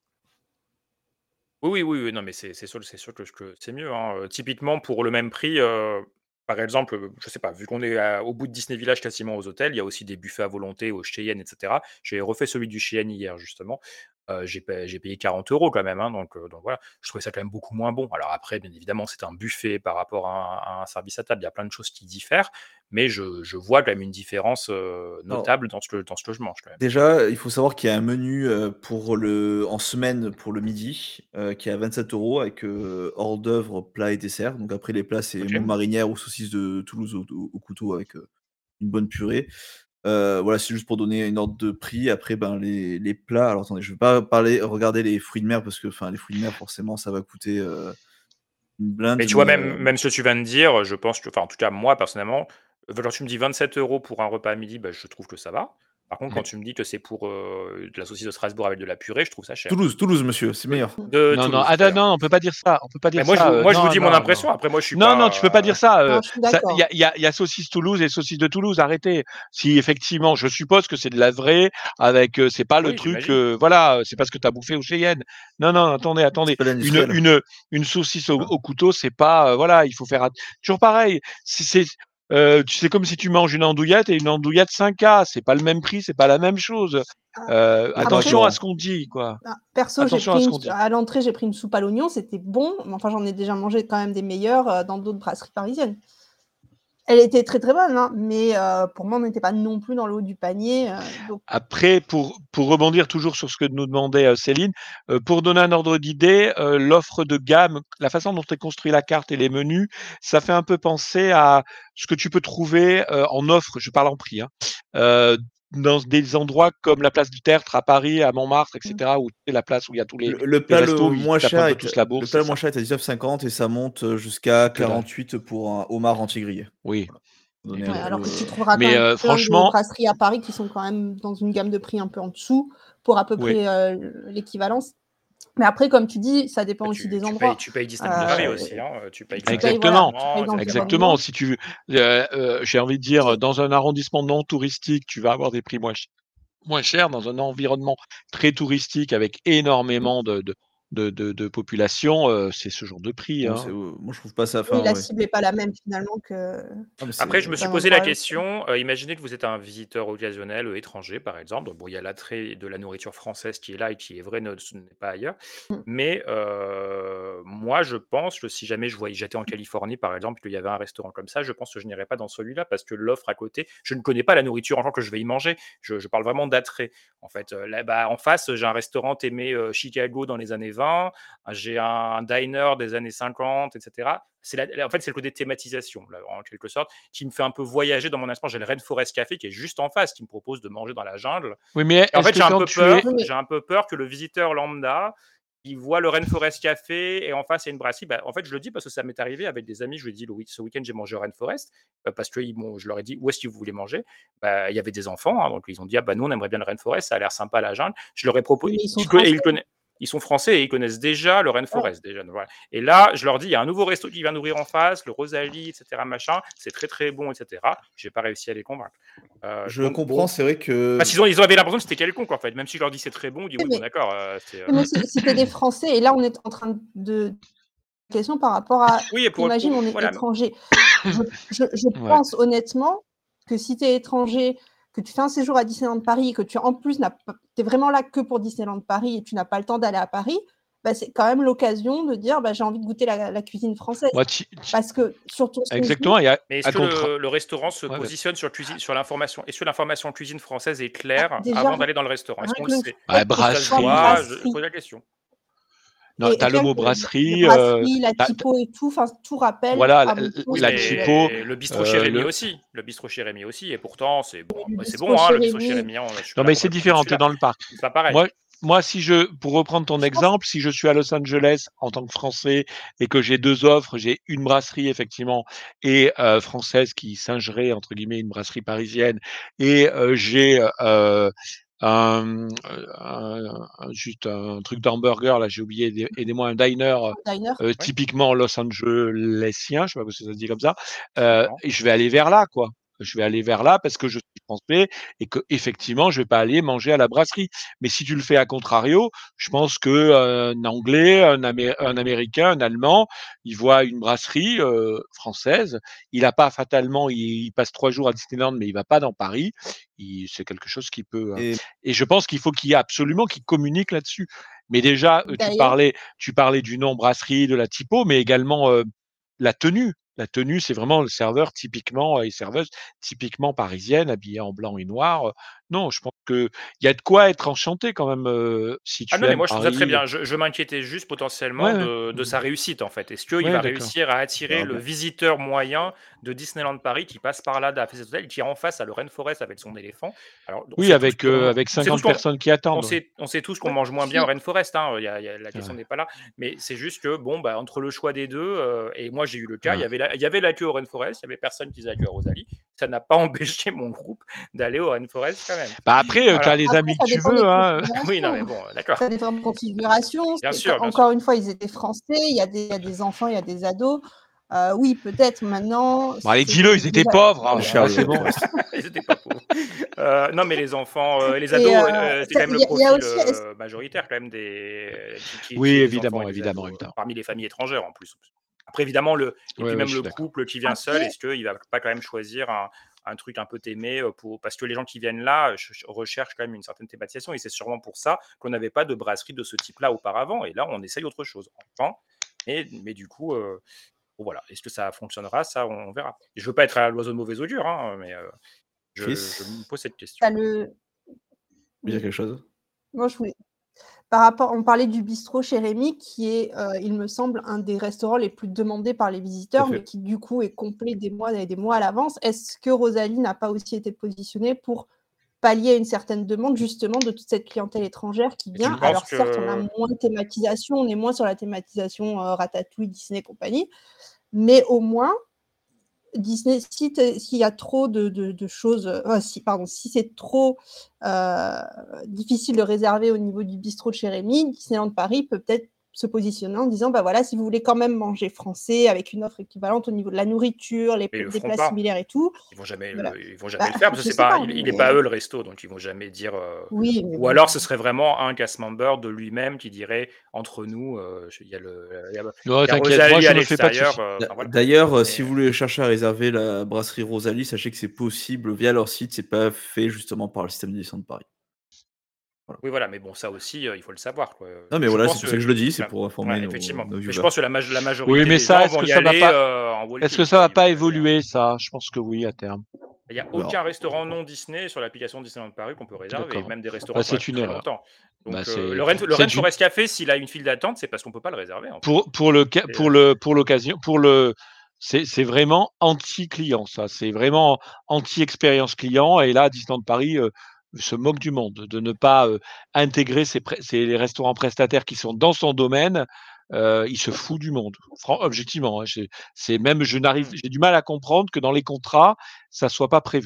Speaker 13: Oui, oui, oui, oui, non, mais c'est c'est sûr c'est sûr que que c'est mieux, hein, heu, typiquement pour le même prix, heu, par exemple, heu, je sais pas, vu qu'on est à au bout de Disney Village quasiment aux hôtels, il y a aussi des buffets à volonté au Cheyenne et cetera. J'ai refait celui du Cheyenne hier justement, heu, j'ai pay j'ai payé quarante euros quand même, hein, donc heu, donc voilà. Je trouvais ça quand même beaucoup moins bon. Alors après, bien évidemment, c'est un buffet par rapport à un à un service à table, il y a plein de choses qui diffèrent, mais je je vois quand même une différence, heu,
Speaker 10: Alors
Speaker 13: notable dans ce que dans ce que je mange quand même.
Speaker 10: déjà, il faut savoir qu'il y a un menu, heu, pour le en semaine pour le midi, heu, qui est à vingt-sept euros avec, heu, hors d'œuvre, plats et desserts. Donc après les plats, c'est moule
Speaker 13: OK.
Speaker 10: marinière ou saucisses de Toulouse au au au couteau avec, heu, une bonne purée. Heu, voilà, c'est juste pour donner une ordre de prix. Après, ben, les les plats alors attendez, je vais pas parler regarder les fruits de mer parce que, enfin, les fruits de mer forcément ça va coûter, heu, une blinde,
Speaker 13: Mais tu vois,
Speaker 10: mais,
Speaker 13: même
Speaker 10: hem
Speaker 13: même ce que tu viens de dire, je pense que enfin, en tout cas, moi, personnellement, alors tu me dis vingt-sept euros pour un repas à midi, bah, je trouve que ça va. Par contre, quand
Speaker 10: ouais.
Speaker 13: tu me dis que c'est pour, heu, de la saucisse de Strasbourg avec de la purée, je trouve ça cher.
Speaker 10: Toulouse, Toulouse monsieur, c'est
Speaker 13: Oui,
Speaker 10: meilleur.
Speaker 13: de
Speaker 11: Non, non,
Speaker 13: Toulouse
Speaker 11: ah, non,
Speaker 13: d'ailleurs.
Speaker 11: non, on peut pas dire ça. On peut pas
Speaker 13: Mais
Speaker 11: dire
Speaker 13: moi, je
Speaker 11: ça.
Speaker 13: vous
Speaker 11: euh,
Speaker 13: moi, je vous
Speaker 11: non,
Speaker 13: dis mon
Speaker 11: non, non.
Speaker 13: impression. Après, moi, je suis
Speaker 11: Non, non, tu peux pas
Speaker 13: pas,
Speaker 11: dire
Speaker 13: heu
Speaker 11: ça.
Speaker 12: Non,
Speaker 11: euh,
Speaker 12: je suis
Speaker 11: ça, il y
Speaker 12: d'accord.
Speaker 11: a, il y a, il y a saucisse Toulouse et saucisse de Toulouse. Arrêtez. Si effectivement, je suppose que c'est de la vraie, avec, euh, c'est pas le
Speaker 13: oui,
Speaker 11: truc,
Speaker 13: j'imagine.
Speaker 11: euh, voilà, c'est parce que tu as bouffé au Cheyenne. Non, non, attendez,
Speaker 10: C'est
Speaker 11: attendez.
Speaker 10: pas
Speaker 11: Une,
Speaker 10: l'industriel.
Speaker 11: une, une saucisse au,
Speaker 10: Voilà.
Speaker 11: au couteau, c'est pas, euh, voilà, il faut faire at- toujours pareil. Si c'est, euh, tu sais, comme si tu manges une andouillette et une andouillette cinq K, c'est pas le même prix, c'est pas la même chose.
Speaker 12: Ah,
Speaker 11: Euh,
Speaker 10: D'accord avec
Speaker 12: Après,
Speaker 11: attention à
Speaker 10: Laurent.
Speaker 11: ce qu'on dit, quoi.
Speaker 12: ah, perso, j'ai
Speaker 11: Attention à
Speaker 12: pris
Speaker 11: ce
Speaker 12: une,
Speaker 11: qu'on dit.
Speaker 12: à l'entrée, j'ai pris une soupe à l'oignon, c'était bon, mais enfin, j'en ai déjà mangé quand même des meilleures euh, dans d'autres brasseries parisiennes. Elle était très très bonne, hein, mais euh, pour moi, on n'était pas non plus dans le haut du panier. euh, donc,
Speaker 11: Après, pour, pour rebondir toujours sur ce que nous demandait euh, Céline, euh, pour donner un ordre d'idée, euh, l'offre de gamme, la façon dont est construit la carte et les menus, ça fait un peu penser à ce que tu peux trouver euh, en offre, je parle en prix, hein, euh, dans des endroits comme la place du Tertre à Paris, à Montmartre,
Speaker 12: mm.
Speaker 11: et cetera, où c'est la place où il y a tous les,
Speaker 10: Le le
Speaker 11: les
Speaker 10: plat
Speaker 11: restos,
Speaker 10: le
Speaker 11: ils
Speaker 10: moins
Speaker 11: tapent un
Speaker 10: cher
Speaker 11: peu
Speaker 10: est
Speaker 11: tous la
Speaker 10: le
Speaker 11: bourse,
Speaker 10: plat
Speaker 11: c'est
Speaker 10: le moins
Speaker 11: ça.
Speaker 10: cher est à dix-neuf cinquante et ça monte, heu, jusqu'à
Speaker 11: Que dalle.
Speaker 10: quarante-huit pour un homard entier grillé.
Speaker 11: Oui,
Speaker 10: Voilà. Pour donner
Speaker 11: et
Speaker 10: un
Speaker 12: Ouais,
Speaker 11: donc,
Speaker 10: peu,
Speaker 12: alors que tu
Speaker 10: heu
Speaker 12: trouveras quand
Speaker 11: mais
Speaker 12: même
Speaker 11: euh,
Speaker 12: plein de
Speaker 11: franchement,
Speaker 12: brasseries à Paris qui sont quand même dans une gamme de prix un peu en dessous pour à peu
Speaker 11: oui.
Speaker 12: près euh, l'équivalence. Mais après, comme tu dis, ça dépend
Speaker 13: Bah,
Speaker 12: aussi
Speaker 13: tu
Speaker 12: des
Speaker 13: tu payes
Speaker 12: endroits.
Speaker 13: tu payes Disneyland Paris
Speaker 12: Euh,
Speaker 13: aussi, hein, heu, tu payes quand
Speaker 12: tu
Speaker 13: même
Speaker 12: payes, voilà,
Speaker 11: Exactement,
Speaker 12: tu payes
Speaker 13: l'environnement et cetera.
Speaker 11: exactement.
Speaker 12: l'environnement.
Speaker 11: Si tu, euh, euh, j'ai envie de dire,
Speaker 12: Et,
Speaker 11: dans un arrondissement non touristique, tu vas avoir des prix moins, ch- moins chers. Dans un environnement très touristique avec énormément de, de, de, de- de population, euh, c'est ce genre de prix,
Speaker 10: bon c'est,
Speaker 11: hein.
Speaker 10: heu, moi je trouve pas ça
Speaker 12: oui,
Speaker 10: enfin
Speaker 12: la
Speaker 10: ouais.
Speaker 12: cible n'est pas la même finalement que
Speaker 10: Ah mais
Speaker 13: Après, je me
Speaker 10: c'est
Speaker 13: suis
Speaker 12: d'un
Speaker 13: posé
Speaker 12: endroit
Speaker 13: la
Speaker 12: à l'autre.
Speaker 13: question, heu, imaginez que vous êtes un visiteur occasionnel, heu, étranger, par exemple. Donc bon, il y a l'attrait de la nourriture française qui est là et qui est vrai, ne ce n'est pas ailleurs.
Speaker 12: Mm.
Speaker 13: Mais heu, moi, je pense que si jamais je voyais j'étais en Californie, par exemple, qu'il y avait un restaurant comme ça, je pense que je n'irais pas dans celui-là parce que l'offre à côté je ne connais pas la nourriture encore que je vais y manger. Je je parle vraiment d'attrait. En fait, heu, là, bah, en face, j'ai un restaurant aimé, heu, Chicago dans les années vingt, j'ai un diner des années cinquante et cetera. C'est la en fait, c'est le côté thématisation, là, en quelque sorte, qui me fait un peu voyager dans mon espace. J'ai le Rainforest Café qui est juste en face, qui me propose de manger dans la jungle.
Speaker 11: Oui, mais
Speaker 13: Et en
Speaker 11: est-ce
Speaker 13: fait,
Speaker 11: que
Speaker 13: j'ai un
Speaker 11: quand
Speaker 13: peu
Speaker 11: tu es,
Speaker 13: peur
Speaker 12: Oui, mais
Speaker 13: j'ai un peu peur que le visiteur lambda, il voit le Rainforest Café et en face, il y a une brasserie. Bah, en fait, je le dis parce que ça m'est arrivé avec des amis. Je lui ai dit: «Le week ce week-end, j'ai mangé au Rainforest», heu, parce que ils m'ont je leur ai dit: «Où est-ce que vous voulez manger?» Bah, il y avait des enfants, hein, donc ils ont dit: «Ah bah, nous, on aimerait bien le Rainforest, ça a l'air sympa la jungle». Je leur ai
Speaker 12: oui,
Speaker 13: proposé
Speaker 12: mais ils sont
Speaker 13: et ils
Speaker 12: français.
Speaker 13: connaissent. Ils sont français et ils connaissent déjà le
Speaker 12: Ouais.
Speaker 13: Rainforest déjà, donc voilà. Et là, je leur dis: «Il y a un nouveau resto qui vient d'ouvrir en face, le Rosalie et cetera machin, c'est très, très bon et cetera». J'ai pas réussi à les convaincre. Heu,
Speaker 10: Je
Speaker 13: donc
Speaker 10: comprends,
Speaker 13: bon,
Speaker 10: c'est vrai que
Speaker 13: parce qu'ils ont ils avaient l'impression que c'était quelconque en fait. Même si je leur dis: «C'est très bon», ils disent:
Speaker 12: Oui,
Speaker 13: «Oui, bon
Speaker 12: mais
Speaker 13: d'accord, heu, c'est, heu»
Speaker 12: oui, mais c'est c'était des Français et là, on est en train de question par rapport à
Speaker 13: Oui et pour
Speaker 12: imagine,
Speaker 13: pour
Speaker 12: on est
Speaker 13: voilà.
Speaker 12: étranger. Je je je
Speaker 11: Ouais.
Speaker 12: pense honnêtement que si tu es étranger, que tu fais un séjour à Disneyland Paris, que tu en plus n'as pas tu es vraiment là que pour Disneyland Paris et tu n'as pas le temps d'aller à Paris, bah, c'est quand même l'occasion de dire: «Bah, j'ai envie de goûter la la cuisine française».
Speaker 11: Moi, ti ti
Speaker 12: Parce que sur ton
Speaker 11: exactement
Speaker 12: séjour
Speaker 11: et à
Speaker 13: Mais est-ce
Speaker 11: à
Speaker 13: que
Speaker 11: contra
Speaker 13: le le restaurant se
Speaker 11: ouais, vas-y.
Speaker 13: positionne sur cuisine sur l'information est-ce que l'information cuisine française est
Speaker 12: bah,
Speaker 13: claire
Speaker 12: déjà
Speaker 13: avant
Speaker 12: rien
Speaker 13: d'aller dans le restaurant? Est-ce
Speaker 12: rien
Speaker 13: qu'on
Speaker 12: que
Speaker 13: le
Speaker 12: le
Speaker 13: sait?
Speaker 11: Bah,
Speaker 12: fait que ce
Speaker 13: Ça se
Speaker 12: soit
Speaker 11: brasserie,
Speaker 13: voit? Je
Speaker 12: brasserie
Speaker 13: pose la question.
Speaker 11: non,
Speaker 12: et
Speaker 11: tu
Speaker 12: et
Speaker 11: as le
Speaker 12: rien
Speaker 11: mot
Speaker 12: que le le
Speaker 11: brasserie, heu,
Speaker 12: brasserie, la
Speaker 11: tu as tu
Speaker 12: typo et tout, enfin tout rappelle
Speaker 11: voilà,
Speaker 12: à
Speaker 11: l
Speaker 12: mon
Speaker 11: l
Speaker 13: Oui,
Speaker 12: sens
Speaker 11: la
Speaker 12: le
Speaker 11: typo,
Speaker 13: mais le bistrot chez
Speaker 11: heu,
Speaker 13: Rémi
Speaker 11: le
Speaker 13: aussi. Le bistrot chez Rémi aussi et pourtant c'est bon,
Speaker 12: mais le
Speaker 13: bah, c'est
Speaker 12: bistrot
Speaker 13: bon, hein,
Speaker 12: chez
Speaker 13: le bistrot chez
Speaker 12: Rémi
Speaker 13: Rémi, hein, je suis pas
Speaker 11: non,
Speaker 13: là
Speaker 11: mais
Speaker 13: pour
Speaker 11: c'est
Speaker 13: le parler de
Speaker 11: différent, tu es
Speaker 13: celui-là.
Speaker 11: dans le parc.
Speaker 13: C'est pas pareil.
Speaker 11: Moi moi, si je pour reprendre ton
Speaker 12: je pense
Speaker 11: exemple, si je suis à Los Angeles en tant que Français et que j'ai deux offres, j'ai une brasserie effectivement et heu, française qui «singerait» entre guillemets une brasserie parisienne et heu, j'ai, heu, un, mmh, un un juste un truc d'hamburger là, j'ai oublié, aidez aidez-moi, un diner, heu
Speaker 12: un diner.
Speaker 11: heu,
Speaker 13: Ouais.
Speaker 11: typiquement los angelesien, je sais pas si ça se dit comme ça,
Speaker 13: Je
Speaker 11: heu
Speaker 13: comprends.
Speaker 11: et je vais aller vers là, quoi. Je vais aller vers là parce que je suis français et qu'effectivement, je vais pas aller manger à la brasserie. Mais si tu le fais à contrario, je pense qu'un Anglais, un Amé un Américain, un Allemand, il voit une brasserie, heu, française, il a pas fatalement il il passe trois jours à Disneyland, mais il va pas dans Paris. Il c'est quelque chose qui peut, heu
Speaker 10: et
Speaker 11: et je pense qu'il faut qu'il y ait absolument qu'il communique là-dessus. Mais déjà, heu, tu
Speaker 12: D'ailleurs
Speaker 11: parlais tu parlais du nom brasserie, de la typo, mais également, heu, la tenue. La tenue, c'est vraiment le serveur typiquement et serveuse typiquement parisienne, habillée en blanc et noir, heu. Non, je pense qu'il y a de quoi être enchanté quand même, heu, si
Speaker 13: Ah
Speaker 11: tu
Speaker 13: non, mais
Speaker 11: aimes
Speaker 13: moi je trouve ça très
Speaker 11: Paris.
Speaker 13: bien. Je je m'inquiétais juste potentiellement
Speaker 11: Ouais, ouais.
Speaker 13: de de
Speaker 11: Mmh.
Speaker 13: sa réussite en fait. Est-ce qu'il
Speaker 11: Ouais,
Speaker 13: va
Speaker 11: d'accord.
Speaker 13: réussir à
Speaker 10: on
Speaker 13: attirer
Speaker 10: verra
Speaker 13: le
Speaker 10: bien.
Speaker 13: visiteur moyen de Disneyland Paris qui passe par là, à cet hôtel, qui en face a le Rainforest avec son éléphant? Alors on
Speaker 11: Oui,
Speaker 13: sait tous
Speaker 11: avec, heu,
Speaker 13: qu'on
Speaker 11: avec
Speaker 13: on sait tous
Speaker 11: cinquante
Speaker 13: qu'on
Speaker 11: personnes qui
Speaker 13: on
Speaker 11: attendent, ouais.
Speaker 13: sait on sait tous qu'on
Speaker 12: ouais,
Speaker 13: mange moins bien au
Speaker 12: puis
Speaker 13: Rainforest, hein, il y a il y a la
Speaker 11: C'est
Speaker 13: question
Speaker 11: vrai.
Speaker 13: n'est pas là. Mais c'est juste que bon, bah, entre le choix des deux, heu et moi j'ai eu le cas, il y
Speaker 11: Ouais.
Speaker 13: avait la il y avait la queue au Rainforest, il y avait personne qui faisait la queue à Rosalie. Ça n'a pas empêché mon groupe d'aller au Rainforest quand même.
Speaker 11: Bah, après, heu, tu as
Speaker 13: Voilà.
Speaker 11: les
Speaker 12: après
Speaker 11: amis que
Speaker 12: ça
Speaker 11: tu
Speaker 12: dépend des
Speaker 11: veux, hein, heu.
Speaker 13: Oui, non
Speaker 12: configurations.
Speaker 13: mais bon, heu, d'accord.
Speaker 12: Ça dépend de configuration.
Speaker 13: Bien
Speaker 12: C'est quand
Speaker 13: sûr, bien sûr.
Speaker 12: encore une fois, ils étaient français, il y a des il y a des enfants, il y a des ados. Heu, oui, peut-être maintenant,
Speaker 11: Bon allez,
Speaker 12: c'est
Speaker 11: dis-le, ils étaient
Speaker 12: déjà
Speaker 11: pauvres,
Speaker 10: Il est
Speaker 11: hein,
Speaker 10: cher
Speaker 11: ah,
Speaker 10: le
Speaker 11: c'est bon.
Speaker 10: Rainforest.
Speaker 13: Ils étaient pas pauvres. Heu, non, mais les enfants, heu, et les
Speaker 12: et heu,
Speaker 13: ados, heu, c'est
Speaker 12: ça
Speaker 13: quand même
Speaker 12: il
Speaker 13: le
Speaker 12: y a il y a
Speaker 13: profil,
Speaker 12: aussi est-ce
Speaker 13: heu, majoritaire quand même des qui qui
Speaker 11: Oui,
Speaker 13: qui est des enfants et
Speaker 11: évidemment,
Speaker 13: des
Speaker 11: évidemment,
Speaker 13: ados, heu,
Speaker 11: évidemment.
Speaker 13: parmi les familles étrangères en plus. Après évidemment le et
Speaker 11: Ouais,
Speaker 13: puis
Speaker 11: ouais,
Speaker 13: même
Speaker 11: je
Speaker 13: le
Speaker 11: suis d'accord.
Speaker 13: couple qui vient seul,
Speaker 12: après
Speaker 13: est-ce qu'il va pas quand même choisir un un truc un peu témé, heu, pour parce que les gens qui viennent là, ch ch recherchent quand même une certaine thématisation et c'est sûrement pour ça qu'on n'avait pas de brasserie de ce type-là auparavant et là on essaye autre chose, enfin et mais du coup, heu, bon voilà. Est-ce que ça fonctionnera? Ça, on verra. Je veux pas être à l'oiseau de mauvais augure, hein, mais heu, je je me
Speaker 10: Chris?
Speaker 13: pose cette
Speaker 12: tu
Speaker 13: question.
Speaker 12: as le
Speaker 10: Tu veux dire
Speaker 12: oui.
Speaker 10: quelque chose?
Speaker 12: Moi je voulais par rapport on parlait du bistrot chez Rémi qui est, heu, il me semble, un des restaurants les plus demandés par les
Speaker 10: Tout à
Speaker 12: visiteurs, mais
Speaker 10: fait.
Speaker 12: qui du coup est complet des mois et des mois à l'avance. Est-ce que Rosalie n'a pas aussi été positionnée pour pallier à une certaine demande justement de toute cette clientèle étrangère qui
Speaker 13: Et tu
Speaker 12: vient?
Speaker 13: penses
Speaker 12: Alors certes, on a
Speaker 13: que
Speaker 12: moins de thématisation, on est moins sur la thématisation, heu, Ratatouille, Disney et compagnie, mais au moins Disney, si tu es s'il y a trop de de de choses, heu, oh si pardon, si c'est trop, heu, difficile de réserver au niveau du bistrot de chez Rémi, Disneyland Paris peut peut-être se positionner en disant: «Bah, voilà, si vous voulez quand même manger français avec une offre équivalente au niveau de la nourriture, les
Speaker 13: mais ils
Speaker 12: p
Speaker 13: le
Speaker 12: des
Speaker 13: feront
Speaker 12: plats
Speaker 13: pas.
Speaker 12: similaires et tout»,
Speaker 13: Ils vont jamais
Speaker 12: voilà.
Speaker 13: le ils vont jamais
Speaker 12: Bah,
Speaker 13: le faire parce que
Speaker 12: je
Speaker 13: c'est
Speaker 12: sais
Speaker 13: pas
Speaker 12: pas,
Speaker 13: il il est pas
Speaker 12: mais
Speaker 13: eux le resto, donc ils vont jamais dire, heu
Speaker 12: oui, mais
Speaker 13: ou
Speaker 12: bon,
Speaker 13: alors ce
Speaker 12: enfin
Speaker 13: serait vraiment un cast member de lui-même qui dirait: «Entre nous, heu, je il y a le il y a
Speaker 11: Non,
Speaker 13: il y a
Speaker 11: t'inquiète, moi
Speaker 13: Rosalie à
Speaker 11: je me fais pas de
Speaker 13: l'extérieur»,
Speaker 11: soucis.
Speaker 13: heu,
Speaker 10: D'a
Speaker 13: enfin voilà.
Speaker 10: d'ailleurs, heu, si
Speaker 13: Mais
Speaker 10: vous voulez chercher à réserver la brasserie Rosalie, sachez que c'est possible via leur site, c'est pas fait justement par le système de Disneyland Paris. Voilà.
Speaker 13: oui, voilà, mais bon, ça aussi, heu, il faut le savoir, quoi, heu,
Speaker 10: Non, mais
Speaker 13: je
Speaker 10: voilà, c'est
Speaker 13: pense
Speaker 10: pour ça
Speaker 13: que
Speaker 10: que je le dis, c'est
Speaker 13: voilà,
Speaker 10: pour informer
Speaker 13: ouais,
Speaker 10: nos
Speaker 13: effectivement.
Speaker 10: nos
Speaker 13: Mais je
Speaker 10: viewers.
Speaker 13: pense que la maj la
Speaker 11: Oui,
Speaker 13: majorité
Speaker 11: mais
Speaker 13: des
Speaker 11: ça,
Speaker 13: gens
Speaker 11: est-ce
Speaker 13: vont
Speaker 11: que
Speaker 13: y
Speaker 11: ça va
Speaker 13: aller,
Speaker 11: pas
Speaker 13: heu, en
Speaker 11: est-ce que
Speaker 13: walking,
Speaker 11: ça
Speaker 13: quoi.
Speaker 11: va
Speaker 13: Ils vont
Speaker 11: pas
Speaker 13: y aller, heu
Speaker 11: évoluer ça? Je pense que oui, à terme.
Speaker 13: il y a
Speaker 10: On verra.
Speaker 13: aucun restaurant non Disney sur l'application Disneyland Paris qu'on peut réserver,
Speaker 11: D'accord.
Speaker 13: même des restaurants
Speaker 11: Bah,
Speaker 13: qui restent
Speaker 11: c'est une
Speaker 13: très
Speaker 11: erreur.
Speaker 13: longtemps.
Speaker 11: Bah,
Speaker 13: Donc heu,
Speaker 11: c'est
Speaker 13: le Rain le
Speaker 11: c'est d'une
Speaker 13: Rainforest Café, s'il a une file d'attente, c'est parce qu'on peut pas le réserver, en fait.
Speaker 11: pour pour le ca
Speaker 13: Et
Speaker 11: pour
Speaker 13: heu
Speaker 11: le pour l'occasion pour le c'est c'est vraiment anti-client ça, c'est vraiment anti-expérience client et là, Disneyland Paris, heu, se moque du monde de ne pas, heu, intégrer ces pré ces restaurants prestataires qui sont dans son domaine, heu, il se fout du monde. Fran objectivement, hein, j'ai c'est même je n'arrive
Speaker 13: Mmh.
Speaker 11: j'ai du mal à comprendre que dans les contrats, ça soit pas prévu, hein.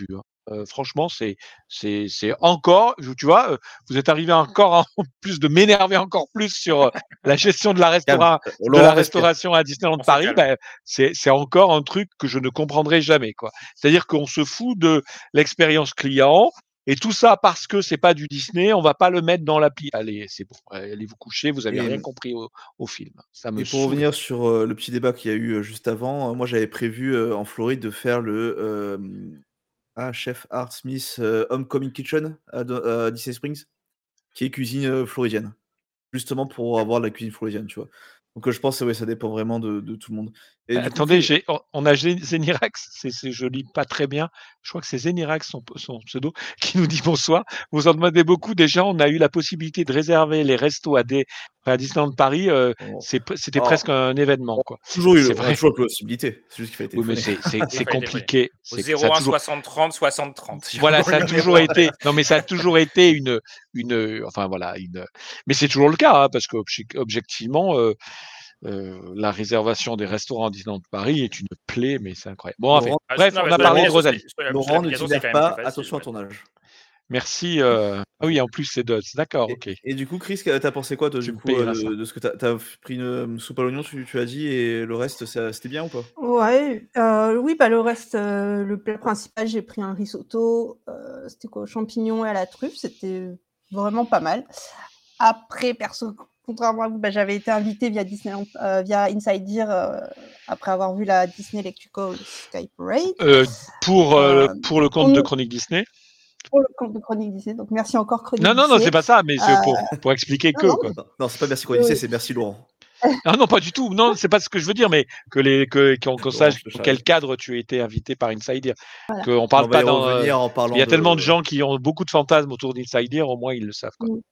Speaker 11: Heu, franchement, c'est c'est c'est encore je tu vois, heu, vous êtes arrivé encore en plus de m'énerver encore plus sur, heu, la gestion de la
Speaker 10: Calme,
Speaker 11: restaura
Speaker 10: heu,
Speaker 11: de la
Speaker 10: Laurent respire.
Speaker 11: restauration à Disneyland
Speaker 13: On se
Speaker 11: Paris,
Speaker 13: calme.
Speaker 11: bah, c'est c'est encore un truc que je ne comprendrai jamais, quoi. C'est-à-dire qu'on se fout de l'expérience client et tout ça parce que c'est pas du Disney, on va pas le mettre dans l'appli. Allez, c'est bon, allez vous coucher, vous avez
Speaker 10: Et
Speaker 11: rien
Speaker 10: mmh
Speaker 11: compris au au film. Ça me
Speaker 10: et pour
Speaker 11: saoule.
Speaker 10: revenir sur, heu, le petit débat qu'il y a eu, heu, juste avant, heu, moi j'avais prévu, heu, en Floride de faire le, hem, ah Chef Art Smith, heu, Homecoming Kitchen à de à Disney Springs, qui est cuisine, heu, floridienne. Justement pour avoir de la cuisine floridienne, tu vois? Donc heu, je pense, ouais, ça dépend vraiment de de tout le monde et
Speaker 11: Heu,
Speaker 10: du coup
Speaker 11: attendez,
Speaker 10: Chris
Speaker 11: j'ai on on a Zé Zénirax, c'est c'est je lis pas très bien. Je crois que c'est Zénirax son p son pseudo, qui nous dit: «Bonsoir, vous en demandez beaucoup déjà, on a eu la possibilité de réserver les restos à des à Disneyland Paris, heu,
Speaker 10: Oh,
Speaker 11: c'est p c'était
Speaker 10: oh,
Speaker 11: presque un événement,
Speaker 10: on
Speaker 11: quoi».
Speaker 10: a toujours eu
Speaker 11: C'est
Speaker 10: le on a
Speaker 11: vrai.
Speaker 10: toujours la possibilité, c'est juste qu'il fallait
Speaker 11: Oui, mais
Speaker 10: téléphoner.
Speaker 11: c'est c'est
Speaker 13: Oui, il
Speaker 11: c'est
Speaker 13: fallait téléphoner.
Speaker 11: compliqué,
Speaker 13: Au
Speaker 11: c'est ça a
Speaker 13: zéro un
Speaker 11: toujours
Speaker 13: soixante trente soixante trente. J'ai
Speaker 11: voilà,
Speaker 13: encore
Speaker 11: ça
Speaker 13: le
Speaker 11: a
Speaker 13: numéro
Speaker 11: toujours
Speaker 13: en tête.
Speaker 11: été non, mais ça a toujours été une, une, heu, enfin voilà, une, heu mais c'est toujours le cas, hein, parce qu'objec objectivement, heu heu, la réservation des restaurants à Disneyland Paris est une plaie, mais c'est incroyable. Bon, enfin,
Speaker 10: Laurent
Speaker 13: Ah,
Speaker 11: bref,
Speaker 13: non,
Speaker 11: on
Speaker 13: mais
Speaker 11: a
Speaker 13: sur
Speaker 11: parlé de
Speaker 10: Laurent
Speaker 13: l'application,
Speaker 11: Rosalie.
Speaker 13: c'est sur la sur
Speaker 10: Laurent ne
Speaker 13: l'application, c'est
Speaker 10: t'énerve
Speaker 13: quand même plus
Speaker 10: pas,
Speaker 13: facile,
Speaker 10: attention à
Speaker 13: ouais.
Speaker 10: ton âge.
Speaker 11: Merci, heu ah oui, en plus c'est Dodds, d'accord,
Speaker 10: Et
Speaker 11: OK.
Speaker 10: et du coup Chris, que tu as pensé quoi toi
Speaker 11: Tu
Speaker 10: du
Speaker 11: me
Speaker 10: coup, heu,
Speaker 11: payeras ça.
Speaker 10: de de ce que tu as tu as f pris une, hem, soupe à l'oignon tu tu as dit et le reste ça c'était bien ou pas?
Speaker 12: Ouais, heu, oui, bah, le reste, heu, le plat principal, j'ai pris un risotto, heu, c'était quoi? Aux champignons et à la truffe, c'était vraiment pas mal. Après perso, contrairement à vous, bah, j'avais été invitée via Disneyland, heu, via Insider, heu, après avoir vu la Disney Electrical Sky Parade.
Speaker 11: Heu, pour, heu,
Speaker 12: Hem,
Speaker 11: pour le compte de
Speaker 12: on
Speaker 11: Chroniques Disney?
Speaker 12: pour le compte de Chroniques Disney, donc merci encore
Speaker 11: Non,
Speaker 12: Chroniques
Speaker 11: non, non, c'est
Speaker 12: Disney.
Speaker 11: pas ça, mais
Speaker 12: Heu,
Speaker 11: c'est pour pour expliquer
Speaker 12: non,
Speaker 11: que,
Speaker 12: non,
Speaker 11: quoi.
Speaker 12: mais
Speaker 10: Non, non, c'est pas merci
Speaker 12: oui,
Speaker 10: Chronique Disney,
Speaker 12: oui.
Speaker 10: c'est merci Laurent.
Speaker 11: Ah non, pas du tout, non, c'est pas ce que je veux dire, mais que les que qu'on qu'on
Speaker 10: Laurent,
Speaker 11: sache
Speaker 10: je te
Speaker 11: dans quel
Speaker 10: charrie.
Speaker 11: cadre tu as été invité par Insider.
Speaker 12: Voilà.
Speaker 11: Qu'on
Speaker 10: Mais
Speaker 11: parle
Speaker 10: on va
Speaker 11: pas
Speaker 10: y
Speaker 11: dans, heu
Speaker 10: revenir en
Speaker 11: il y
Speaker 10: parlant
Speaker 11: a tellement de
Speaker 10: de
Speaker 11: gens qui ont beaucoup de fantasmes autour d'Insider, au moins ils le savent, quoi.
Speaker 12: Mmh.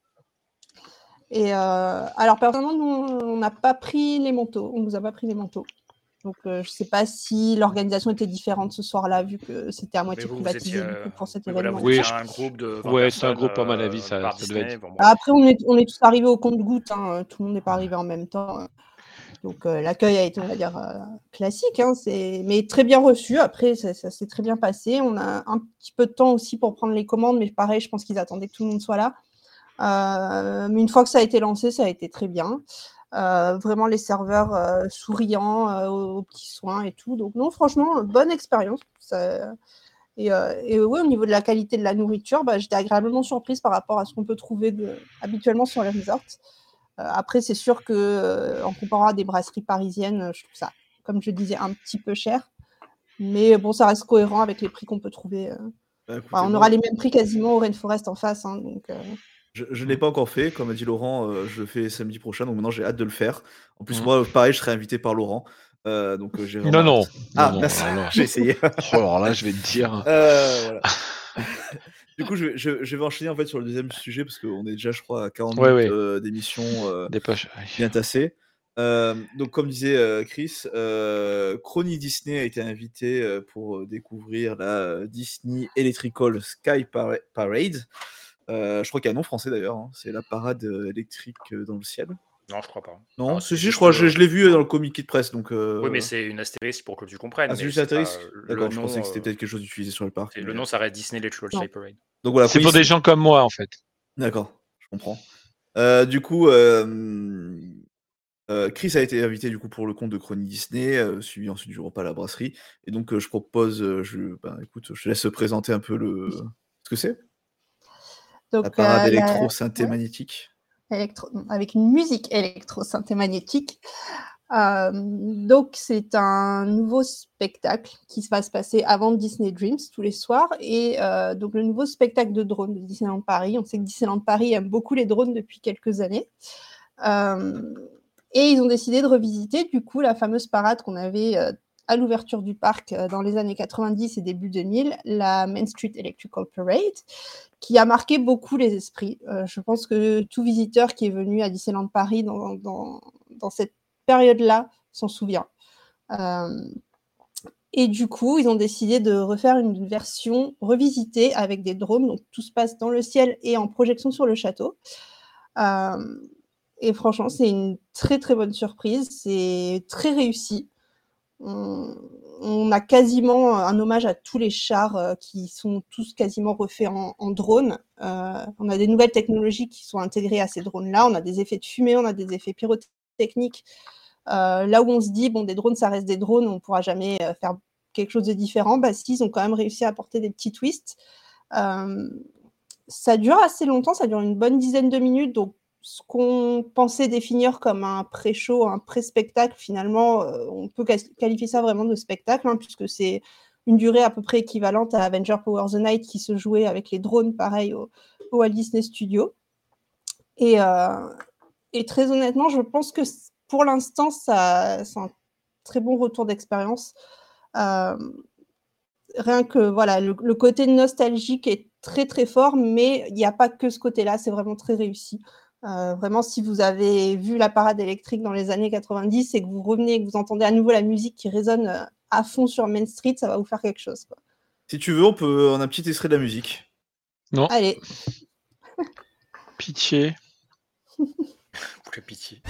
Speaker 12: Et heu, alors personnellement, nous, on n'a pas pris les manteaux, on nous a pas pris les manteaux. Donc heu, je sais pas si l'organisation était différente ce soir-là, vu que c'était à
Speaker 13: Mais
Speaker 12: moitié
Speaker 13: vous, vous étiez,
Speaker 12: privatisé, du
Speaker 13: heu,
Speaker 12: coup, pour cet
Speaker 13: oui, voilà, vous
Speaker 11: Oui,
Speaker 12: événement-là.
Speaker 13: étiez
Speaker 11: je
Speaker 13: un groupe de vingt
Speaker 11: ouais, c'est un
Speaker 13: personnes,
Speaker 11: groupe, à mon avis,
Speaker 13: heu,
Speaker 11: ça
Speaker 13: par
Speaker 11: ça devait être
Speaker 13: Disney. Bon,
Speaker 12: Bah,
Speaker 13: voilà.
Speaker 12: après, on est on est tous arrivés au compte-gouttes, hein, heu, tout le monde n'est pas arrivé en même temps, heu, donc heu, l'accueil a été, on va dire, heu, classique, hein, c'est mais très bien reçu. Après, ça ça s'est très bien passé. On a un petit peu de temps aussi pour prendre les commandes, mais pareil, je pense qu'ils attendaient que tout le monde soit là. Heu, mais une fois que ça a été lancé, ça a été très bien. Heu, vraiment les serveurs, heu, souriants, heu, aux aux petits soins et tout, donc non, franchement, bonne expérience. Ça et heu et ouais, au niveau de la qualité de la nourriture, bah, j'étais agréablement surprise par rapport à ce qu'on peut trouver de habituellement sur les resorts. Heu, après, c'est sûr que, heu, en comparant à des brasseries parisiennes, heu, je trouve ça, comme je disais, un petit peu cher. Mais bon, ça reste cohérent avec les prix qu'on peut trouver, heu,
Speaker 10: Bah,
Speaker 12: bah,
Speaker 10: écoutez,
Speaker 12: on
Speaker 10: moi
Speaker 12: aura les mêmes prix quasiment au Rainforest en face, hein, donc heu
Speaker 10: Je je ne l'ai
Speaker 11: Mmh.
Speaker 10: pas encore fait, comme a dit Laurent, heu, je le fais samedi prochain, donc maintenant j'ai hâte de le faire. En plus,
Speaker 11: Mmh.
Speaker 10: moi, pareil, je serai invité par Laurent, heu, donc heu, j'ai
Speaker 11: Non,
Speaker 10: vraiment
Speaker 11: non,
Speaker 10: hâte.
Speaker 11: non,
Speaker 10: Ah
Speaker 11: non,
Speaker 10: merci,
Speaker 11: alors là
Speaker 10: j'ai essayé.
Speaker 11: oh alors là, je vais te dire
Speaker 10: Heu, voilà. Du coup, je vais je je vais enchaîner, en fait, sur le deuxième sujet parce qu'on est déjà, je crois, à quarante
Speaker 11: Ouais,
Speaker 10: minutes,
Speaker 11: ouais.
Speaker 10: heu, d'émission, heu,
Speaker 11: Dépêche, oui.
Speaker 10: bien tassées. Hem, donc comme disait, heu, Chris, heu, Chroniques Disney a été invité, heu, pour, heu, découvrir la, heu, Disney Electrical Sky Para Parade. Heu, je crois qu'il y a un nom français d'ailleurs, hein, c'est la parade, heu, électrique, heu, dans le ciel.
Speaker 13: Non, je crois pas.
Speaker 10: Non?
Speaker 13: Non,
Speaker 10: Si,
Speaker 13: c'est
Speaker 10: si, je
Speaker 13: juste,
Speaker 10: crois, je
Speaker 13: heu
Speaker 10: je l'ai vu, heu, dans le communiqué de presse, donc
Speaker 13: Oui, mais
Speaker 10: heu
Speaker 13: c'est une astérisque pour que tu comprennes,
Speaker 10: Ah, c'est
Speaker 13: mais
Speaker 10: juste
Speaker 13: c'est pas,
Speaker 10: l'astérisque?
Speaker 13: heu, le
Speaker 10: D'accord, je pensais
Speaker 13: nom,
Speaker 10: que c'était
Speaker 13: heu
Speaker 10: peut-être quelque chose d'utilisé sur le parc,
Speaker 13: c'est
Speaker 10: mais
Speaker 13: le nom,
Speaker 10: heu
Speaker 13: ça reste Disney Electrical
Speaker 12: Non.
Speaker 13: Sky Parade.
Speaker 10: donc voilà,
Speaker 11: C'est pour des gens comme moi, en fait.
Speaker 10: D'accord, je comprends. Heu, du coup, hem, heu, Chris a été invité, du coup, pour le compte de Chroniques Disney, heu, suivi ensuite du repas à la brasserie et donc heu, je propose, heu, je ben, écoute, je te laisse présenter un peu le ce que c'est? La
Speaker 12: Donc heu,
Speaker 10: parade
Speaker 12: la
Speaker 10: électro-synthé
Speaker 12: ouais,
Speaker 10: magnétique.
Speaker 12: électro mmh, avec une musique électro-synthé magnétique. Hem, donc c'est un nouveau spectacle qui va se passer avant Disney Dreams tous les soirs et heu, donc le nouveau spectacle de drones de Disneyland Paris. On sait que Disneyland Paris aime beaucoup les drones depuis quelques années. Hem et ils ont décidé de revisiter du coup la fameuse parade qu'on avait, heu, à l'ouverture du parc, heu, dans les années quatre-vingt-dix et début deux mille, la Main Street Electrical Parade, qui a marqué beaucoup les esprits. Heu, je pense que tout visiteur qui est venu à Disneyland Paris dans dans dans cette période-là s'en souvient. Hem et du coup, ils ont décidé de refaire une version revisitée avec des drones, donc tout se passe dans le ciel et en projection sur le château. Hem et franchement, c'est une très, très bonne surprise, c'est très réussi. On, on a quasiment un hommage à tous les chars euh, qui sont tous quasiment refaits en, en drone. Euh, on a des nouvelles technologies qui sont intégrées à ces drones-là. On a des effets de fumée, on a des effets pyrotechniques. Euh, là où on se dit, bon, des drones, ça reste des drones, on ne pourra jamais euh, faire quelque chose de différent, bah si, ils ont quand même réussi à apporter des petits twists. Euh, ça dure assez longtemps, ça dure une bonne dizaine de minutes, donc ce qu'on pensait définir comme un pré-show, un pré-spectacle, finalement, euh, on peut qualifier ça vraiment de spectacle, hein, puisque c'est une durée à peu près équivalente à Avengers Power the Night qui se jouait avec les drones, pareil, au, au Walt Disney Studios. Et, euh, et très honnêtement, je pense que pour l'instant, ça, c'est un très bon retour d'expérience. Euh, rien que voilà, le, le côté nostalgique est très très fort, mais il n'y a pas que ce côté-là, c'est vraiment très réussi. Euh, vraiment, si vous avez vu la parade électrique dans les années quatre-vingt-dix et que vous revenez et que vous entendez à nouveau la musique qui résonne à fond sur Main Street, ça va vous faire quelque chose, quoi.
Speaker 10: Si tu veux, on peut on a un petit extrait de la musique.
Speaker 11: Non.
Speaker 12: Allez.
Speaker 11: Pitié.
Speaker 13: Pour que pitié.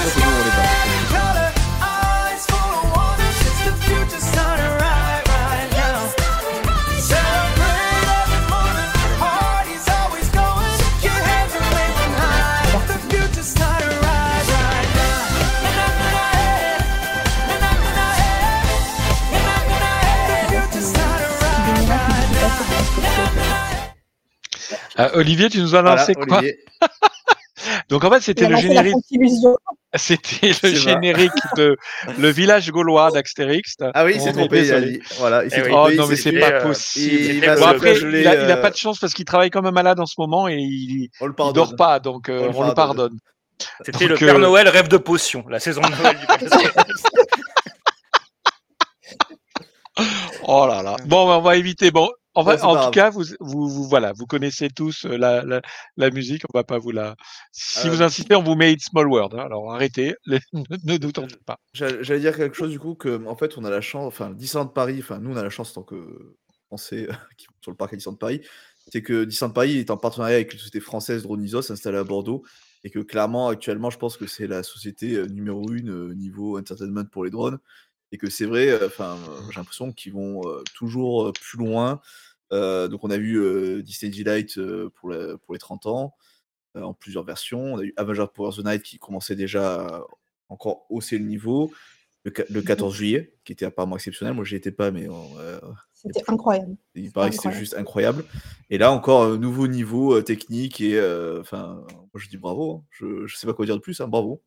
Speaker 11: Euh, Olivier, tu nous as lancé
Speaker 10: Voilà,
Speaker 11: quoi?
Speaker 10: Olivier.
Speaker 11: Donc en fait, c'était le générique. C'était le
Speaker 10: C'est
Speaker 11: générique de Le Village Gaulois d'Astérix.
Speaker 10: Ah oui, il s'est
Speaker 11: On est
Speaker 10: trompé, il a
Speaker 11: désolé.
Speaker 10: dit. Voilà, il s'est
Speaker 11: Eh oui.
Speaker 10: trompé.
Speaker 11: Oh non,
Speaker 10: il
Speaker 11: mais
Speaker 10: s'est
Speaker 11: c'est
Speaker 10: fait,
Speaker 11: pas
Speaker 10: euh,
Speaker 11: possible.
Speaker 10: il- il va
Speaker 11: Bon,
Speaker 10: se
Speaker 11: après,
Speaker 10: flageoler,
Speaker 11: il a, il a
Speaker 10: euh,
Speaker 11: pas de chance parce qu'il travaille comme un malade en ce moment et il,
Speaker 10: On le
Speaker 11: il
Speaker 10: pardonne.
Speaker 11: dort pas, donc euh,
Speaker 10: On le
Speaker 11: on le
Speaker 10: pardonne.
Speaker 11: pardonne.
Speaker 13: C'était
Speaker 11: Donc,
Speaker 13: le Père
Speaker 11: euh,
Speaker 13: Noël rêve de potion, la saison de Noël du Père Noël.
Speaker 11: Oh là là. Bon, ben, on va éviter. Bon, on va,
Speaker 10: Bon, c'est
Speaker 11: en
Speaker 10: pas
Speaker 11: tout
Speaker 10: grave.
Speaker 11: cas, vous, vous, vous- voilà, vous connaissez tous euh, la, la, la musique. On va pas vous la. Si
Speaker 10: Euh,
Speaker 11: vous insistez, on vous met It's Small World. hein. Alors arrêtez. Les- ne, ne nous tentez pas.
Speaker 10: J'allais j'allais dire quelque chose du coup que en fait on a la chance, enfin Disneyland Paris, enfin nous on a la chance en tant que Français qui vont sur le parc à Disneyland Paris, c'est que Disneyland Paris est en partenariat avec la société française Dronisos installée à Bordeaux et que clairement actuellement je pense que c'est la société euh, numéro une euh, niveau entertainment pour les drones et que c'est vrai, euh, enfin euh, j'ai l'impression qu'ils vont euh, toujours euh, plus loin. Euh, donc on a vu euh, Disney Delight euh, pour, la- pour les trente ans euh, en plusieurs versions. On a eu Avengers Power the Night qui commençait déjà à encore hausser le niveau. Le, qua- le quatorze juillet, qui était apparemment exceptionnel. Moi, j'y étais pas, mais euh,
Speaker 12: C'était incroyable.
Speaker 10: il
Speaker 12: C'était
Speaker 10: paraît que c'était
Speaker 12: incroyable.
Speaker 10: juste incroyable. Et là, encore un nouveau niveau euh, technique. Et euh, enfin, moi, je dis bravo. hein. Je, je sais pas quoi dire de plus. hein, Bravo.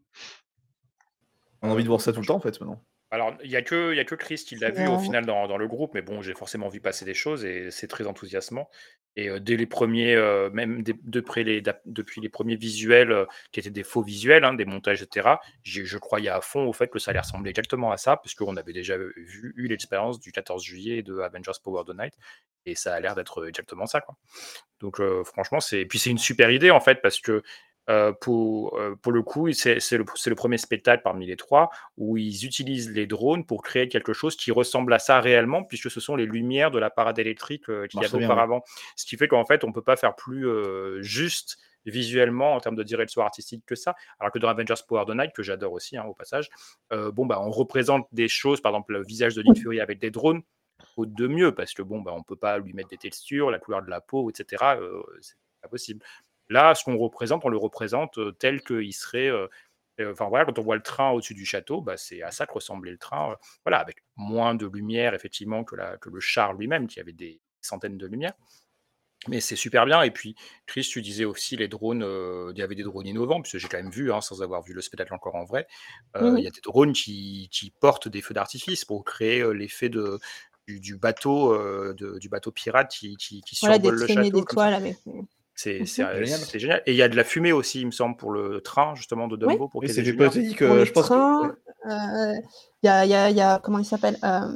Speaker 10: On a envie de voir ça tout le temps, en fait, maintenant.
Speaker 13: Alors, il n'y a, que- il y a que Chris qui l'a
Speaker 12: C'est,
Speaker 13: vu au
Speaker 12: euh,
Speaker 13: final dans, dans le groupe, mais bon, j'ai forcément vu passer des choses et c'est très enthousiasmant. Et euh, dès les premiers, euh, même des- depuis, les, dap- depuis les premiers visuels, euh, qui étaient des faux visuels, hein, des montages, et cetera, j'ai- je croyais à fond au fait que ça allait ressembler exactement à ça, puisqu'on avait déjà vu, eu l'expérience du quatorze juillet et de Avengers Power the Night, et ça a l'air d'être exactement ça, quoi. Donc euh, franchement, c'est et puis c'est une super idée en fait parce que euh, pour, euh, pour le coup, c'est c'est le, c'est le premier spectacle parmi les trois où ils utilisent les drones pour créer quelque chose qui ressemble à ça réellement, puisque ce sont les lumières de la parade électrique euh, qu'il y
Speaker 10: Marche
Speaker 13: avait
Speaker 10: bien, ouais.
Speaker 13: auparavant. Ce qui fait qu'en fait, on ne peut pas faire plus euh, juste visuellement en termes de direction artistique que ça. Alors que dans Avengers Power the Night, que j'adore aussi hein, au passage, euh, bon, bah, on représente des choses, par exemple le visage de Nick Fury avec des drones, faute de mieux, parce que bon, bah, on peut pas lui mettre des textures, la couleur de la peau, et cetera. Euh, c'est pas possible. Là, ce qu'on représente, on le représente euh, tel qu'il serait. euh, euh, Enfin voilà, quand on voit le train au-dessus du château, bah, c'est à ça que ressemblait le train. euh, voilà, avec moins de lumière effectivement que, la, que le char lui-même, qui avait des centaines de lumières. Mais c'est super bien. Et puis, Chris, tu disais aussi les drones, euh, il y avait des drones innovants, puisque j'ai quand même vu, hein, sans avoir vu le spectacle encore en vrai, euh,
Speaker 12: Mhm.
Speaker 13: il y a des drones qui, qui portent des feux d'artifice pour créer euh, l'effet de, du, du bateau, euh, de- du bateau pirate qui, qui, qui
Speaker 12: Voilà, des
Speaker 13: survole le
Speaker 12: traînées
Speaker 13: château. comme ça.
Speaker 12: d'étoiles avec.
Speaker 13: C'est
Speaker 12: Mhm.
Speaker 13: c'est, euh,
Speaker 10: Génial.
Speaker 13: c'est génial. Et il y a de la fumée aussi, il me semble, pour le train, justement, de
Speaker 12: Oui,
Speaker 13: Dumbo, pour
Speaker 10: Oui,
Speaker 13: Casey
Speaker 10: c'est fait
Speaker 13: Junior.
Speaker 10: poétique.
Speaker 12: pour
Speaker 10: euh,
Speaker 12: le
Speaker 10: je pense que.
Speaker 12: train,
Speaker 10: ouais.
Speaker 12: euh, il y a, il y a- il y a- comment il s'appelle euh,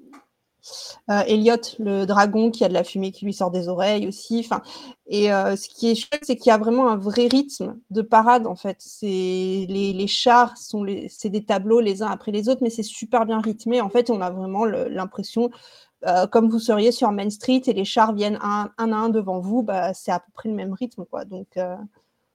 Speaker 12: euh, Elliot, le dragon qui a de la fumée qui lui sort des oreilles aussi. Enfin, et euh, ce qui est chouette, c'est qu'il y a vraiment un vrai rythme de parade en fait. C'est les, les chars sont les, c'est des tableaux les uns après les autres, mais c'est super bien rythmé. En fait, on a vraiment le- l'impression, euh, comme vous seriez sur Main Street et les chars viennent un, un à un devant vous, bah, c'est à peu près le même rythme, quoi. Donc, euh,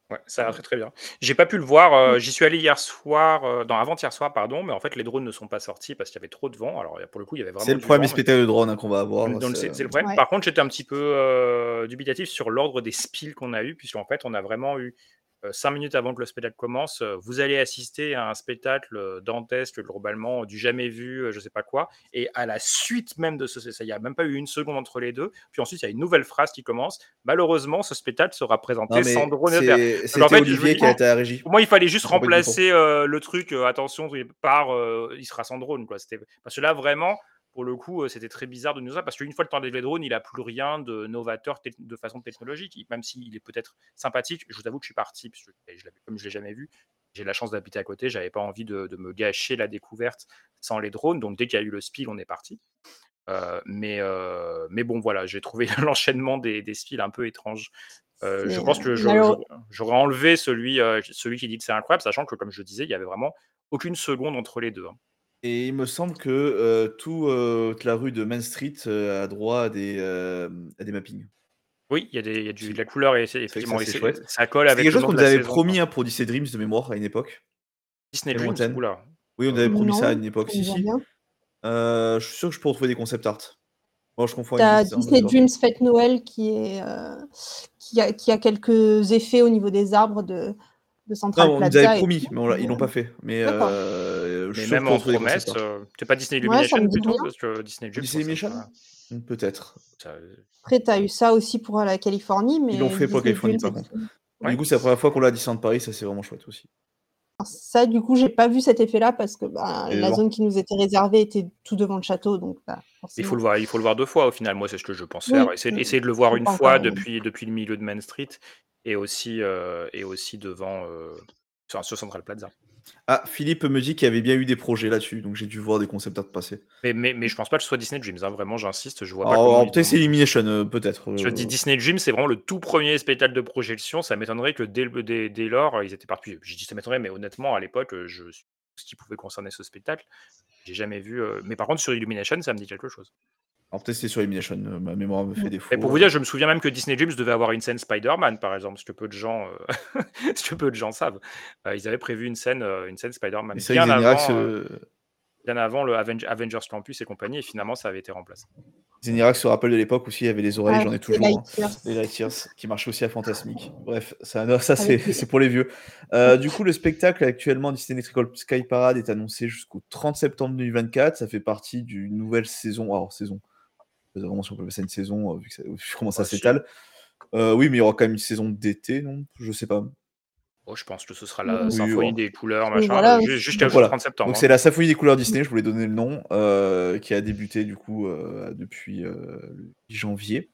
Speaker 13: Ouais, ça a l'air très, très bien. J'ai pas pu le voir, heu, j'y suis allé hier soir, heu, non avant-hier soir pardon, mais en fait les drones ne sont pas sortis parce qu'il y avait trop de vent. Alors, pour le coup, il y avait
Speaker 10: C'est
Speaker 13: vraiment
Speaker 10: le
Speaker 13: du
Speaker 10: problème
Speaker 13: vent,
Speaker 10: des
Speaker 13: mais
Speaker 10: spectacles de drone, hein, qu'on va avoir,
Speaker 13: donc
Speaker 10: c'est,
Speaker 13: c'est c'est le
Speaker 10: hem
Speaker 13: problème.
Speaker 12: Ouais.
Speaker 13: Par contre, j'étais un petit peu, heu, dubitatif sur l'ordre des spiels qu'on a eu, puisqu'en fait, on a vraiment eu, heu, cinq minutes avant que le spectacle commence, heu, vous allez assister à un spectacle, heu, dantesque, globalement, du jamais vu, heu, je sais pas quoi et à la suite même de ce c'est ça, il y a même pas eu une seconde entre les deux. Puis ensuite, il y a une nouvelle phrase qui commence: «Malheureusement, ce spectacle sera
Speaker 10: Non
Speaker 13: présenté sans
Speaker 10: mais
Speaker 13: drone et terre».
Speaker 10: c'est
Speaker 13: Donc en
Speaker 10: c'était
Speaker 13: fait, je me
Speaker 10: Olivier
Speaker 13: dis
Speaker 10: qui a été à la régie.
Speaker 13: pour moi, il fallait juste
Speaker 10: Je comprends pas du tout.
Speaker 13: remplacer, heu, le truc, heu, attention oui, par, heu, il sera sans drone, quoi. C'était parce que là, vraiment, pour le coup, heu, c'était très bizarre de nous dire parce qu'une fois que tu enlèves les drones, il a plus rien de novateur tec de façon technologique. Il même s'il est peut-être sympathique, je vous avoue que je suis parti puisque et je l'avais comme je l'ai jamais vu, j'ai la chance d'habiter à côté, j'avais pas envie de de me gâcher la découverte sans les drones. Donc dès qu'il y a eu le spiel, on est parti. Heu, mais heu, mais bon, voilà, j'ai trouvé l'enchaînement des des spiels un peu étrange. Heu, je
Speaker 12: C'est,
Speaker 13: pense
Speaker 12: heu,
Speaker 13: que je
Speaker 12: malheureux.
Speaker 13: j'aurais j'aurais enlevé celui, heu, celui qui dit que c'est incroyable, sachant que, comme je disais, il y avait vraiment aucune seconde entre les deux, hein.
Speaker 10: Et il me semble que, heu, tout, heu, toute la rue de Main Street, heu, a droit à des, hem, à des mappings.
Speaker 13: Oui, il y a des il y a du de
Speaker 10: Si.
Speaker 13: la couleur et c'est
Speaker 10: C'est vrai que ça,
Speaker 13: effectivement et
Speaker 10: c'est
Speaker 13: c'est
Speaker 10: chouette.
Speaker 13: ça colle
Speaker 10: C'est
Speaker 13: avec
Speaker 10: quelque
Speaker 13: le
Speaker 10: chose
Speaker 13: nom
Speaker 10: qu'on
Speaker 13: de
Speaker 10: nous
Speaker 13: la
Speaker 10: avait
Speaker 13: saison,
Speaker 10: promis,
Speaker 13: quoi.
Speaker 10: hein, pour Disney Dreams de mémoire à une époque.
Speaker 13: Disney
Speaker 10: Très
Speaker 13: Dreams?
Speaker 10: lointaine.
Speaker 13: Ouh là,
Speaker 10: Oui, on nous avait
Speaker 13: heu
Speaker 10: promis ça à
Speaker 12: Non,
Speaker 10: une époque,
Speaker 12: ça me
Speaker 10: si,
Speaker 12: dit
Speaker 10: si.
Speaker 12: rien.
Speaker 10: Heu, je suis sûr que je peux retrouver des concept art. Bon, je confonds
Speaker 12: Tu
Speaker 10: avec
Speaker 12: as
Speaker 10: Disneyland
Speaker 12: Disney
Speaker 10: Resort.
Speaker 12: Dreams Fête Noël qui est, heu, qui a qui a quelques effets au niveau des arbres de de
Speaker 10: Non,
Speaker 12: Central
Speaker 10: on nous avait
Speaker 12: Plaza et
Speaker 10: promis,
Speaker 12: tout,
Speaker 10: mais on l'a
Speaker 12: mais
Speaker 10: ils l'ont
Speaker 12: heu
Speaker 10: pas fait. Mais
Speaker 12: d'accord.
Speaker 10: heu, je suis
Speaker 13: Mais
Speaker 10: sûr que je
Speaker 13: même
Speaker 10: peux
Speaker 13: en
Speaker 10: retrouver des concept
Speaker 13: promesse,
Speaker 10: art.
Speaker 13: heu, c'est pas Disney
Speaker 12: Ouais, ça
Speaker 13: Illumination
Speaker 12: me dit
Speaker 13: plutôt?
Speaker 12: rien.
Speaker 13: Parce que Disney Dreams, moi
Speaker 10: Disney
Speaker 13: ça
Speaker 10: Illumination?
Speaker 13: ça
Speaker 10: Mmh, peut-être.
Speaker 13: ça, heu
Speaker 12: Après, tu as eu ça aussi pour la Californie,
Speaker 10: Ils l'ont
Speaker 12: mais
Speaker 10: fait pour la
Speaker 12: Disney
Speaker 10: Californie,
Speaker 12: Dreams et
Speaker 10: par contre.
Speaker 12: Disney
Speaker 10: Mais du
Speaker 13: ouais.
Speaker 12: ouais.
Speaker 10: coup, c'est la première fois qu'on l'a à Disneyland Paris, ça, c'est vraiment chouette aussi.
Speaker 12: Alors ça, du coup, j'ai pas vu cet effet-là parce que, bah,
Speaker 10: Et
Speaker 12: la
Speaker 10: devant.
Speaker 12: zone qui nous était réservée était tout devant le château, donc bah,
Speaker 13: Il faut le
Speaker 12: forcément.
Speaker 13: voir il faut le voir deux fois au final. Moi, c'est ce que je pense faire.
Speaker 12: Oui,
Speaker 13: Essayer
Speaker 12: mais
Speaker 13: essayer de le
Speaker 12: je
Speaker 13: voir
Speaker 12: suis
Speaker 13: une
Speaker 12: pas encore
Speaker 13: fois
Speaker 12: allée.
Speaker 13: depuis depuis le milieu de Main Street et aussi, heu et aussi devant, heu, enfin sur Central Plaza.
Speaker 10: Ah, Philippe me dit qu'il y avait bien eu des projets là-dessus, donc j'ai dû voir des concept art passer.
Speaker 13: Mais mais mais je pense pas que ce soit Disney Dreams, hein, vraiment j'insiste, je vois pas
Speaker 10: Alors
Speaker 13: comment
Speaker 10: alors
Speaker 13: ils
Speaker 10: peut-être c'est
Speaker 13: ont
Speaker 10: Illumination, heu, peut-être,
Speaker 13: je dis
Speaker 10: heu
Speaker 13: Disney Dreams, c'est vraiment le tout premier spectacle de projection, ça m'étonnerait que dès le dès dès lors, ils étaient partis. Je dis ça m'étonnerait, mais honnêtement, à l'époque, heu, je suis ce qui pouvait concerner ce spectacle, j'ai jamais vu, heu mais par contre sur Illumination, ça me dit quelque chose.
Speaker 10: Alors peut-être c'est sur Illumination, heu, ma mémoire me
Speaker 12: Mmh.
Speaker 10: fait
Speaker 13: Et pour
Speaker 10: défaut,
Speaker 13: vous dire,
Speaker 10: heu
Speaker 13: je me souviens même que Disney Dreams devait avoir une scène Spider-Man, par exemple, ce que peu de gens, heu, ce que peu de gens savent. Heu, ils avaient prévu une scène, heu, une scène
Speaker 10: Et
Speaker 13: Spider-Man
Speaker 10: c'est vrai que
Speaker 13: bien
Speaker 10: Xenirax,
Speaker 13: avant, heu,
Speaker 10: heu
Speaker 13: bien avant le Aven Avengers Campus et compagnie et finalement ça avait été remplacé.
Speaker 10: Xenirax se rappelle de l'époque aussi, il y avait les oreilles,
Speaker 12: Ah,
Speaker 10: j'en ai
Speaker 12: les
Speaker 10: toujours, hein.
Speaker 12: Lightyears.
Speaker 10: Les Lightyears qui marchaient aussi à Fantasmic. Bref, ça non, ça c'est
Speaker 12: Avec les
Speaker 10: c'est pour les vieux. Heu, du coup, le spectacle actuellement Disney Electrical Sky Parade est annoncé jusqu'au trente septembre deux mille vingt-quatre. Ça fait partie d'une nouvelle saison alors saison, je sais pas vraiment si on peut appeler ça une saison, heu, vu que ça vu comment ça
Speaker 13: Bah si.
Speaker 10: s'étale. Heu, oui, mais il y aura quand même une saison d'été, non? Je sais pas.
Speaker 13: Oh, je pense que ce sera la
Speaker 12: Mmh.
Speaker 10: Oui,
Speaker 13: symphonie
Speaker 10: oh.
Speaker 13: des couleurs,
Speaker 12: Oui,
Speaker 13: machin,
Speaker 12: voilà,
Speaker 13: heu, ju
Speaker 12: aussi.
Speaker 13: jusqu'à
Speaker 10: Donc
Speaker 13: jusqu'au
Speaker 10: voilà,
Speaker 13: trente septembre,
Speaker 10: donc
Speaker 13: hein.
Speaker 10: c'est la symphonie des couleurs
Speaker 12: Mmh.
Speaker 10: Disney, je voulais donner le nom, heu, qui a débuté du coup, heu, depuis, heu, le dix janvier.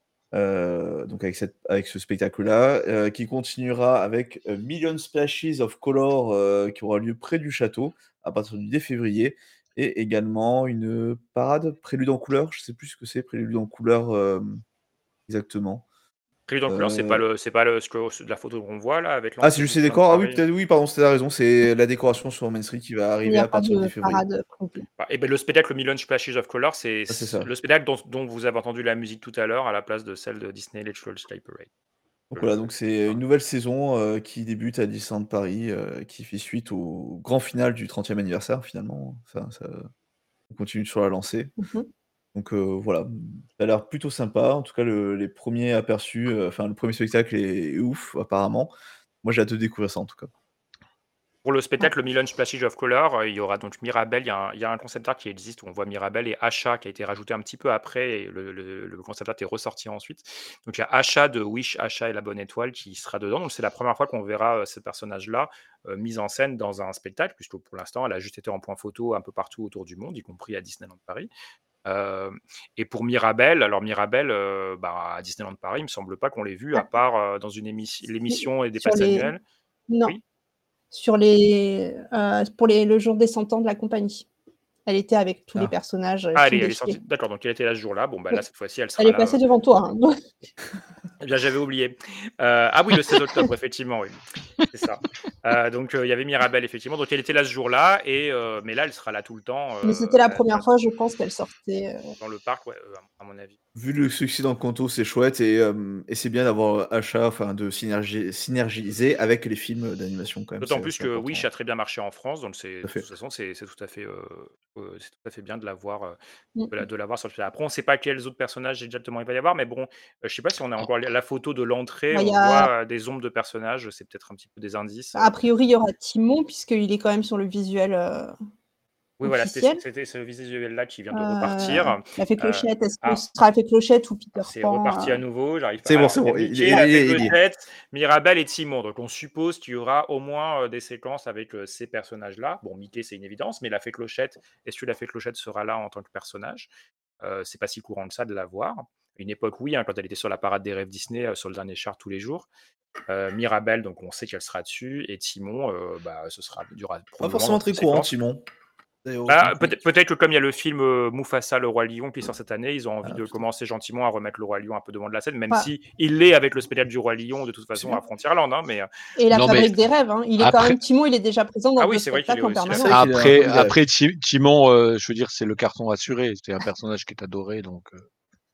Speaker 10: Heu, donc avec cette avec ce spectacle-là, heu, qui continuera avec, heu, Million Splashes of Color, heu, qui aura lieu près du château à partir du dix février et également une, heu, parade prélude en couleurs, je sais plus ce que c'est prélude en couleurs, hem, exactement.
Speaker 13: Prélude en couleurs, c'est pas
Speaker 10: Heu
Speaker 13: le c'est pas le ce que la photo qu'on voit là avec
Speaker 10: Ah, c'est
Speaker 13: l'entrée de
Speaker 10: juste les
Speaker 13: Disneyland
Speaker 10: décors? Ah oui,
Speaker 13: Paris?
Speaker 10: peut-être oui, pardon, c'est tu as raison, c'est la décoration sur Main Street qui va
Speaker 12: Il y
Speaker 10: arriver
Speaker 12: a
Speaker 10: à
Speaker 12: pas
Speaker 10: partir du
Speaker 12: de
Speaker 10: dix février.
Speaker 12: parade prévue.
Speaker 13: Bah et beh, le spectacle Million Splashes of Color, c'est
Speaker 10: Ah, c'est
Speaker 13: c
Speaker 10: ça.
Speaker 13: le spectacle dont dont vous avez entendu la musique tout à l'heure à la place de celle de Disney Electrical Sky Parade.
Speaker 10: Donc voilà,
Speaker 13: Heu,
Speaker 10: donc c'est une
Speaker 13: voilà.
Speaker 10: nouvelle saison, heu, qui débute à Disneyland Paris, heu, qui fait suite au grand final du trentième anniversaire finalement. Enfin ça on continue sur la lancée.
Speaker 12: Mmh mh.
Speaker 10: Donc heu, voilà, mmh, ça a l'air plutôt sympa. En tout cas, le les premiers aperçus, heu, enfin le premier spectacle est est ouf apparemment. Moi, j'ai hâte de découvrir ça en tout cas.
Speaker 13: Pour le
Speaker 12: Ouais.
Speaker 13: spectacle Million Splashes of Color, heu, il y aura donc Mirabel, il y a un il y a un concept art qui existe où on voit Mirabel et Asha qui a été rajouté un petit peu après et le le le concept art est ressorti ensuite. Donc il y a Asha de Wish, Asha et la bonne étoile qui sera dedans. Donc c'est la première fois qu'on verra, heu, ce personnage-là, heu, mis en scène dans un spectacle, puisque pour l'instant, elle a juste été en point photo un peu partout autour du monde, y compris à Disneyland Paris. Hem et pour Mirabel, alors Mirabel, heu, bah, à Disneyland Paris, il me semble pas qu'on l'ait vue à
Speaker 12: Ah.
Speaker 13: part, heu, dans une émission
Speaker 12: Si,
Speaker 13: l'émission et des
Speaker 12: sur
Speaker 13: passes
Speaker 12: les
Speaker 13: annuelles.
Speaker 12: non,
Speaker 13: Oui?
Speaker 12: sur les, heu, pour les le jour des cent ans de la compagnie. Elle était avec tous les
Speaker 10: Ah.
Speaker 12: personnages, heu,
Speaker 13: Ah, elle
Speaker 12: qui
Speaker 13: est elle est sortie
Speaker 12: défilaient.
Speaker 13: d'accord, donc elle était là ce jour-là. Bon, bah, là,
Speaker 12: Oui,
Speaker 13: cette fois-ci, elle
Speaker 12: elle
Speaker 13: sera
Speaker 12: est
Speaker 13: là,
Speaker 12: passée
Speaker 13: heu
Speaker 12: devant toi, hein.
Speaker 13: Eh bien, j'avais oublié. Heu, ah oui, le seize octobre, effectivement, oui. C'est ça. Heu, donc heu, il y avait Mirabel, effectivement, donc elle était là ce jour-là et heu, mais là, elle sera là tout le temps,
Speaker 12: Mais
Speaker 13: heu,
Speaker 12: c'était la
Speaker 13: à
Speaker 12: première
Speaker 13: à
Speaker 12: fois, je pense, qu'elle sortait, heu
Speaker 13: dans le parc, ouais, heu, à mon avis.
Speaker 10: vu le succès d'Encanto, c'est chouette et hem et c'est bien d'avoir achat enfin de synergi synergiser avec les films d'animation quand même,
Speaker 13: D'autant
Speaker 10: c'est
Speaker 13: plus
Speaker 10: c'est
Speaker 13: que
Speaker 10: important.
Speaker 13: Wish a très bien marché en France, donc c'est
Speaker 10: Tout à
Speaker 13: de toute
Speaker 10: fait.
Speaker 13: façon, c'est c'est tout à fait, heu heu, c'est tout à fait bien de l'avoir, heu,
Speaker 12: Mmh
Speaker 13: de l'a
Speaker 12: mh.
Speaker 13: de l'avoir sur le Après, on sait pas quels autres personnages exactement il va y avoir, mais bon, heu, je sais pas si on a
Speaker 11: En
Speaker 13: encore la la photo de l'entrée,
Speaker 12: Bah, il y
Speaker 13: on
Speaker 12: a
Speaker 13: voit, heu, des ombres de personnages, c'est peut-être un petit peu des indices,
Speaker 12: a
Speaker 13: heu
Speaker 12: priori, il y aura Timon puisqu'il est quand même sur le visuel, heu,
Speaker 13: Oui, voilà, c'était ce
Speaker 12: officiel.
Speaker 13: c'était ce visuel-là qui vient de
Speaker 12: Heu,
Speaker 13: repartir,
Speaker 12: la fée
Speaker 13: heu,
Speaker 12: Clochette, est-ce que
Speaker 13: ah
Speaker 12: ce sera la fée Clochette ou Peter
Speaker 13: alors c'est reparti
Speaker 12: Pan,
Speaker 13: à
Speaker 12: heu?
Speaker 13: nouveau, j'arrive pas
Speaker 10: C'est bon,
Speaker 13: alors
Speaker 10: c'est
Speaker 13: il y a
Speaker 10: bon, il
Speaker 13: Mickey,
Speaker 10: est il
Speaker 13: la fée
Speaker 10: est il y est.
Speaker 13: Clochette, Mirabel et Timon, donc on suppose qu'il y aura au moins, heu, des séquences avec, heu, ces personnages-là. Bon, Mickey, c'est une évidence, mais la fée Clochette, est-ce que la fée Clochette sera là en tant que personnage? Heu, c'est pas si courant que ça de la voir. Une époque, oui, hein, quand elle était sur la parade des rêves Disney, heu, sur le dernier char tous les jours. Heu, Mirabel, donc on sait qu'elle sera dessus et Timon, heu, bah, ce sera il y aura
Speaker 10: Pas
Speaker 13: probablement dans
Speaker 10: forcément très
Speaker 13: cette
Speaker 10: courant
Speaker 13: séquence
Speaker 10: Timon. D'ailleurs
Speaker 13: bah, peut-être peut-être que comme il y a le film, heu, Mufasa: Le Roi Lion qui sort cette année, ils ont envie
Speaker 10: Ah
Speaker 13: de
Speaker 10: peut-être.
Speaker 13: commencer gentiment à remettre le Roi Lion un peu devant de la scène, même
Speaker 12: Enfin
Speaker 13: s'il l'est avec le spectacle du Roi Lion de toute
Speaker 10: C'est
Speaker 13: façon
Speaker 10: bien.
Speaker 13: à Frontierland, hein, mais heu
Speaker 12: Et la
Speaker 11: Non, mais
Speaker 12: fabrique des rêves, hein. Il est quand
Speaker 11: après
Speaker 12: même Timon, il est déjà présent dans
Speaker 13: Ah oui,
Speaker 12: deux
Speaker 13: c'est vrai qu'il est
Speaker 12: spectacles en
Speaker 13: aussi
Speaker 10: C'est
Speaker 13: là.
Speaker 10: vrai
Speaker 12: permanence.
Speaker 10: qu'il est dans la
Speaker 11: après
Speaker 10: fabrique des rêves.
Speaker 11: après Ti Timon, heu, je veux dire, c'est le carton assuré. C'est un personnage qui est adoré donc heu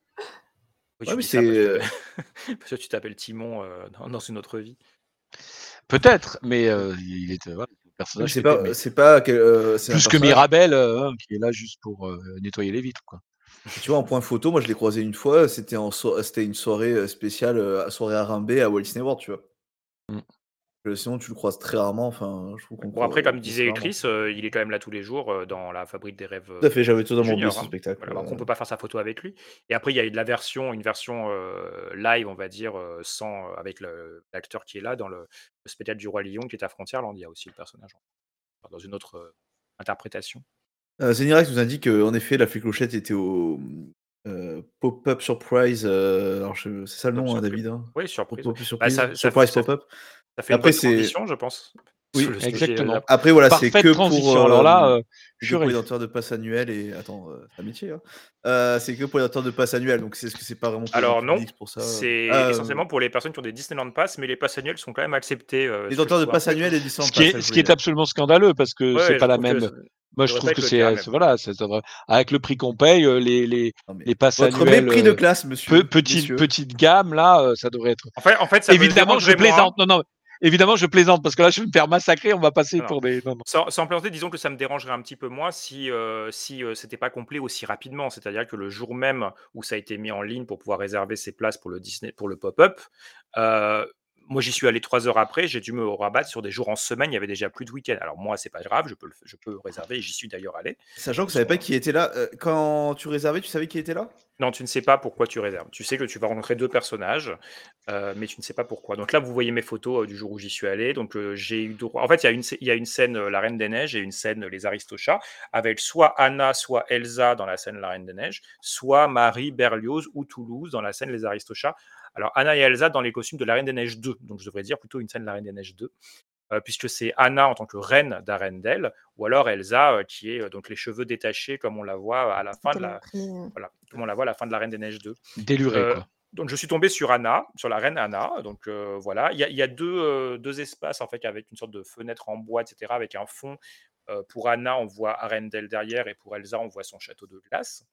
Speaker 13: Oui,
Speaker 10: Ouais,
Speaker 13: tu
Speaker 10: mais
Speaker 13: dis ça
Speaker 10: c'est,
Speaker 13: parce que
Speaker 10: heu
Speaker 13: parce que tu t'appelles Timon, heu, dans dans une autre vie.
Speaker 11: Peut-être, mais heu, il est, heu, voilà, c'est un
Speaker 10: Oui, mais
Speaker 11: personnage
Speaker 10: c'est
Speaker 11: qui est
Speaker 10: pas,
Speaker 11: aimé.
Speaker 10: c'est pas que, heu, c'est un
Speaker 11: Plus que
Speaker 10: personnage
Speaker 11: Mirabel, heu, hein, qui est là juste pour, heu, nettoyer les vitres, quoi.
Speaker 10: tu vois, en point photo, moi je l'ai croisé une fois, c'était en so c'était une soirée, heu, spéciale, heu, soirée Harambé à Walt Disney World, tu vois?
Speaker 11: Mmh.
Speaker 10: Heu, sinon tu le croises très rarement, enfin, je trouve
Speaker 13: Ouais.
Speaker 10: qu'on
Speaker 13: Bon après,
Speaker 10: crois
Speaker 13: comme
Speaker 10: assez
Speaker 13: disait
Speaker 10: rarement.
Speaker 13: Chris, heu, il est quand même là tous les jours, heu, dans la fabrique des rêves,
Speaker 10: Tout à
Speaker 13: heu,
Speaker 10: fait, j'avais totalement oublié
Speaker 13: junior,
Speaker 10: ce
Speaker 13: hein.
Speaker 10: spectacle,
Speaker 13: Voilà, alors qu'on
Speaker 10: heu
Speaker 13: peut pas faire sa photo avec lui et après il y a eu de la version une version, heu, live, on va dire, heu, sans avec le l'acteur qui est là dans le le spectacle du Roi Lion qui est à Frontierland. Il y a aussi le personnage en dans une autre, heu, interprétation.
Speaker 10: Heu, Zenirex nous indique qu'en effet la fée Clochette était au, mmh, heu, Pop-Up Surprise, heu, alors je c'est ça le
Speaker 13: Pop
Speaker 10: nom, hein,
Speaker 13: surprise.
Speaker 10: David, hein?
Speaker 13: Oui, surprise, ouais.
Speaker 10: Pop-Up
Speaker 13: Bah,
Speaker 10: Surprise,
Speaker 13: ça ça f
Speaker 10: Surprise
Speaker 13: ça f
Speaker 10: Pop-Up.
Speaker 13: ça fait une
Speaker 10: Après
Speaker 13: bonne
Speaker 10: c'est
Speaker 13: transition, je pense, sur
Speaker 10: oui,
Speaker 13: le
Speaker 10: heu,
Speaker 13: sujet,
Speaker 11: Exactement.
Speaker 13: là.
Speaker 10: après voilà, c'est
Speaker 11: Parfaite
Speaker 10: que pour,
Speaker 11: transition. Alors là,
Speaker 10: hem,
Speaker 11: heu,
Speaker 10: c'est que pour les
Speaker 11: purée.
Speaker 10: auteurs de pass annuel et attends, heu, c'est un métier, hein. Heu, c'est que pour les auteurs de pass annuel, donc c'est est-ce que c'est pas vraiment pour le grand
Speaker 13: Alors non,
Speaker 10: public, c'est pour ça, heu?
Speaker 13: c'est
Speaker 10: Ah, heu
Speaker 13: essentiellement pour les personnes qui ont des Disneyland Pass, mais les pass annuels sont quand même acceptés, heu,
Speaker 10: Les
Speaker 13: ce que je
Speaker 10: auteurs de
Speaker 13: trouve un
Speaker 10: pass
Speaker 13: peu
Speaker 10: annuel
Speaker 13: étonnant.
Speaker 10: et Disneyland
Speaker 11: Ce qui
Speaker 10: Pass, ça
Speaker 11: est
Speaker 10: que je
Speaker 11: ce qui
Speaker 10: voulais
Speaker 11: est
Speaker 10: dire.
Speaker 11: absolument scandaleux parce que
Speaker 13: Ouais,
Speaker 11: c'est
Speaker 13: ouais, je
Speaker 11: pas la
Speaker 13: trouve que
Speaker 11: même
Speaker 13: ça
Speaker 11: moi
Speaker 13: ça
Speaker 11: je
Speaker 13: devrait
Speaker 11: trouve
Speaker 13: pas
Speaker 11: que
Speaker 13: être le
Speaker 11: c'est,
Speaker 13: cas,
Speaker 11: heu,
Speaker 13: mais
Speaker 11: c'est
Speaker 13: bon.
Speaker 11: voilà, ça devrait avec le prix qu'on paye, heu, les les
Speaker 10: Non mais
Speaker 11: les passes
Speaker 10: votre
Speaker 11: annuels,
Speaker 10: mépris de
Speaker 11: heu,
Speaker 10: classe,
Speaker 11: pe
Speaker 10: monsieur,
Speaker 11: petite
Speaker 10: messieurs.
Speaker 11: petite gamme là, heu, ça devrait être
Speaker 13: En fait en fait, ça me
Speaker 11: évidemment je
Speaker 13: dérangerait moins
Speaker 11: plaisante, non, non, évidemment je plaisante parce que là je vais me faire massacrer, on va passer
Speaker 13: non, non,
Speaker 11: pour des non, non.
Speaker 13: sans sans plaisanter, disons que ça me dérangerait un petit peu moins si, heu, si, heu, c'était pas complet aussi rapidement. C'est-à-dire que le jour même où ça a été mis en ligne pour pouvoir réserver ses places pour le Disney pour le pop-up, heu, moi j'y suis allé trois heures après, j'ai dû me rabattre sur des jours en semaine, il y avait déjà plus de week-end. Alors moi, c'est pas grave, je peux le f je peux réserver et j'y suis d'ailleurs allé.
Speaker 10: Sachant que tu
Speaker 13: Parce
Speaker 10: savais pas
Speaker 13: qu'on
Speaker 10: qui était là, heu, quand tu réservais, tu savais qui était là?
Speaker 13: Non, tu ne sais pas pourquoi tu réserves. Tu sais que tu vas rencontrer deux personnages, heu, mais tu ne sais pas pourquoi. Donc là, vous voyez mes photos, heu, du jour où j'y suis allé. Donc, heu, j'ai eu droit en fait, il y a une scè il y a une scène, heu, La Reine des Neiges et une scène, heu, Les Aristochats, avec soit Anna, soit Elsa dans la scène La Reine des Neiges, soit Marie, Berlioz ou Toulouse dans la scène Les Aristochats. Alors Anna et Elsa dans les costumes de La Reine des Neiges deux, donc je devrais dire plutôt une scène La Reine des Neiges deux, heu, puisque c'est Anna en tant que reine d'Arendelle ou alors Elsa, heu, qui est, heu, donc les cheveux détachés comme on la voit à la fin de
Speaker 12: Elle a
Speaker 13: la
Speaker 12: pris, heu
Speaker 13: voilà, comme on la voit à la fin de La Reine des Neiges deux.
Speaker 11: Déluré
Speaker 13: Heu,
Speaker 11: quoi.
Speaker 13: donc je suis tombé sur Anna, sur la reine Anna, donc heu, voilà. Il y a il y a deux, heu, deux espaces en fait avec une sorte de fenêtre en bois et cetera avec un fond, heu, pour Anna, on voit Arendelle derrière et pour Elsa, on voit son château de glace.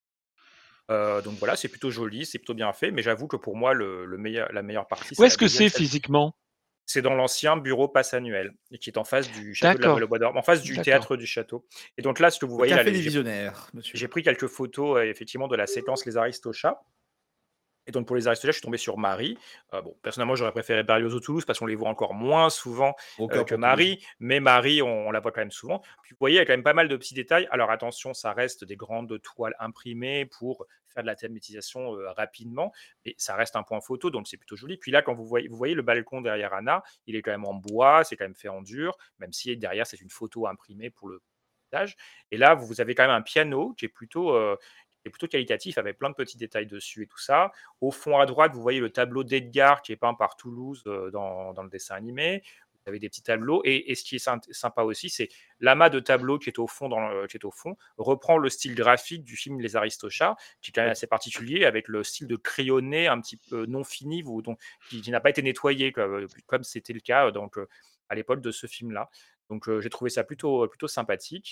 Speaker 13: Heu, donc voilà, c'est plutôt joli, c'est plutôt bien fait, mais j'avoue que pour moi le le meilleur la meilleure partie,
Speaker 11: Où
Speaker 13: c'est la
Speaker 11: est-ce que
Speaker 13: deuxième
Speaker 11: c'est
Speaker 13: scène.
Speaker 11: physiquement?
Speaker 13: C'est dans l'ancien bureau passe annuel et qui est en face du château de la Belle
Speaker 11: D'accord.
Speaker 13: au bois dormant, en face du
Speaker 11: D'accord.
Speaker 13: théâtre du château et donc là, ce que vous
Speaker 10: Le
Speaker 13: voyez là,
Speaker 10: café
Speaker 13: les
Speaker 10: des
Speaker 13: j'ai
Speaker 10: visionnaires, monsieur.
Speaker 13: j'ai pris quelques photos, heu, effectivement de la séquence Les Aristochats et donc pour Les Aristochats, je suis tombé sur Marie. Heu, bon, personnellement, j'aurais préféré Berlioz ou Toulouse parce qu'on les voit encore moins souvent,
Speaker 10: Au
Speaker 13: heu,
Speaker 10: cœur
Speaker 13: que
Speaker 10: pour Toulouse.
Speaker 13: Marie, mais Marie, on on la voit quand même souvent. Puis vous voyez, il y a quand même pas mal de petits détails. Alors attention, ça reste des grandes toiles imprimées pour faire de la thématisation, heu, rapidement, mais ça reste un point photo, donc c'est plutôt joli. Puis là, quand vous voyez vous voyez le balcon derrière Anna, il est quand même en bois, c'est quand même fait en dur, même si derrière c'est une photo imprimée pour le et là, vous avez quand même un piano qui est plutôt, heu, qui est plutôt qualitatif avec plein de petits détails dessus et tout ça. Au fond à droite, vous voyez le tableau d'Edgar qui est peint par Toulouse, heu, dans dans le dessin animé. Vous avez des petits tableaux et et ce qui est synt sympa aussi, c'est l'amas de tableaux qui est au fond dans le qui est au fond, reprend le style graphique du film Les Aristochats, qui est quand même
Speaker 10: Oui.
Speaker 13: assez particulier avec le style de crayonné un petit peu non fini, vous donc qui qui n'a pas été nettoyé comme, comme c'était le cas, donc heu, à l'époque de ce film-là. Donc heu, j'ai trouvé ça plutôt, plutôt sympathique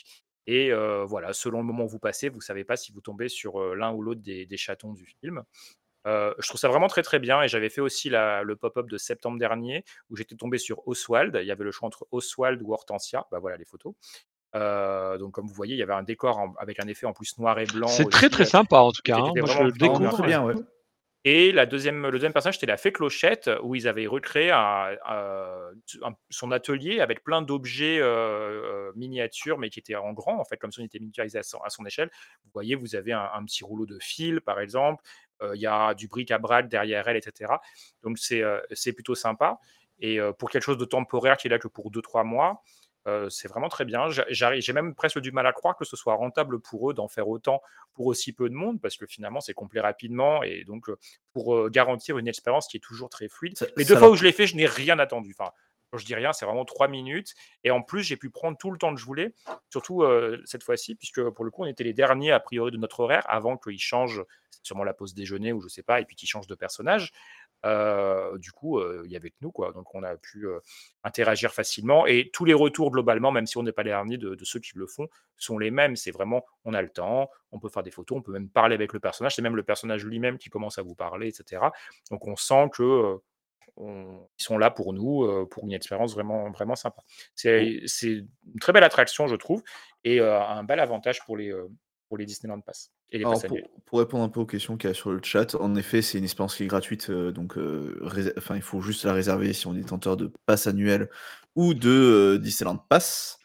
Speaker 13: Et euh, voilà, selon le moment où vous passez, vous ne savez pas si vous tombez sur euh, l'un ou l'autre des, des chatons du film. Euh, je trouve ça vraiment très très bien et j'avais fait aussi la- le pop-up de septembre dernier où j'étais tombé sur Oswald. Il y avait le choix entre Oswald ou Hortensia. Bah voilà les photos. Euh, donc comme vous voyez, il y avait un décor en- avec un effet en plus noir et blanc
Speaker 11: C'est
Speaker 13: aussi,
Speaker 11: très très
Speaker 13: euh,
Speaker 11: sympa en tout
Speaker 13: qui
Speaker 11: cas.
Speaker 13: était
Speaker 11: hein. Moi, je
Speaker 13: vraiment,
Speaker 11: le
Speaker 13: vraiment bien
Speaker 11: découvre.
Speaker 10: Très
Speaker 13: fait.
Speaker 10: bien, ouais.
Speaker 13: Et la deuxième, le deuxième personnage, c'était la fée Clochette, où ils avaient recréé un- un- un- son atelier avec plein d'objets euh, euh, miniatures, mais qui étaient en grand, en fait, comme si on était miniaturisé à son, à son échelle. Vous voyez, vous avez un, un petit rouleau de fil, par exemple. Euh, Il y a du bric-à-brac derrière elle, et cetera. Donc, c'est euh, c'est plutôt sympa. Et euh, pour quelque chose de temporaire qui est là que pour deux trois mois, euh, c'est vraiment très bien. J'a- j'arrive- J'ai même presque du mal à croire que ce soit rentable pour eux d'en faire autant pour aussi peu de monde, parce que finalement, c'est complet rapidement. Et donc, euh, pour euh, garantir une expérience qui est toujours très fluide.
Speaker 10: Ça,
Speaker 13: Les deux
Speaker 10: ça
Speaker 13: fois
Speaker 10: leur
Speaker 13: où je l'ai fait, je n'ai rien attendu. Enfin, quand je dis rien, c'est vraiment trois minutes. Et en plus, j'ai pu prendre tout le temps que je voulais, surtout euh, cette fois-ci, puisque pour le coup, on était les derniers, a priori, de notre horaire, avant qu'ils changent, c'est sûrement la pause déjeuner ou je sais pas, et puis qu'ils changent de personnage. Euh, du coup, euh, il y avait que nous, quoi. Donc, on a pu euh, interagir facilement. Et tous les retours, globalement, même si on n'est pas les derniers de, de ceux qui le font, sont les mêmes. C'est vraiment, on a le temps, on peut faire des photos, on peut même parler avec le personnage. C'est même le personnage lui-même qui commence à vous parler, et cetera. Donc, on sent que euh, on- ils sont là pour nous, euh, pour une expérience vraiment, vraiment sympa.
Speaker 10: Oh.
Speaker 13: C'est c'est une très belle attraction, je trouve, et euh, un bel avantage pour les, euh, pour les Disneyland Pass et les
Speaker 10: Alors
Speaker 13: passes annuelles.
Speaker 10: pour, pour répondre un peu aux questions qu'il y a sur le chat, en effet, c'est une expérience qui est gratuite, euh, donc euh, rés- enfin, il faut juste la réserver si on est tenteur de pass annuel ou de euh, Disneyland Pass.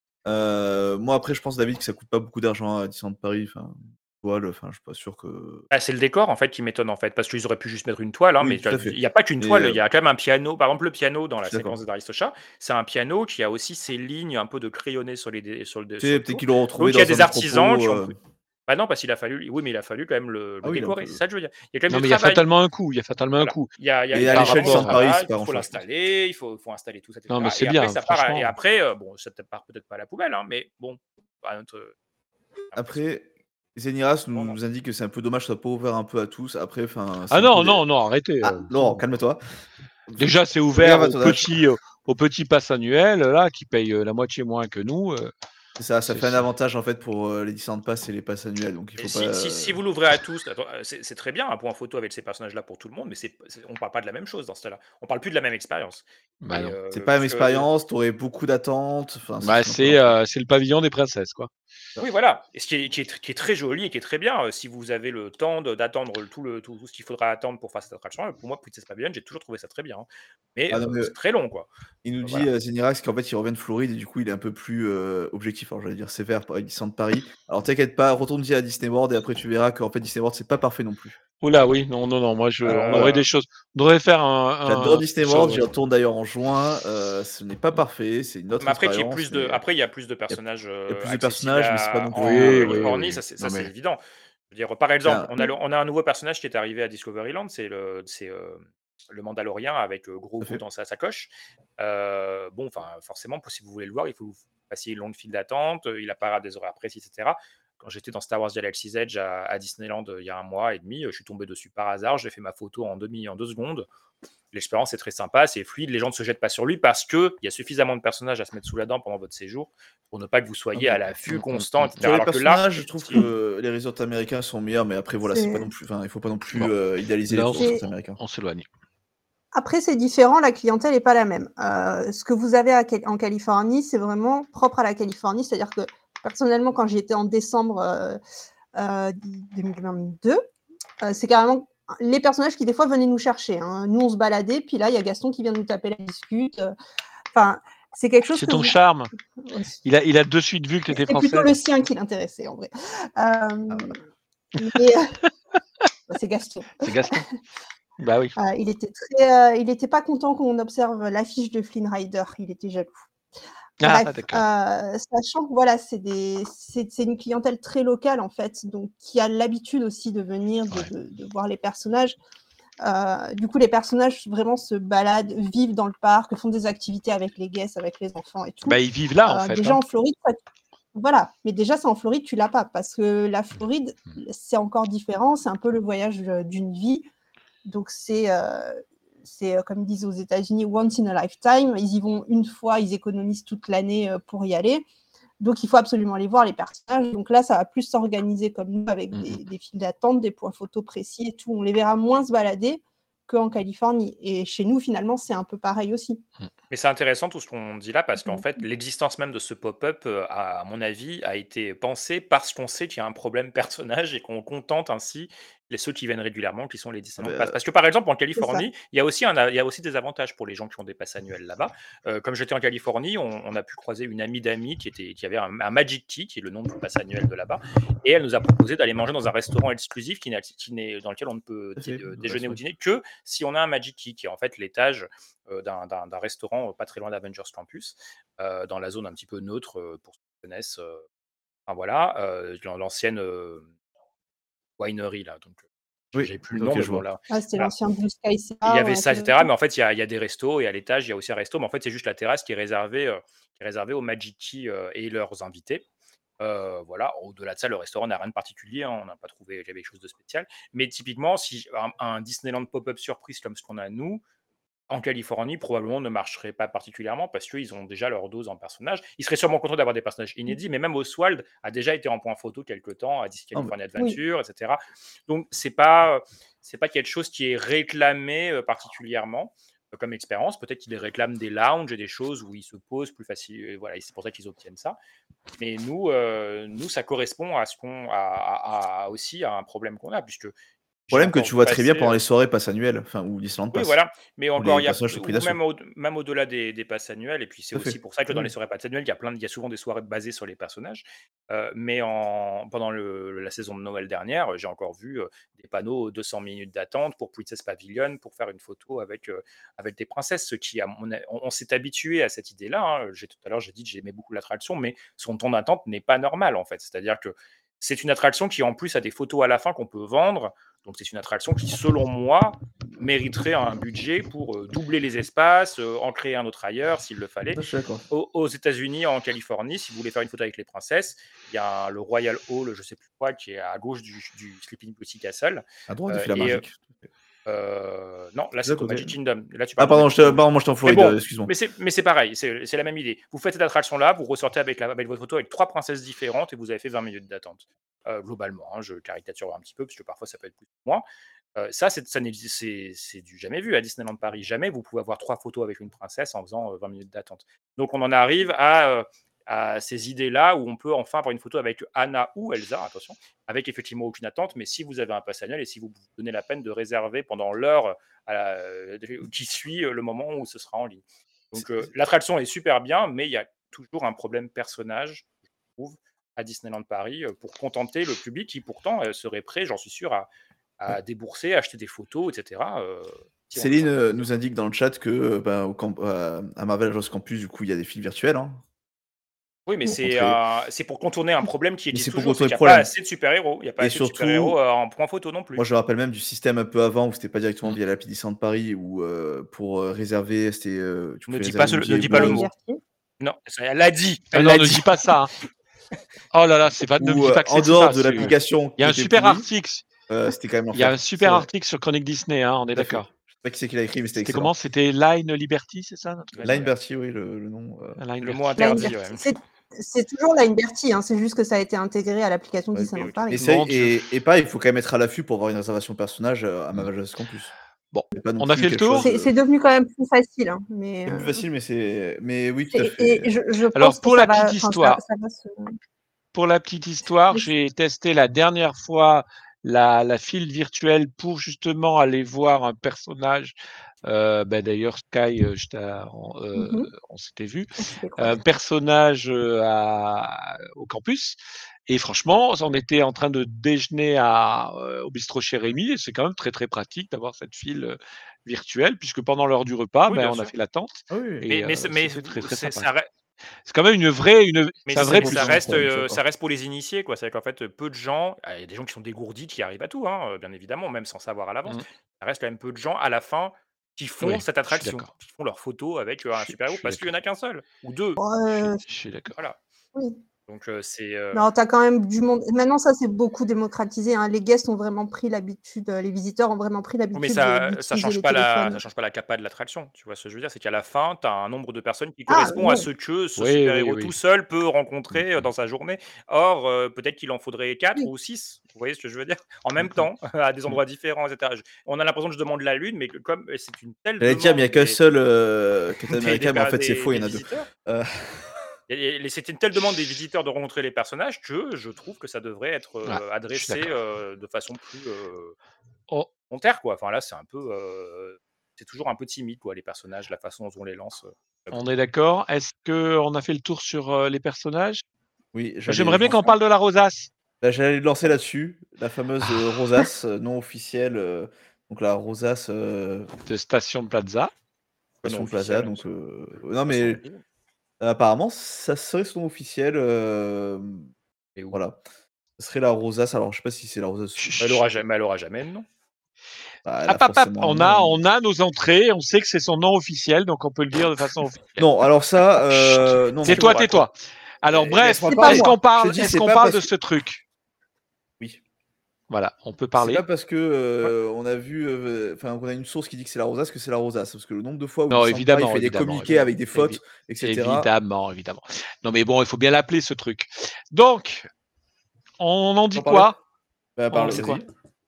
Speaker 10: Euh, moi après, je pense David que ça coûte pas beaucoup d'argent à Disneyland Paris. Enfin, toile, enfin, je suis pas sûr que.
Speaker 13: Ah, c'est le décor en fait qui m'étonne en fait, parce qu'ils auraient pu juste mettre une toile, hein, mais
Speaker 10: Oui, tout à fait.
Speaker 13: il n'y a pas qu'une
Speaker 10: Et
Speaker 13: toile, il
Speaker 10: euh,
Speaker 13: y a quand même un piano. Par exemple, le piano dans
Speaker 10: je
Speaker 13: la
Speaker 10: suis d'accord.
Speaker 13: séquence d'Aristocha, c'est un piano qui a aussi ses lignes un peu de crayonné sur, les, dé- sur, le,
Speaker 10: Tu
Speaker 13: sur
Speaker 10: sais,
Speaker 13: le
Speaker 10: peut-être
Speaker 13: dos.
Speaker 10: qu'ils l'ont retrouvé
Speaker 13: Donc il y a
Speaker 10: dans
Speaker 13: des
Speaker 10: un
Speaker 13: artisans qui
Speaker 10: entrepôt.
Speaker 13: ont
Speaker 10: euh,
Speaker 13: pris. Bah non, parce qu'il a fallu, oui, mais il a fallu quand même le,
Speaker 10: Ah
Speaker 13: le
Speaker 10: oui, il a un
Speaker 13: décorer,
Speaker 10: peu.
Speaker 13: c'est ça que je veux dire. Il y a quand même
Speaker 11: Non,
Speaker 13: du
Speaker 11: mais il y a
Speaker 13: travail.
Speaker 11: fatalement un coût. Il y a fatalement un
Speaker 13: Voilà.
Speaker 11: coût.
Speaker 13: Il y a, il y a,
Speaker 10: Et
Speaker 13: il y a
Speaker 10: à
Speaker 13: du
Speaker 11: Par
Speaker 10: l'échelle du
Speaker 11: rapport
Speaker 10: Disneyland
Speaker 11: à.
Speaker 10: Paris,
Speaker 13: travail,
Speaker 10: c'est pas
Speaker 13: il
Speaker 10: grand
Speaker 13: faut
Speaker 10: chose.
Speaker 13: l'installer, il faut, faut installer tout ça,
Speaker 11: Non, mais
Speaker 13: et cetera.
Speaker 11: c'est
Speaker 13: Et après,
Speaker 11: bien,
Speaker 13: ça part, à- et
Speaker 11: franchement.
Speaker 13: après, euh, bon, ça ne part peut-être pas à la poubelle, hein, mais bon, à notre impression.
Speaker 10: Après, Zeniras
Speaker 13: Bon, non.
Speaker 10: nous indique que c'est un peu dommage, ça peut ouvert un peu à tous. Après, enfin, c'est
Speaker 11: Ah
Speaker 10: un peu
Speaker 11: non,
Speaker 10: des.
Speaker 11: non, non, arrêtez.
Speaker 10: Ah,
Speaker 11: euh, c'est
Speaker 10: Laurent,
Speaker 11: bon.
Speaker 10: calme-toi.
Speaker 11: Déjà, c'est
Speaker 10: Fais
Speaker 11: ouvert
Speaker 10: gaffe à
Speaker 11: aux
Speaker 10: ton âge.
Speaker 11: petits, euh, aux petits passes annuels, là, qui payent euh, la moitié moins que nous. euh,
Speaker 10: C'est ça, ça
Speaker 11: c'est-
Speaker 10: fait un
Speaker 11: c'est-
Speaker 10: avantage en fait pour euh, les Disneyland Pass et les passes annuelles. Donc il
Speaker 13: Et
Speaker 10: faut
Speaker 13: si,
Speaker 10: pas.
Speaker 13: si, si
Speaker 10: euh,
Speaker 13: vous l'ouvrez à tous, attends, euh, c'est c'est très bien un point photo avec ces personnages-là pour tout le monde, mais c'est, c'est- on ne parle pas de la même chose dans ce cas-là. On parle plus de la même expérience.
Speaker 11: Bah
Speaker 13: Et,
Speaker 11: non.
Speaker 10: C'est
Speaker 13: euh,
Speaker 10: pas la même
Speaker 13: parce que, euh,
Speaker 10: expérience, t'aurais beaucoup d'attentes. Enfin,
Speaker 11: Bah,
Speaker 10: c'est un peu
Speaker 11: c'est
Speaker 10: l'enfer.
Speaker 11: euh, c'est le pavillon des princesses, quoi.
Speaker 13: oui, voilà. Et ce qui est, qui est tr- qui est très joli et qui est très bien, euh, si vous avez le temps de- d'attendre tout, le, tout, tout ce qu'il faudra attendre pour faire cette attraction, pour moi, Princess Pavilion, j'ai toujours trouvé ça très bien, hein. Mais
Speaker 10: Ah non,
Speaker 13: euh,
Speaker 10: mais
Speaker 13: c'est très long, quoi.
Speaker 10: il nous
Speaker 13: Euh,
Speaker 10: dit
Speaker 13: voilà.
Speaker 10: euh, Zenirax qu'en fait il revient de Floride et du coup il est un peu plus euh, objectif. Alors j'allais dire sévère avec Disneyland Paris. Alors t'inquiète pas, retourne-y à Disney World et après tu verras qu'en fait Disney World c'est pas parfait non plus.
Speaker 11: Oula, oui, non, non, non, moi, je, on
Speaker 10: Alors,
Speaker 11: aurait
Speaker 13: Euh,
Speaker 11: des choses. On devrait faire un.
Speaker 10: j'adore
Speaker 11: un
Speaker 10: Disney
Speaker 11: sur-
Speaker 10: World, j'y retourne d'ailleurs en juin. euh, ce n'est pas parfait, c'est une autre
Speaker 13: mais après, qu'il y ait
Speaker 10: expérience.
Speaker 13: plus de,
Speaker 10: Mais
Speaker 13: après, il y a plus de
Speaker 10: il y a,
Speaker 13: personnages
Speaker 10: il y a
Speaker 13: euh,
Speaker 10: plus de
Speaker 13: accessibles
Speaker 10: personnages, mais c'est pas
Speaker 13: à-
Speaker 10: non plus.
Speaker 13: en
Speaker 11: Oui,
Speaker 10: euh,
Speaker 11: oui,
Speaker 13: Californie,
Speaker 11: oui.
Speaker 13: ça, c'est, ça,
Speaker 11: Non,
Speaker 13: c'est
Speaker 11: mais.
Speaker 13: évident. Je veux dire, par exemple,
Speaker 10: Tiens,
Speaker 13: on a, le- on a un nouveau personnage qui est arrivé à Discoveryland, c'est le, c'est, euh, le Mandalorien avec euh,
Speaker 10: tout à
Speaker 13: Grogu
Speaker 10: fait.
Speaker 13: dans sa sacoche. Euh, bon, enfin, forcément, pour- si vous voulez le voir, il faut que vous passiez une longue file d'attente. euh, Il apparaît à des horaires précis, et cetera. Quand j'étais dans Star Wars Galaxy's Edge à, à Disneyland euh, il y a un mois et demi, euh, je suis tombé dessus par hasard. J'ai fait ma photo en, demi, en deux secondes. L'expérience est très sympa, c'est fluide. Les gens ne se jettent pas sur lui parce qu'il y a suffisamment de personnages à se mettre sous la dent pendant votre séjour pour ne pas que vous
Speaker 10: Ah,
Speaker 13: soyez à
Speaker 10: mais-
Speaker 13: l'affût
Speaker 10: mm, mm,
Speaker 13: constant,
Speaker 10: mm.
Speaker 13: et cetera.
Speaker 10: Sur les
Speaker 13: Alors que là,
Speaker 10: personnages, je trouve
Speaker 13: si-
Speaker 10: que les resorts américains sont meilleurs, mais après voilà, c'est pas
Speaker 12: C'est-
Speaker 10: non plus. Enfin, il faut pas non plus
Speaker 11: Bon.
Speaker 10: euh, idéaliser les
Speaker 11: Là, on,
Speaker 12: C'est-
Speaker 10: resorts américains.
Speaker 11: on s'éloigne.
Speaker 12: Après, c'est différent, la clientèle n'est pas la même. Euh, ce que vous avez à Cal- en Californie, c'est vraiment propre à la Californie. C'est-à-dire que personnellement, quand j'y étais en décembre euh, euh, deux mille vingt-deux, euh, c'est carrément les personnages qui, des fois, venaient nous chercher, hein. Nous, on se baladait, puis là, il y a Gaston qui vient nous taper la discute. euh. Enfin, c'est quelque chose
Speaker 11: C'est
Speaker 12: que
Speaker 11: ton
Speaker 12: vous...
Speaker 11: charme. Il a, il a de suite vu que tu étais
Speaker 12: C'est plutôt
Speaker 11: française.
Speaker 12: le sien qui l'intéressait, en vrai. Euh,
Speaker 10: Ah, voilà.
Speaker 12: mais, euh, c'est Gaston.
Speaker 11: C'est Gaston. Bah oui.
Speaker 12: Euh, il était très, euh, il n'était pas content qu'on observe l'affiche de Flynn Rider. Il était jaloux.
Speaker 11: Ah,
Speaker 12: Bref,
Speaker 11: d'accord.
Speaker 12: euh, sachant que voilà, c'est des, c'est, c'est une clientèle très locale en fait, donc qui a l'habitude aussi de venir, de,
Speaker 11: Ouais.
Speaker 12: de, de voir les personnages. Euh, du coup, les personnages vraiment se baladent, vivent dans le parc, font des activités avec les guests, avec les enfants et tout.
Speaker 11: Bah, ils vivent là, en
Speaker 12: Euh,
Speaker 11: fait.
Speaker 12: déjà
Speaker 11: hein.
Speaker 12: en Floride, ça- voilà. Mais déjà, ça en Floride, tu l'as pas parce que la Floride, c'est encore différent. C'est un peu le voyage euh, d'une vie. Donc c'est, euh, c'est euh, comme ils disent aux États-Unis, once in a lifetime. Ils y vont une fois, ils économisent toute l'année euh, pour y aller. Donc, il faut absolument aller voir les personnages. Donc là, ça va plus s'organiser comme nous, avec
Speaker 11: Mmh
Speaker 12: des,
Speaker 11: mh.
Speaker 12: des files d'attente, des points photos précis et tout. On les verra moins se balader qu'en Californie. Et chez nous, finalement, c'est un peu pareil aussi.
Speaker 11: Mmh.
Speaker 13: Mais c'est intéressant tout ce qu'on dit là, parce qu'en
Speaker 12: Donc,
Speaker 13: fait, l'existence même de ce pop-up, euh, à, à mon avis, a été pensée parce qu'on sait qu'il y a un problème personnage et qu'on contente ainsi les ceux qui viennent régulièrement, qui sont les
Speaker 10: Ah
Speaker 13: Disneyland
Speaker 10: bah,
Speaker 13: Pass. Parce que par exemple, en
Speaker 12: c'est ça.
Speaker 13: Californie, il y a aussi, un, il y a aussi des avantages pour les gens qui ont des passes annuelles là-bas. Euh, comme j'étais en Californie, on, on a pu croiser une amie d'amis qui, était, qui avait un, un Magic Key, qui est le nom du pass annuel de là-bas, et elle nous a proposé d'aller manger dans un restaurant exclusif qui n'a- qui n'est- dans lequel on ne peut
Speaker 10: tout à
Speaker 13: dî-
Speaker 10: fait,
Speaker 13: euh,
Speaker 10: le
Speaker 13: déjeuner ou
Speaker 10: restaurant.
Speaker 13: dîner que si on a un Magic Key, qui est en fait l'étage euh, d'un d'un- d'un restaurant euh, pas très loin d'Avengers Campus, euh, dans la zone un petit peu neutre, euh, pour ceux qui connaissent. euh, Enfin voilà, euh, l'an- l'ancienne euh, winery là, donc euh,
Speaker 10: Oui,
Speaker 13: j'ai plus le nom,
Speaker 10: OK,
Speaker 13: mais
Speaker 10: je
Speaker 13: bon
Speaker 10: vois.
Speaker 13: là,
Speaker 12: Ah, c'était
Speaker 13: voilà.
Speaker 12: l'ancien Blue Sky
Speaker 13: Il y
Speaker 12: Spa ou
Speaker 13: avait
Speaker 12: un
Speaker 13: ça,
Speaker 12: truc
Speaker 13: et
Speaker 12: comme
Speaker 13: cetera.
Speaker 12: ça.
Speaker 13: Mais en fait, il y a, il y a des restos et à l'étage, il y a aussi un resto. Mais en fait, c'est juste la terrasse qui est réservée, euh, qui est réservée aux Magic Key euh, et leurs invités. Euh, voilà, au-delà de ça, le restaurant n'a rien de particulier, hein, on n'a pas trouvé qu'il y avait quelque chose de spécial. Mais typiquement, si un, un Disneyland pop-up surprise comme ce qu'on a nous, en Californie, probablement ne marcherait pas particulièrement parce qu'ils ont déjà leur dose en personnages. Ils seraient sûrement contents d'avoir des personnages inédits, mais même Oswald a déjà été en point photo quelque temps à Disney
Speaker 10: Ah bah,
Speaker 13: California
Speaker 12: Oui.
Speaker 13: Adventure, et cetera. Donc c'est pas c'est pas quelque chose qui est réclamé euh, particulièrement euh, comme expérience. Peut-être qu'ils réclament des lounges et des choses où ils se posent plus facile. Et voilà, et c'est pour ça qu'ils obtiennent ça. Mais nous, euh, nous, ça correspond à ce qu'on, à, à- à- aussi à un problème qu'on a, puisque j'ai
Speaker 10: Problème que
Speaker 13: encore
Speaker 10: tu
Speaker 13: vu
Speaker 10: vois très bien
Speaker 13: passer.
Speaker 10: pendant
Speaker 13: euh,
Speaker 10: les soirées pass annuelles, enfin, ou Disneyland
Speaker 13: oui,
Speaker 10: Pass,
Speaker 13: voilà. Mais
Speaker 10: où
Speaker 13: encore,
Speaker 10: les
Speaker 13: il y a,
Speaker 10: personnages sont pris
Speaker 13: ou
Speaker 10: d'assaut.
Speaker 13: même, au- même au-delà des, des passes annuelles, et puis c'est
Speaker 10: Tout à
Speaker 13: aussi
Speaker 10: fait.
Speaker 13: pour ça que
Speaker 10: Oui,
Speaker 13: dans les
Speaker 10: oui.
Speaker 13: soirées passes annuelles, il y a plein de- il y a souvent des soirées basées sur les personnages. Euh, mais en, pendant le- la saison de Noël dernière, j'ai encore vu euh, des panneaux deux cents minutes d'attente pour Princess Pavilion pour faire une photo avec, euh, avec des princesses. Ce qui, à mon a- on, on s'est habitué à cette idée-là, hein. J'ai, tout à l'heure, j'ai dit que j'aimais beaucoup l'attraction, mais son temps d'attente n'est pas normal en fait. C'est-à-dire que c'est une attraction qui en plus a des photos à la fin qu'on peut vendre. Donc c'est une attraction qui, selon moi, mériterait un budget pour euh, doubler les espaces, euh, en créer un autre ailleurs s'il le fallait.
Speaker 10: Ça, je suis d'accord.
Speaker 13: Au- aux États-Unis, en Californie, si vous voulez faire une photo avec les princesses, il y a un- le Royal Hall, je sais plus quoi, qui est à gauche du, du Sleeping Beauty Castle.
Speaker 10: À droite de
Speaker 13: Euh,
Speaker 10: Fila
Speaker 13: et
Speaker 10: Magique.
Speaker 13: euh, non, là
Speaker 10: Juste à
Speaker 13: c'est au
Speaker 10: côté.
Speaker 13: Magic Kingdom. Là tu
Speaker 10: Ah,
Speaker 13: parles du
Speaker 10: pardon,
Speaker 13: Magic
Speaker 10: je te-
Speaker 13: Kingdom.
Speaker 10: pardon, moi, j'étais en
Speaker 13: Mais
Speaker 10: Floride,
Speaker 13: bon,
Speaker 10: euh, excuse-moi.
Speaker 13: mais c'est mais c'est pareil, c'est c'est la même idée. Vous faites cette attraction-là, vous ressortez avec, la, avec votre photo avec trois princesses différentes et vous avez fait vingt minutes d'attente. Euh, globalement, hein, je caricature un petit peu parce que parfois ça peut être plus ou moins. Euh, ça, c'est ça n'existe- c'est- c'est du jamais vu à Disneyland Paris. Jamais vous pouvez avoir trois photos avec une princesse en faisant euh, vingt minutes d'attente. Donc on en arrive à, euh, à ces idées-là où on peut enfin avoir une photo avec Anna ou Elsa, attention, avec effectivement aucune attente, mais si vous avez un pass annuel et si vous vous donnez la peine de réserver pendant l'heure à la- euh, qui suit euh, le moment où ce sera en ligne. Donc euh, l'attraction est super bien, mais il y a toujours un problème personnage, je trouve, à Disneyland Paris euh, pour contenter le public qui pourtant euh, serait prêt, j'en suis sûr, à,
Speaker 10: Ouais.
Speaker 13: à débourser, acheter des photos, et cetera euh, si on le
Speaker 10: Céline
Speaker 13: sent.
Speaker 10: euh, nous indique dans le chat que euh, ben, au camp- euh, à Marvel Rose Campus, du coup, il y a des fils virtuels. Hein,
Speaker 13: Oui, mais
Speaker 10: pour
Speaker 13: c'est
Speaker 10: contrer.
Speaker 13: euh, c'est pour contourner un problème qui
Speaker 10: Mais
Speaker 13: existe
Speaker 10: c'est pour
Speaker 13: toujours, c'est
Speaker 10: contourner
Speaker 13: qu'il
Speaker 10: le
Speaker 13: n'y a pas
Speaker 10: problème.
Speaker 13: assez de super-héros. Il n'y a pas
Speaker 10: Et
Speaker 13: assez de
Speaker 10: surtout,
Speaker 13: super-héros euh, en point photo non plus.
Speaker 10: moi, je me rappelle même du système un peu avant où c'était pas directement
Speaker 13: Mm.
Speaker 10: via l'appli Disneyland Paris où euh, pour euh, réserver, c'était euh, tu
Speaker 13: Ne
Speaker 10: pouvais
Speaker 13: dis pas,
Speaker 10: réserver
Speaker 13: ce-
Speaker 10: une
Speaker 13: ne dis pas le
Speaker 10: billet
Speaker 13: mot.
Speaker 10: bleue
Speaker 13: Non, ça, elle l'a dit.
Speaker 11: Ah
Speaker 13: Elle
Speaker 11: non,
Speaker 13: l'a
Speaker 11: ne
Speaker 13: dit.
Speaker 11: dis pas ça. hein. Oh là là, c'est pas, ne me
Speaker 10: ou
Speaker 11: dis
Speaker 10: euh,
Speaker 11: pas que
Speaker 10: en
Speaker 11: c'est
Speaker 10: dehors
Speaker 11: ça.
Speaker 10: de
Speaker 11: c'est-
Speaker 10: l'application
Speaker 11: Il y a
Speaker 10: qui
Speaker 11: un
Speaker 10: était
Speaker 11: super
Speaker 10: pourrie,
Speaker 11: article.
Speaker 10: euh, c'était quand même
Speaker 11: Il y a
Speaker 10: l'enfer.
Speaker 11: un
Speaker 10: C'est
Speaker 11: super
Speaker 10: vrai.
Speaker 11: article sur Chronique Disney, hein, on est
Speaker 10: Tout à fait.
Speaker 11: d'accord.
Speaker 10: Je sais pas qui c'est qui l'a écrit, mais c'était
Speaker 11: C'était
Speaker 10: excellent.
Speaker 11: comment? C'était Line Liberty, c'est ça? un truc comme ça
Speaker 10: Line Bertie, oui, le, le nom. euh.
Speaker 11: Line
Speaker 13: Le mot
Speaker 11: Bertie.
Speaker 12: Line
Speaker 13: interdit,
Speaker 12: Bertie.
Speaker 13: ouais.
Speaker 12: C'est c'est toujours Line Bertie, hein, c'est juste que ça a été intégré à l'application
Speaker 10: Ouais,
Speaker 12: Disneyland
Speaker 13: ok.
Speaker 12: Paris.
Speaker 10: Et, c'est-
Speaker 11: Mon Dieu.
Speaker 10: et, et pareil, il faut quand même être à l'affût pour avoir une réservation personnage euh, à Marvel Rose Campus.
Speaker 11: Bon,
Speaker 10: C'est pas non
Speaker 11: on a
Speaker 10: plus
Speaker 11: fait le
Speaker 10: quelque
Speaker 11: tour.
Speaker 10: chose
Speaker 12: C'est
Speaker 10: de-
Speaker 12: c'est devenu quand même plus facile, hein, mais,
Speaker 10: C'est plus
Speaker 12: euh,
Speaker 10: facile, mais c'est. Mais oui, tout à
Speaker 12: et,
Speaker 10: fait.
Speaker 12: et je, je
Speaker 11: Alors,
Speaker 12: pense que
Speaker 11: pour
Speaker 12: ça
Speaker 11: la
Speaker 12: va,
Speaker 11: petite
Speaker 12: enfin, ça,
Speaker 11: histoire,
Speaker 12: ça va se...
Speaker 11: pour la petite histoire,
Speaker 12: Mais-
Speaker 11: j'ai testé la dernière fois la, la file virtuelle pour justement aller voir un personnage. Euh, ben d'ailleurs, Sky, euh, je t'ai- on, euh,
Speaker 12: Mhm.
Speaker 11: on s'était vu.
Speaker 12: On s'était
Speaker 11: Un
Speaker 12: croisés.
Speaker 11: personnage euh, à- au campus. Et franchement, on était en train de déjeuner à, euh, au bistrot chez Rémi. Et c'est quand même très très pratique d'avoir cette file euh, virtuelle, puisque pendant l'heure du repas,
Speaker 13: Oui,
Speaker 11: ben,
Speaker 13: bien
Speaker 11: on a
Speaker 13: sûr.
Speaker 11: fait l'attente.
Speaker 10: Ah oui.
Speaker 13: Mais,
Speaker 11: Et
Speaker 13: mais,
Speaker 11: euh,
Speaker 13: c'est- mais
Speaker 11: c'était très
Speaker 13: vous-
Speaker 11: très
Speaker 13: c'est-
Speaker 11: sympa.
Speaker 13: ça, re-
Speaker 11: C'est quand même une vraie, une,
Speaker 13: mais
Speaker 11: c'est un
Speaker 13: ça,
Speaker 11: vrai
Speaker 10: bon,
Speaker 11: plus.
Speaker 13: ça
Speaker 10: c'est
Speaker 13: reste,
Speaker 10: bon, je suis
Speaker 13: euh,
Speaker 10: d'accord.
Speaker 13: ça reste pour les initiés, quoi. C'est qu'en fait, peu de gens, ah, il y a des gens qui sont dégourdis, qui arrivent à tout, hein, euh, bien évidemment, même sans savoir à l'avance.
Speaker 11: Mm.
Speaker 13: Ça reste quand même peu de gens à la fin qui font
Speaker 11: Oui,
Speaker 13: cette
Speaker 11: je suis
Speaker 13: attraction,
Speaker 11: d'accord.
Speaker 13: qui font leur photo avec euh,
Speaker 11: Je
Speaker 13: un
Speaker 11: suis, je
Speaker 13: super-héros,
Speaker 11: suis
Speaker 13: parce qu'il n'y en a
Speaker 11: d'accord.
Speaker 13: qu'un seul, ou deux.
Speaker 11: Je suis,
Speaker 12: Euh,
Speaker 11: je suis d'accord.
Speaker 13: Voilà.
Speaker 12: oui.
Speaker 13: Donc euh, c'est... euh,
Speaker 12: Non, tu as quand même du monde. Maintenant, ça, c'est beaucoup démocratisé. Hein. Les guests ont vraiment pris l'habitude, euh, les visiteurs ont vraiment pris
Speaker 13: Oui, mais
Speaker 12: l'habitude de-
Speaker 13: ça, ça
Speaker 12: d'utiliser
Speaker 13: change
Speaker 12: les
Speaker 13: pas la, ça
Speaker 12: téléphones.
Speaker 13: change pas la capa de l'attraction. Tu vois ce que je veux dire? C'est qu'à la fin, tu as un nombre de personnes qui
Speaker 12: Ah,
Speaker 13: correspond à
Speaker 12: non.
Speaker 13: ce que ce
Speaker 11: Oui, oui,
Speaker 13: super-héros tout
Speaker 11: oui.
Speaker 13: seul peut rencontrer euh, dans sa journée. Or, euh, peut-être qu'il en faudrait quatre
Speaker 12: Oui.
Speaker 13: ou six. Vous voyez ce que je veux dire? En même temps, à des endroits différents, et cetera. Je- On a l'impression que je demande la lune, mais que comme c'est une telle
Speaker 10: J'allais dire, mais il n'y a
Speaker 13: demande
Speaker 10: qu'un
Speaker 13: des,
Speaker 10: seul euh, Captain
Speaker 13: des, des,
Speaker 10: America, mais en
Speaker 13: per-
Speaker 10: fait, c'est
Speaker 13: des-
Speaker 10: faux, il y
Speaker 13: des
Speaker 10: en a deux.
Speaker 13: visiteurs,
Speaker 10: Euh,
Speaker 13: et- et c'était une telle demande des visiteurs de rencontrer les personnages que je trouve que ça devrait être
Speaker 11: Ouais,
Speaker 13: euh,
Speaker 11: je suis
Speaker 13: adressé
Speaker 11: d'accord.
Speaker 13: euh, de façon plus euh,
Speaker 11: Oh,
Speaker 13: volontaire, quoi. Enfin là, c'est un peu, euh, c'est toujours un peu timide, quoi, les personnages, la façon dont on les lance. euh, j'avoue.
Speaker 11: on est d'accord. Est-ce qu'on a fait le tour sur euh, les personnages?
Speaker 10: oui,
Speaker 11: Moi,
Speaker 10: j'allais
Speaker 11: J'aimerais bien qu'on
Speaker 10: juste-
Speaker 11: parle de la rosace
Speaker 10: Là, j'allais lancer là-dessus, la fameuse euh,
Speaker 11: Ah.
Speaker 10: rosace euh, non officielle, euh, donc la rosace euh,
Speaker 11: de Station Plaza.
Speaker 10: Station
Speaker 13: Non
Speaker 10: Plaza,
Speaker 13: officielle,
Speaker 10: donc
Speaker 13: ça-
Speaker 10: euh,
Speaker 13: ça
Speaker 10: non mais
Speaker 13: semble-t-il.
Speaker 10: apparemment ça serait son officiel, euh,
Speaker 13: Et où?
Speaker 10: voilà, ce serait la rosace. Alors je sais pas si c'est la rosace,
Speaker 13: Mais elle aura jamais, elle aura jamais de nom.
Speaker 10: bah, elle a
Speaker 11: Hop, hop, hop.
Speaker 10: forcément un
Speaker 11: On
Speaker 10: nom,
Speaker 11: a,
Speaker 10: hein.
Speaker 11: on a nos entrées, on sait que c'est son nom officiel, donc on peut le dire de façon officielle.
Speaker 10: Non, alors ça, euh, non, non.
Speaker 11: Tais-toi, tais-toi. Alors
Speaker 10: Eh,
Speaker 11: bref,
Speaker 10: laisse-moi
Speaker 12: C'est
Speaker 10: parler.
Speaker 12: pas
Speaker 11: est-ce
Speaker 12: moi.
Speaker 11: qu'on parle,
Speaker 10: Je dis,
Speaker 11: est-ce
Speaker 10: c'est
Speaker 11: qu'on
Speaker 10: pas
Speaker 11: parle
Speaker 10: parce
Speaker 11: de
Speaker 10: que-
Speaker 11: ce truc?
Speaker 10: Oui.
Speaker 11: Voilà, on peut
Speaker 10: C'est
Speaker 11: parler.
Speaker 10: pas parce que euh, on a vu, euh, enfin, qu'on a une source qui dit que c'est la rosace que c'est la rosace, parce que le nombre de fois où
Speaker 11: Non,
Speaker 10: il
Speaker 11: évidemment,
Speaker 10: fait des
Speaker 11: évidemment,
Speaker 10: communiqués
Speaker 11: évidemment.
Speaker 10: avec des fautes,
Speaker 11: Évi-
Speaker 10: et cetera.
Speaker 11: Évidemment, évidemment. Non, mais bon, il faut bien l'appeler ce truc. Donc, on en dit
Speaker 10: T'en parlais
Speaker 11: quoi?
Speaker 10: Bah,
Speaker 11: On en
Speaker 10: parle,
Speaker 11: dit quoi?
Speaker 10: vas-y.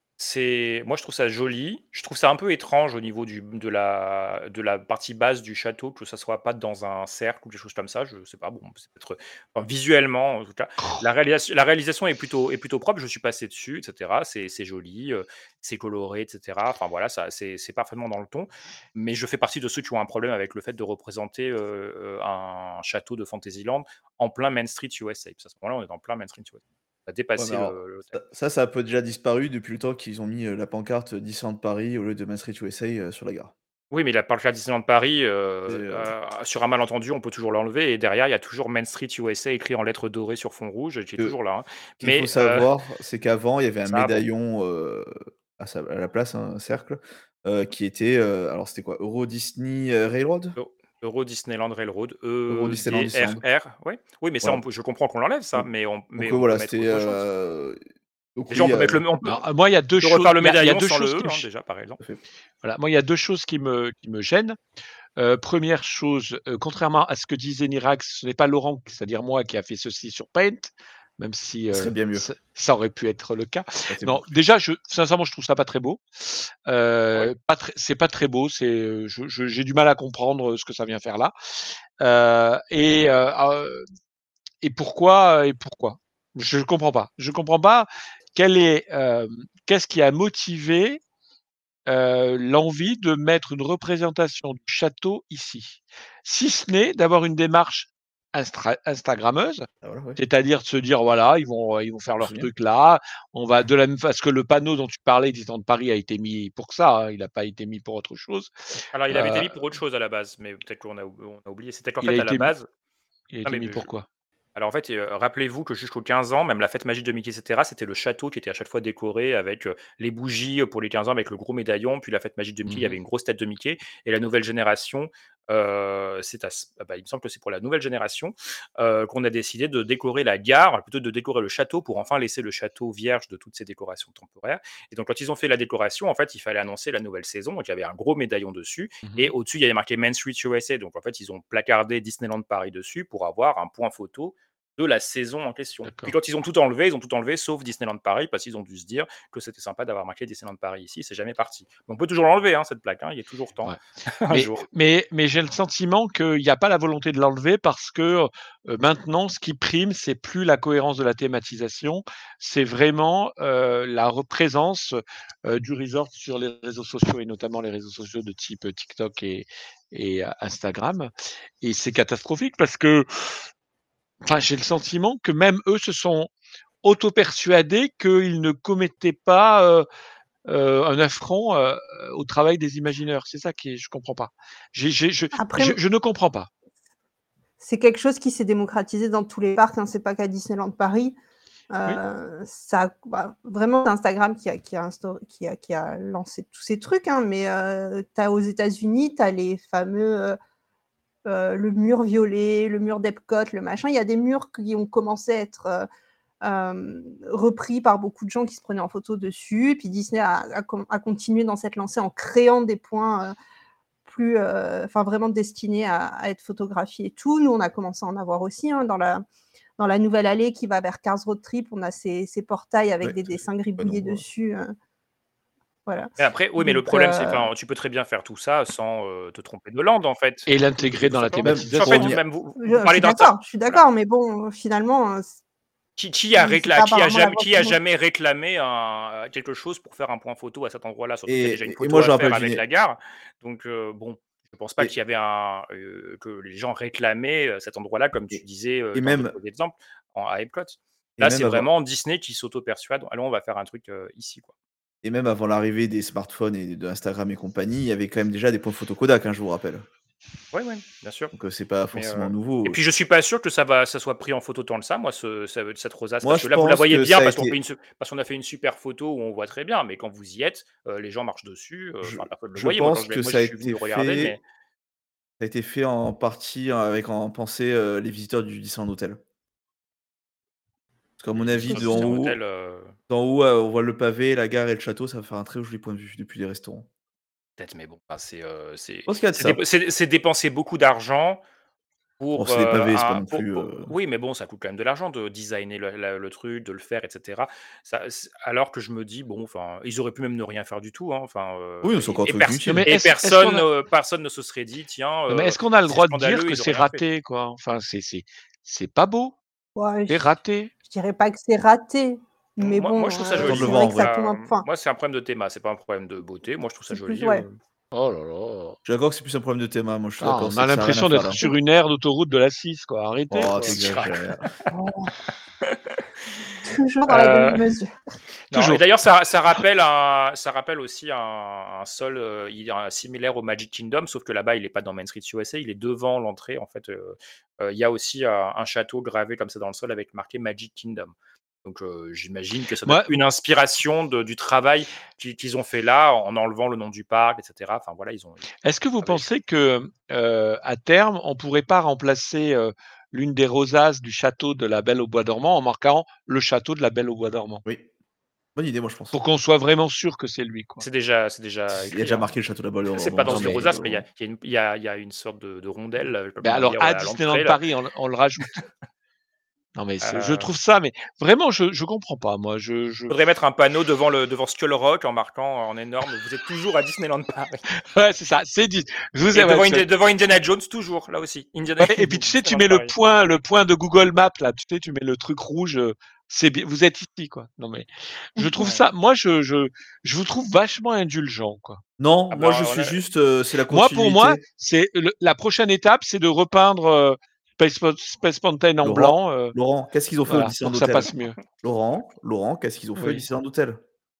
Speaker 13: C'est, moi je trouve ça joli. Je trouve ça un peu étrange au niveau du, de la, de la partie basse du château, que ça soit pas dans un cercle ou des choses comme ça. Je sais pas. Bon, c'est peut-être enfin, visuellement en tout cas. La réalisation, la réalisation est plutôt, est plutôt propre. Je suis passé dessus, et cetera. C'est, c'est joli, euh, c'est coloré, et cetera. Enfin voilà, ça, c'est, c'est parfaitement dans le ton. Mais je fais partie de ceux qui ont un problème avec le fait de représenter euh, euh, un château de Fantasyland en plein Main Street U S A. Parce qu'à ce moment-là, on est en plein Main Street U S A. Ça a
Speaker 10: Ouais,
Speaker 13: dépassé
Speaker 10: mais alors,
Speaker 13: le, le-
Speaker 10: ça, ça, ça a peu déjà disparu depuis le temps qu'ils ont mis euh, la pancarte Disneyland Paris au lieu de Main Street U S A euh, sur la gare.
Speaker 13: Oui, mais la pancarte Disneyland Paris, euh,
Speaker 10: Et, euh,
Speaker 13: euh, sur un malentendu, on peut toujours l'enlever. Et derrière, il y a toujours Main Street U S A écrit en lettres dorées sur fond rouge, qui est
Speaker 10: Que-
Speaker 13: toujours là. hein.
Speaker 10: Ce qu'il
Speaker 13: Mais
Speaker 10: faut
Speaker 13: euh,
Speaker 10: savoir, c'est qu'avant, il y avait un
Speaker 13: ça, bon.
Speaker 10: médaillon euh, à, sa- à la place, un cercle, euh, qui était, euh, alors c'était quoi, Euro Disney euh, Railroad
Speaker 13: Eu- Euro Disneyland Railroad,
Speaker 10: Euro
Speaker 13: E
Speaker 10: Disneyland
Speaker 13: D
Speaker 10: Disneyland.
Speaker 13: R R. Oui, oui, mais ça,
Speaker 10: Voilà.
Speaker 13: on peut- je comprends qu'on l'enlève, ça,
Speaker 10: Donc-
Speaker 13: mais on, mais
Speaker 10: Donc
Speaker 13: on
Speaker 10: euh, voilà,
Speaker 13: peut mettre
Speaker 10: c'était.
Speaker 13: autre chose.
Speaker 10: euh, donc
Speaker 13: Déjà,
Speaker 10: oui,
Speaker 13: on peut mettre
Speaker 10: euh,
Speaker 13: le, on peut,
Speaker 11: Alors, moi, il y a deux
Speaker 13: on peut
Speaker 11: choses.
Speaker 13: refaire le
Speaker 11: il y a- il y a
Speaker 13: médaillon
Speaker 11: deux
Speaker 13: sans le
Speaker 11: choses
Speaker 13: E,
Speaker 11: qui me
Speaker 13: hein,
Speaker 11: ch-
Speaker 13: déjà, par exemple.
Speaker 10: tout à fait.
Speaker 11: Voilà, moi, il y a deux choses qui me, qui me gênent. Euh, première chose, euh, contrairement à ce que disait Nirax, ce n'est pas Laurent, c'est-à-dire moi, qui a fait ceci sur Paint, même si
Speaker 10: Ça serait
Speaker 11: euh,
Speaker 10: bien mieux.
Speaker 11: ça, ça aurait pu être le cas.
Speaker 10: Ça, c'est
Speaker 11: Non,
Speaker 10: beaucoup.
Speaker 11: déjà, je, sincèrement, je trouve ça pas très beau. Euh,
Speaker 13: Ouais.
Speaker 11: pas très- c'est pas très beau. C'est, euh, je- je- j'ai du mal à comprendre ce que ça vient faire là. Euh, et euh, euh, et pourquoi et pourquoi Je ne comprends pas. Je comprends pas quel est euh, qu'est-ce qui a motivé euh, l'envie de mettre une représentation du château ici, si ce n'est d'avoir une démarche instra- instagrammeuse,
Speaker 10: Ah, voilà, ouais.
Speaker 11: c'est-à-dire de se dire voilà, ils vont ils vont faire leur
Speaker 10: C'est bien.
Speaker 11: truc là, on va de la même façon que le panneau dont tu parlais Disneyland Paris a été mis pour ça, hein, il n'a pas été mis pour autre chose.
Speaker 13: Alors, il avait été
Speaker 11: Euh,
Speaker 13: mis pour autre chose à la base, mais peut-être qu'on a, on a oublié. C'était qu'en
Speaker 11: il a
Speaker 13: fait, à la
Speaker 11: été mis,
Speaker 13: base.
Speaker 11: il a
Speaker 13: Non,
Speaker 11: été
Speaker 13: mais
Speaker 11: mis
Speaker 13: je-
Speaker 11: pourquoi
Speaker 13: Alors en fait, euh, rappelez-vous que jusqu'aux quinze ans, même la fête magique de Mickey, et cetera, c'était le château qui était à chaque fois décoré avec euh, les bougies euh, pour les quinze ans, avec le gros médaillon. Puis la fête magique de Mickey, il y avait
Speaker 11: Mhm.
Speaker 13: une grosse tête de Mickey. Et la nouvelle génération, euh, c'est à ce- ah bah, il me semble que c'est pour la nouvelle génération euh, qu'on a décidé de décorer la gare, plutôt de décorer le château pour enfin laisser le château vierge de toutes ces décorations temporaires. Et donc quand ils ont fait la décoration, en fait, il fallait annoncer la nouvelle saison. Donc il y avait un gros médaillon dessus.
Speaker 11: Mhm.
Speaker 13: Et au-dessus, il y avait marqué Main Street U S A. Donc en fait, ils ont placardé Disneyland Paris dessus pour avoir un point photo de la saison en question. Puis
Speaker 11: D'accord.
Speaker 13: quand ils ont tout enlevé, ils ont tout enlevé sauf Disneyland Paris parce qu'ils ont dû se dire que c'était sympa d'avoir marqué Disneyland Paris ici, c'est jamais parti. Mais on peut toujours l'enlever, hein, cette plaque, hein, il est toujours temps.
Speaker 11: Ouais.
Speaker 13: un
Speaker 11: Mais,
Speaker 13: jour.
Speaker 11: mais, mais j'ai le sentiment qu'il n'y a pas la volonté de l'enlever parce que euh, maintenant, ce qui prime, c'est plus la cohérence de la thématisation, c'est vraiment euh, la représence euh, du resort sur les réseaux sociaux et notamment les réseaux sociaux de type TikTok et, et euh, Instagram. Et c'est catastrophique parce que enfin, j'ai le sentiment que même eux se sont auto-persuadés qu'ils ne commettaient pas euh, euh, un affront euh, au travail des imagineurs. C'est ça qui est, je comprends pas. J'ai, j'ai, je,
Speaker 12: Après,
Speaker 11: je, je ne comprends pas.
Speaker 12: c'est quelque chose qui s'est démocratisé dans tous les parcs, hein, c'est pas qu'à Disneyland Paris. Euh, ça, bah, vraiment, c'est Instagram qui a, qui, a insta- qui, a, qui a lancé tous ces trucs, hein, mais euh, tu as aux États-Unis, tu as les fameux euh, euh, le mur violet, le mur d'Epcot, le machin. Il y a des murs qui ont commencé à être euh, euh, repris par beaucoup de gens qui se prenaient en photo dessus. Puis Disney a, a, a continué dans cette lancée en créant des points euh, plus, enfin euh, vraiment destinés à, à être photographiés et tout. Nous, on a commencé à en avoir aussi hein, dans la dans la nouvelle allée qui va vers Cars Road Trip. On a ces, ces portails avec ouais, des dessins gribouillés dessus. Euh, Voilà.
Speaker 13: Et après, oui, mais Donc, le problème, euh... c'est que tu peux très bien faire tout ça sans euh, te tromper de land, en fait.
Speaker 11: Et l'intégrer dans la thématisation.
Speaker 13: En fait, même vous, vous
Speaker 12: je, je suis d'accord, je suis d'accord, voilà. Mais bon, finalement...
Speaker 13: Qui, qui, a, récla- qui, a, jamais, qui a jamais réclamé un, quelque chose pour faire un point photo à cet endroit-là, surtout qu'il y a déjà une photo moi, à faire avec la gare. Donc, euh, bon, je ne pense pas et... qu'il y avait un... Euh, que les gens réclamaient cet endroit-là, comme tu disais, euh,
Speaker 10: et même...
Speaker 13: exemple, à Epcot. Là, c'est vraiment avant... Disney qui s'auto-persuade. Allons, on va faire un truc euh, ici, quoi.
Speaker 10: Et même avant l'arrivée des smartphones et de Instagram et compagnie, il y avait quand même déjà des points photo Kodak, hein, je vous rappelle.
Speaker 13: Oui, oui, bien sûr.
Speaker 10: Donc euh, c'est pas forcément euh... nouveau.
Speaker 13: Et puis je suis pas sûr que ça va, ça soit pris en photo tant que ça, moi, ce, cette rosace. Moi, parce que là, vous la voyez bien parce, été... qu'on fait une, parce qu'on a fait une super photo où on voit très bien, mais quand vous y êtes, euh, les gens marchent dessus. Euh,
Speaker 10: je
Speaker 13: le
Speaker 10: je
Speaker 13: voyez,
Speaker 10: pense
Speaker 13: moi,
Speaker 10: que
Speaker 13: je, moi,
Speaker 10: ça a
Speaker 13: je
Speaker 10: été
Speaker 13: regarder,
Speaker 10: fait.
Speaker 13: Mais...
Speaker 10: Ça a été fait en partie avec en pensée euh, les visiteurs du Disneyland Hotel. Parce qu'à mon avis, d'en haut,
Speaker 13: hôtel, euh...
Speaker 10: d'en haut euh, on voit le pavé, la gare et le château, ça va faire un très joli point de vue depuis les restaurants.
Speaker 13: Peut-être, mais bon, c'est euh, c'est
Speaker 10: dé-
Speaker 13: dépenser beaucoup d'argent pour.
Speaker 10: Bon, c'est des pavés,
Speaker 13: euh,
Speaker 10: c'est pas
Speaker 13: un,
Speaker 10: non
Speaker 13: pour,
Speaker 10: plus.
Speaker 13: pour,
Speaker 10: Euh...
Speaker 13: Oui, mais bon, ça coûte quand même de l'argent de designer le, le, le truc, de le faire, et cetera. Ça, alors que je me dis, bon, enfin, ils auraient pu même ne rien faire du tout. Hein, enfin, euh,
Speaker 10: oui, c'est encore
Speaker 13: et,
Speaker 10: truc
Speaker 13: pers-
Speaker 10: utile.
Speaker 13: Mais et personne, a... euh, personne ne se serait dit, tiens.
Speaker 11: Euh, mais est-ce qu'on a le droit de dire que c'est raté, fait. quoi Enfin, c'est c'est c'est pas beau.
Speaker 12: Ouais,
Speaker 11: c'est
Speaker 12: je...
Speaker 11: raté.
Speaker 12: Je dirais pas que c'est raté. Mais
Speaker 13: moi,
Speaker 12: bon,
Speaker 13: moi, je trouve ça
Speaker 12: euh,
Speaker 13: joli.
Speaker 12: C'est vrai que ça tombe un point.
Speaker 13: Moi, c'est un problème de théma, c'est pas un problème de beauté. Moi, je trouve ça joli.
Speaker 12: Plus, ouais.
Speaker 13: euh...
Speaker 11: Oh là là.
Speaker 10: Je suis d'accord que c'est plus un problème de théma. Moi, je suis
Speaker 11: ah,
Speaker 10: d'accord.
Speaker 11: On a l'impression d'être
Speaker 10: faire,
Speaker 11: sur une aire d'autoroute de la six, quoi. Arrêtez.
Speaker 10: Oh,
Speaker 11: quoi.
Speaker 10: t'exagères.
Speaker 12: Oh. Toujours dans la
Speaker 13: Euh,
Speaker 12: demi-mesure.
Speaker 13: Non, et d'ailleurs, ça, ça, rappelle un, ça rappelle aussi un, un sol euh, il est similaire au Magic Kingdom, sauf que là-bas, il n'est pas dans Main Street U S A, il est devant l'entrée. En fait, euh, euh, il y a aussi un, un château gravé comme ça dans le sol avec marqué Magic Kingdom. Donc, euh, j'imagine que ça doit
Speaker 11: Moi-
Speaker 13: être une inspiration de- du travail qu'ils qu'ils ont fait là, en enlevant le nom du parc, et cetera. Enfin, voilà, ils ont.
Speaker 11: Est-ce que vous
Speaker 13: travaillé.
Speaker 11: pensez que euh, à terme, on pourrait pas remplacer euh, l'une des rosaces du château de la Belle au Bois dormant en marquant le château de la Belle au Bois dormant,
Speaker 10: Oui. Bonne idée, moi, je pense.
Speaker 11: pour qu'on soit vraiment sûr que c'est lui, quoi.
Speaker 13: C'est déjà, c'est déjà.
Speaker 10: Il y a
Speaker 13: écrit,
Speaker 10: déjà
Speaker 13: hein.
Speaker 10: marqué le château de la Balle.
Speaker 13: C'est pas dans
Speaker 11: Non,
Speaker 13: une
Speaker 11: mais-
Speaker 13: rosace, mais il y a, il y a une- il y a- il y a une sorte de, de rondelle. je sais pas
Speaker 11: Mais
Speaker 13: comment
Speaker 11: alors
Speaker 13: dire,
Speaker 11: à
Speaker 13: à
Speaker 11: Disneyland
Speaker 13: l'entrée, là.
Speaker 11: Paris, on, on le rajoute. Non mais c'est- je
Speaker 13: Euh,
Speaker 11: trouve ça, mais vraiment, je je comprends pas. Moi, je, je...
Speaker 13: Il faudrait mettre un panneau devant le devant Skull Rock en marquant en énorme. Vous êtes toujours à Disneyland Paris.
Speaker 11: ouais, c'est ça, c'est dit. Je vous
Speaker 13: Et
Speaker 11: ai
Speaker 13: devant,
Speaker 11: ouais,
Speaker 13: Indi- devant Indiana Jones toujours là aussi. Indiana
Speaker 11: ouais, et puis tu sais, tu mets le point, le point de Google Maps là. Tu sais, tu mets le truc rouge. euh, C'est bien. Vous êtes ici, quoi. Non mais, je trouve
Speaker 13: Ouais.
Speaker 11: ça. Moi, je je je vous trouve vachement indulgent, quoi.
Speaker 10: Non,
Speaker 13: Ah
Speaker 10: moi,
Speaker 13: bah,
Speaker 10: je
Speaker 13: on
Speaker 10: suis
Speaker 13: a-
Speaker 10: juste. euh, c'est la
Speaker 11: Moi,
Speaker 10: continuité.
Speaker 11: pour moi, c'est le- la prochaine étape, c'est de repeindre euh, Space, Mo- Space Mountain en
Speaker 10: Laurent,
Speaker 11: blanc. euh,
Speaker 10: Laurent, qu'est-ce qu'ils ont fait
Speaker 11: voilà,
Speaker 10: au Disneyland
Speaker 11: pour que ça
Speaker 10: Hotel
Speaker 11: passe mieux.
Speaker 10: Laurent, Laurent, qu'est-ce qu'ils ont fait au
Speaker 11: Oui.
Speaker 10: Disneyland Hotel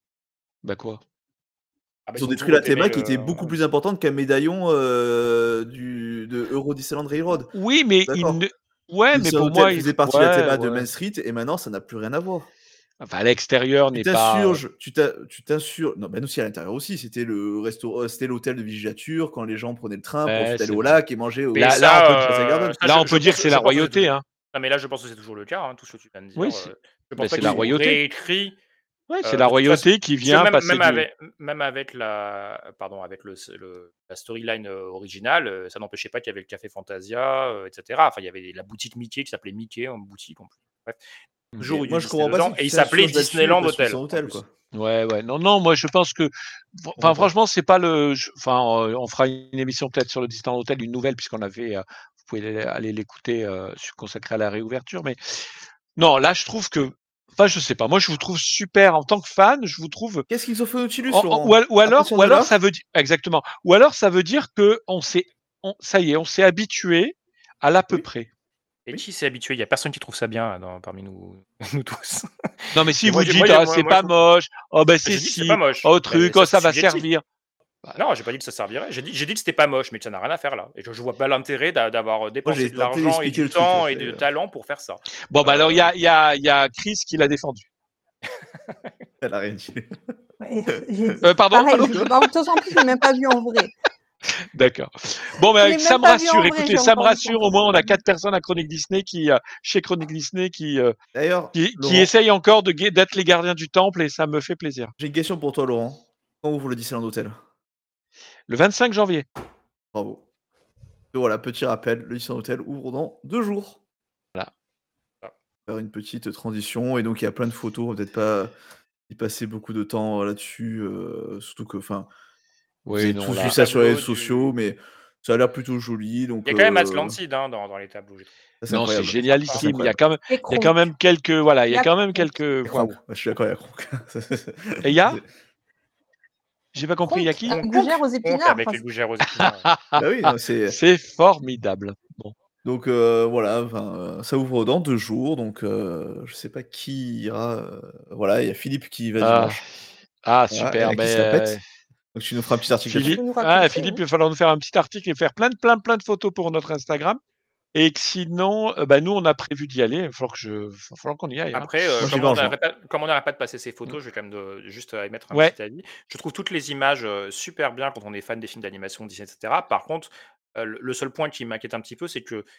Speaker 11: Bah quoi?
Speaker 13: Ah bah,
Speaker 10: Ils ont
Speaker 13: tout
Speaker 10: détruit la
Speaker 13: aimé
Speaker 10: théma
Speaker 13: le-
Speaker 10: qui était beaucoup plus importante qu'un médaillon euh, du, de Euro Disneyland Railroad.
Speaker 11: Oui, mais il
Speaker 10: D'accord.
Speaker 11: ne... ouais, mais
Speaker 10: Disneyland
Speaker 11: pour moi,
Speaker 10: Hotel
Speaker 11: il
Speaker 10: faisait partie de la
Speaker 11: ouais,
Speaker 10: théma de
Speaker 11: ouais.
Speaker 10: Main Street et maintenant ça n'a plus rien à voir.
Speaker 11: Enfin, à l'extérieur
Speaker 10: Tu
Speaker 11: n'est pas.
Speaker 10: t'insurges, tu t'as- tu t'insurges. Non, ben aussi à l'intérieur aussi, c'était le resto, euh, c'était l'hôtel de villégiature quand les gens prenaient le train pour
Speaker 11: Ouais,
Speaker 10: ensuite
Speaker 11: c'est
Speaker 10: aller au
Speaker 11: vrai.
Speaker 10: lac et manger au
Speaker 13: Mais
Speaker 11: Là-
Speaker 13: ça,
Speaker 11: là, on peut-
Speaker 13: euh,
Speaker 10: Plaza Garden.
Speaker 13: ça,
Speaker 11: Là,
Speaker 13: je-
Speaker 11: on
Speaker 13: je
Speaker 11: peut dire
Speaker 13: pense-
Speaker 11: que c'est
Speaker 13: je
Speaker 11: la
Speaker 13: pense que
Speaker 11: royauté, hein.
Speaker 13: Non, mais là, je pense que c'est toujours le cas, hein, tout ce que tu viens de dire.
Speaker 11: Oui,
Speaker 13: euh,
Speaker 11: c'est-
Speaker 13: je
Speaker 11: ben,
Speaker 13: pense pas
Speaker 11: c'est la
Speaker 13: qu'ils ont
Speaker 11: royauté.
Speaker 13: réécrit.
Speaker 11: Ouais, c'est
Speaker 13: Euh,
Speaker 11: la
Speaker 13: de toute
Speaker 11: royauté
Speaker 13: façon,
Speaker 11: qui
Speaker 13: parce que
Speaker 11: vient
Speaker 13: même,
Speaker 11: passer
Speaker 13: même
Speaker 11: du.
Speaker 13: avec, même avec la, pardon, avec le, le- la storyline euh, originale, euh, ça n'empêchait pas qu'il y avait le Café Fantasia, euh, et cetera. Enfin, il y avait la boutique Mickey qui s'appelait Mickey en boutique en plus. Bref, toujours eu
Speaker 10: Moi
Speaker 13: du
Speaker 10: je
Speaker 13: Disney
Speaker 10: comprends pas
Speaker 13: dedans,
Speaker 10: si tu
Speaker 13: et il s'appelait
Speaker 10: t'insurges là-dessus
Speaker 13: Disneyland
Speaker 10: parce que c'est
Speaker 13: Hotel.
Speaker 10: un
Speaker 13: en
Speaker 10: hôtel,
Speaker 13: plus.
Speaker 10: quoi.
Speaker 11: Ouais, ouais. Non, non, moi je pense que. Enfin,
Speaker 10: comprends pas.
Speaker 11: franchement, c'est pas le. je- Enfin, euh, on fera une émission peut-être sur le Disneyland Hotel, une nouvelle, puisqu'on avait. euh, Vous pouvez aller aller l'écouter, euh, sur- consacré à la réouverture. Mais non, là, je trouve que. Enfin, je sais pas. Moi, je vous trouve super en tant que fan. Je vous trouve.
Speaker 10: Qu'est-ce qu'ils ont fait au Nautilus,
Speaker 11: en- en-
Speaker 10: Laurent
Speaker 11: ou, al- ou
Speaker 10: À
Speaker 11: alors,
Speaker 10: partir
Speaker 11: ou
Speaker 10: de
Speaker 11: alors,
Speaker 10: là
Speaker 11: ça veut dire exactement. Ou alors, ça veut dire que on s'est, on- ça y est, on s'est habitué à l'à peu
Speaker 10: Oui.
Speaker 11: près.
Speaker 13: Et qui s'est habitué? Il n'y a personne qui trouve ça bien dans- parmi nous, nous tous.
Speaker 11: Non, mais si
Speaker 13: Et moi,
Speaker 11: vous
Speaker 13: j'ai-
Speaker 11: dites,
Speaker 13: moi, j'ai-
Speaker 11: ah,
Speaker 13: moi-
Speaker 11: c'est
Speaker 13: moi,
Speaker 11: pas
Speaker 13: je-
Speaker 11: moche, oh ben
Speaker 13: J'ai
Speaker 11: c'est
Speaker 13: dit que c'est
Speaker 11: si,
Speaker 13: pas moche.
Speaker 11: oh
Speaker 13: Mais
Speaker 11: truc,
Speaker 13: ça,
Speaker 11: oh ça
Speaker 13: c'est
Speaker 11: va
Speaker 13: subjectif.
Speaker 11: servir.
Speaker 13: Non, j'ai pas dit que ça servirait. J'ai dit, j'ai dit que c'était pas moche, mais que ça n'a rien à faire là. Et je, je vois pas l'intérêt d'a- d'avoir dépensé
Speaker 10: j'ai
Speaker 13: de
Speaker 10: tenté
Speaker 13: l'argent et
Speaker 10: d'expliquer
Speaker 13: du
Speaker 10: le truc,
Speaker 13: temps
Speaker 10: après,
Speaker 13: et du
Speaker 10: euh.
Speaker 13: talent pour faire ça.
Speaker 11: Bon, bah
Speaker 13: Euh,
Speaker 11: alors il y a, il y, a, il y a Chris qui l'a défendu.
Speaker 10: Elle a rien dit.
Speaker 12: Ouais, j'ai-
Speaker 11: Euh, pardon,
Speaker 12: Pareil,
Speaker 11: pardon
Speaker 12: je- bah, de toute façon, en plus, je l'ai même pas vu en vrai.
Speaker 11: D'accord. Bon, mais
Speaker 12: Je
Speaker 11: avec-
Speaker 12: l'ai
Speaker 11: ça
Speaker 12: même
Speaker 11: me
Speaker 12: pas vu en
Speaker 11: rassure.
Speaker 12: vrai,
Speaker 11: Écoutez,
Speaker 12: j'ai
Speaker 11: ça me
Speaker 12: entendu
Speaker 11: rassure. Au
Speaker 12: parler.
Speaker 11: moins, on a quatre personnes à Chronique Disney qui, euh, chez Chronique Disney qui, euh,
Speaker 10: D'ailleurs,
Speaker 11: qui, qui
Speaker 10: Laurent,
Speaker 11: essayent encore de gue- d'être les gardiens du temple et ça me fait plaisir.
Speaker 10: j'ai une question pour toi, Laurent. Quand ouvre le Disneyland Hotel?
Speaker 11: Le vingt-cinq janvier.
Speaker 10: Bravo. Et voilà, petit rappel, le Disneyland Hotel ouvre dans deux jours.
Speaker 11: Voilà.
Speaker 10: Faire une petite transition et donc il y a plein de photos. On va peut-être pas y passer beaucoup de temps euh, là-dessus, euh, surtout que, enfin, vous
Speaker 11: Oui,
Speaker 10: avez
Speaker 11: non,
Speaker 10: tous vu
Speaker 11: là.
Speaker 10: ça sur les
Speaker 13: Tableau
Speaker 10: réseaux sociaux,
Speaker 13: du.
Speaker 10: mais ça a l'air plutôt joli.
Speaker 13: Il
Speaker 10: Donc,
Speaker 13: y a quand même
Speaker 10: euh,
Speaker 13: Atlantide hein, dans, dans les tableaux. j'ai trouvé.
Speaker 10: ça, c'est
Speaker 11: Non, c'est
Speaker 10: incroyable.
Speaker 13: Sympa.
Speaker 10: Ça, c'est
Speaker 11: génialissime. Il y a
Speaker 10: incroyable.
Speaker 11: quand même,
Speaker 12: Et
Speaker 11: il y a quand
Speaker 12: Kronk.
Speaker 11: même quelques, voilà, il
Speaker 12: Il
Speaker 11: y
Speaker 12: y
Speaker 11: a
Speaker 12: a
Speaker 11: quand même
Speaker 12: Kronk.
Speaker 11: quelques,
Speaker 10: Et Kronk,
Speaker 11: waouh.
Speaker 10: je suis d'accord, il y a Kronk.
Speaker 11: Et il y a,
Speaker 10: C'est-
Speaker 11: j'ai pas compris, il y a
Speaker 12: Kronk,
Speaker 11: qui?
Speaker 12: la
Speaker 13: Kronk,
Speaker 12: gougère aux
Speaker 13: Kronk
Speaker 12: épinards.
Speaker 13: avec
Speaker 12: Enfin,
Speaker 13: les gougères aux épinards. ouais.
Speaker 10: Bah oui, non, c'est.
Speaker 11: C'est formidable. Bon.
Speaker 10: Donc euh, voilà, enfin, euh, ça ouvre dans deux jours, donc euh, je sais pas qui ira. euh, Voilà, il y a Philippe qui y va
Speaker 11: Ah,
Speaker 10: dimanche.
Speaker 11: ah,
Speaker 10: Voilà, il y en
Speaker 11: super.
Speaker 10: a qui se
Speaker 11: Ben,
Speaker 10: la
Speaker 11: euh,
Speaker 10: pètent. Donc tu nous feras un petit article
Speaker 12: tu
Speaker 10: là-dessus.
Speaker 11: Philippe,
Speaker 12: peux nous
Speaker 11: ah,
Speaker 12: raconter.
Speaker 11: Philippe,
Speaker 12: hein.
Speaker 11: il va falloir nous faire un petit article et faire plein de, plein, plein de photos pour notre Instagram. Et que sinon, euh, bah, nous, on a prévu d'y aller. Il va falloir que je, il va falloir qu'on y aille. hein.
Speaker 13: Après, euh,
Speaker 10: Moi j'y
Speaker 13: comme
Speaker 10: vais
Speaker 13: on
Speaker 10: en juin.
Speaker 13: n'arrête pas, comme on n'arrête pas de passer ces photos, je vais quand même de, juste euh, émettre un
Speaker 11: Ouais.
Speaker 13: petit avis. Je trouve toutes les images euh, super bien quand on est fan des films d'animation, Disney, et cetera. Par contre, euh, le le seul point qui m'inquiète un petit peu, c'est que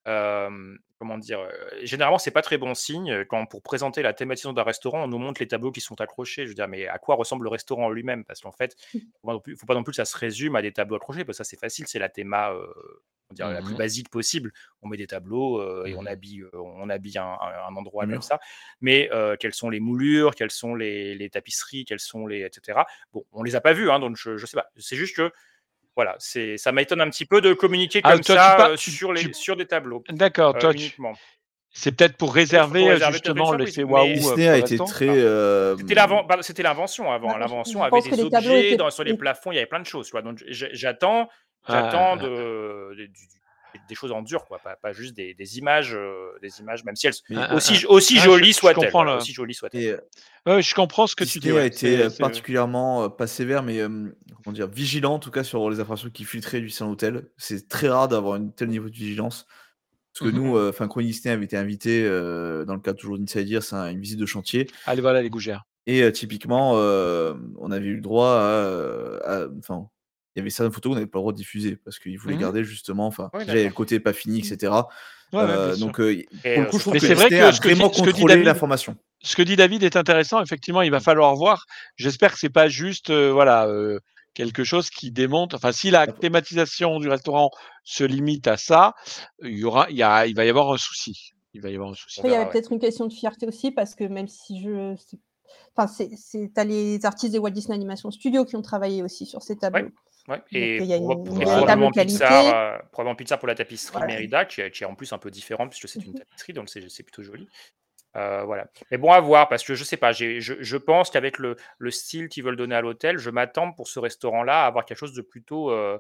Speaker 13: euh, comment dire, euh, généralement, c'est pas très bon signe euh, quand pour présenter la thématisation d'un restaurant, on nous montre les tableaux qui sont accrochés. Je veux dire, mais à quoi ressemble le restaurant en lui-même? Parce qu'en fait, faut pas non plus, faut pas non plus que ça se résume à des tableaux accrochés, parce que ça, c'est facile, c'est la théma euh, on dirait, la plus
Speaker 11: Mhm.
Speaker 13: basique possible. On met des tableaux euh, et on
Speaker 11: Mhm.
Speaker 13: habille, euh, on habille un, un- un endroit
Speaker 10: Le
Speaker 13: comme
Speaker 10: mur.
Speaker 13: ça. Mais euh, quelles sont les moulures, quelles sont les, les tapisseries, quelles sont les, et cetera. Bon, on les a pas vues, hein, donc je, je sais pas. C'est juste que voilà, c'est, ça m'étonne un petit peu de communiquer
Speaker 11: Ah,
Speaker 13: comme
Speaker 11: toi, tu
Speaker 13: ça
Speaker 11: pas,
Speaker 13: euh,
Speaker 11: tu,
Speaker 13: sur, les,
Speaker 11: tu-
Speaker 13: sur des tableaux
Speaker 11: d'accord,
Speaker 13: euh,
Speaker 11: toi, tu-
Speaker 13: uniquement.
Speaker 11: c'est peut-être pour
Speaker 13: Peut-être pour
Speaker 11: réserver euh,
Speaker 13: réserver peut-être une
Speaker 11: justement
Speaker 13: surprise,
Speaker 11: l'effet
Speaker 13: mais
Speaker 11: waouh euh,
Speaker 10: Disney
Speaker 11: pour
Speaker 10: a
Speaker 11: le
Speaker 10: été
Speaker 11: restant.
Speaker 10: très.
Speaker 13: Ah.
Speaker 10: euh,
Speaker 13: C'était l'inven- bah, c'était l'invention avant.
Speaker 12: Bah,
Speaker 13: L'invention
Speaker 12: je
Speaker 13: avait
Speaker 12: pense
Speaker 13: des
Speaker 12: que les tableaux
Speaker 13: objets
Speaker 12: étaient.
Speaker 13: dans, sur les
Speaker 12: étaient-
Speaker 13: plafonds, il y avait plein de choses. Tu vois. Donc j'ai- j'attends,
Speaker 11: Ah,
Speaker 13: j'attends
Speaker 11: ah,
Speaker 13: de, de- du- des choses en dur, quoi. Pas, pas juste des, des images, euh, des images, même si elles
Speaker 10: Mais
Speaker 11: ah, ah,
Speaker 13: aussi
Speaker 11: ah.
Speaker 13: aussi
Speaker 11: Ah, je,
Speaker 13: jolies
Speaker 11: je
Speaker 13: soient-elles.
Speaker 11: comprends
Speaker 13: Voilà,
Speaker 11: le-
Speaker 13: aussi jolies soient-elles.
Speaker 10: et, euh,
Speaker 11: ouais, je comprends ce que tu dis.
Speaker 10: Disney a
Speaker 11: Ouais.
Speaker 10: été
Speaker 11: C'est,
Speaker 10: euh,
Speaker 11: c'est-
Speaker 10: particulièrement, euh, pas sévère, mais euh, comment dire, vigilant en tout cas sur les informations qui filtraient du Disneyland Hotel. C'est très rare d'avoir un tel niveau de vigilance. Parce que
Speaker 11: Mhm.
Speaker 10: nous, euh, enfin, Chronique Disney avait été invité euh, dans le cadre toujours d'Insider, c'est un- une visite de chantier.
Speaker 11: Allez, voilà les gougères.
Speaker 10: Et euh, typiquement, euh, on avait eu le droit à. euh, à- Enfin, il y avait certaines photos qu'on n'avait pas le droit de diffuser parce qu'ils voulaient
Speaker 11: Mhm.
Speaker 10: garder justement. Enfin,
Speaker 13: Oui,
Speaker 10: déjà, il y a le
Speaker 13: d'accord.
Speaker 10: côté pas fini, et cetera.
Speaker 11: Ouais, ouais, bien
Speaker 10: Euh,
Speaker 11: sûr.
Speaker 10: donc, euh, y-
Speaker 13: Et
Speaker 10: pour le
Speaker 13: euh,
Speaker 10: coup,
Speaker 13: ce
Speaker 10: je trouve
Speaker 11: Mais
Speaker 10: que
Speaker 11: c'est vrai
Speaker 10: Disney
Speaker 11: que
Speaker 10: a
Speaker 11: ce que dit,
Speaker 10: vraiment
Speaker 11: ce que dit
Speaker 10: contrôlé
Speaker 11: David,
Speaker 10: l'information.
Speaker 11: ce que dit David est intéressant. Effectivement, il va falloir voir. J'espère que c'est pas juste, euh, voilà, euh, quelque chose qui démontre. Enfin, si la thématisation du restaurant se limite à ça, il y aura, il y a, il va y avoir un souci. Il va y avoir un souci.
Speaker 13: On
Speaker 12: Après, il y
Speaker 13: verra,
Speaker 12: avait
Speaker 13: ouais.
Speaker 12: peut-être une question de fierté aussi, parce que même si je. c'est- Enfin, c'est, c'est, t'as les artistes des Walt Disney Animation Studios qui ont travaillé aussi sur ces tableaux.
Speaker 13: Ouais, ouais.
Speaker 12: Donc,
Speaker 13: Et,
Speaker 12: il y a une,
Speaker 13: proba-
Speaker 12: une
Speaker 13: et
Speaker 11: Voilà.
Speaker 12: véritable
Speaker 13: probablement
Speaker 12: qualité.
Speaker 13: Pixar, euh, probablement Pixar pour la tapisserie
Speaker 12: Voilà.
Speaker 13: Mérida, qui, est- qui est en plus un peu différente puisque c'est une
Speaker 12: Mhm.
Speaker 13: tapisserie, donc c'est c'est plutôt joli. Euh, voilà. Mais bon, à voir, parce que je sais pas, j'ai- je, je pense qu'avec le, le style qu'ils veulent donner à l'hôtel, je m'attends pour ce restaurant-là à avoir quelque chose de plutôt, euh,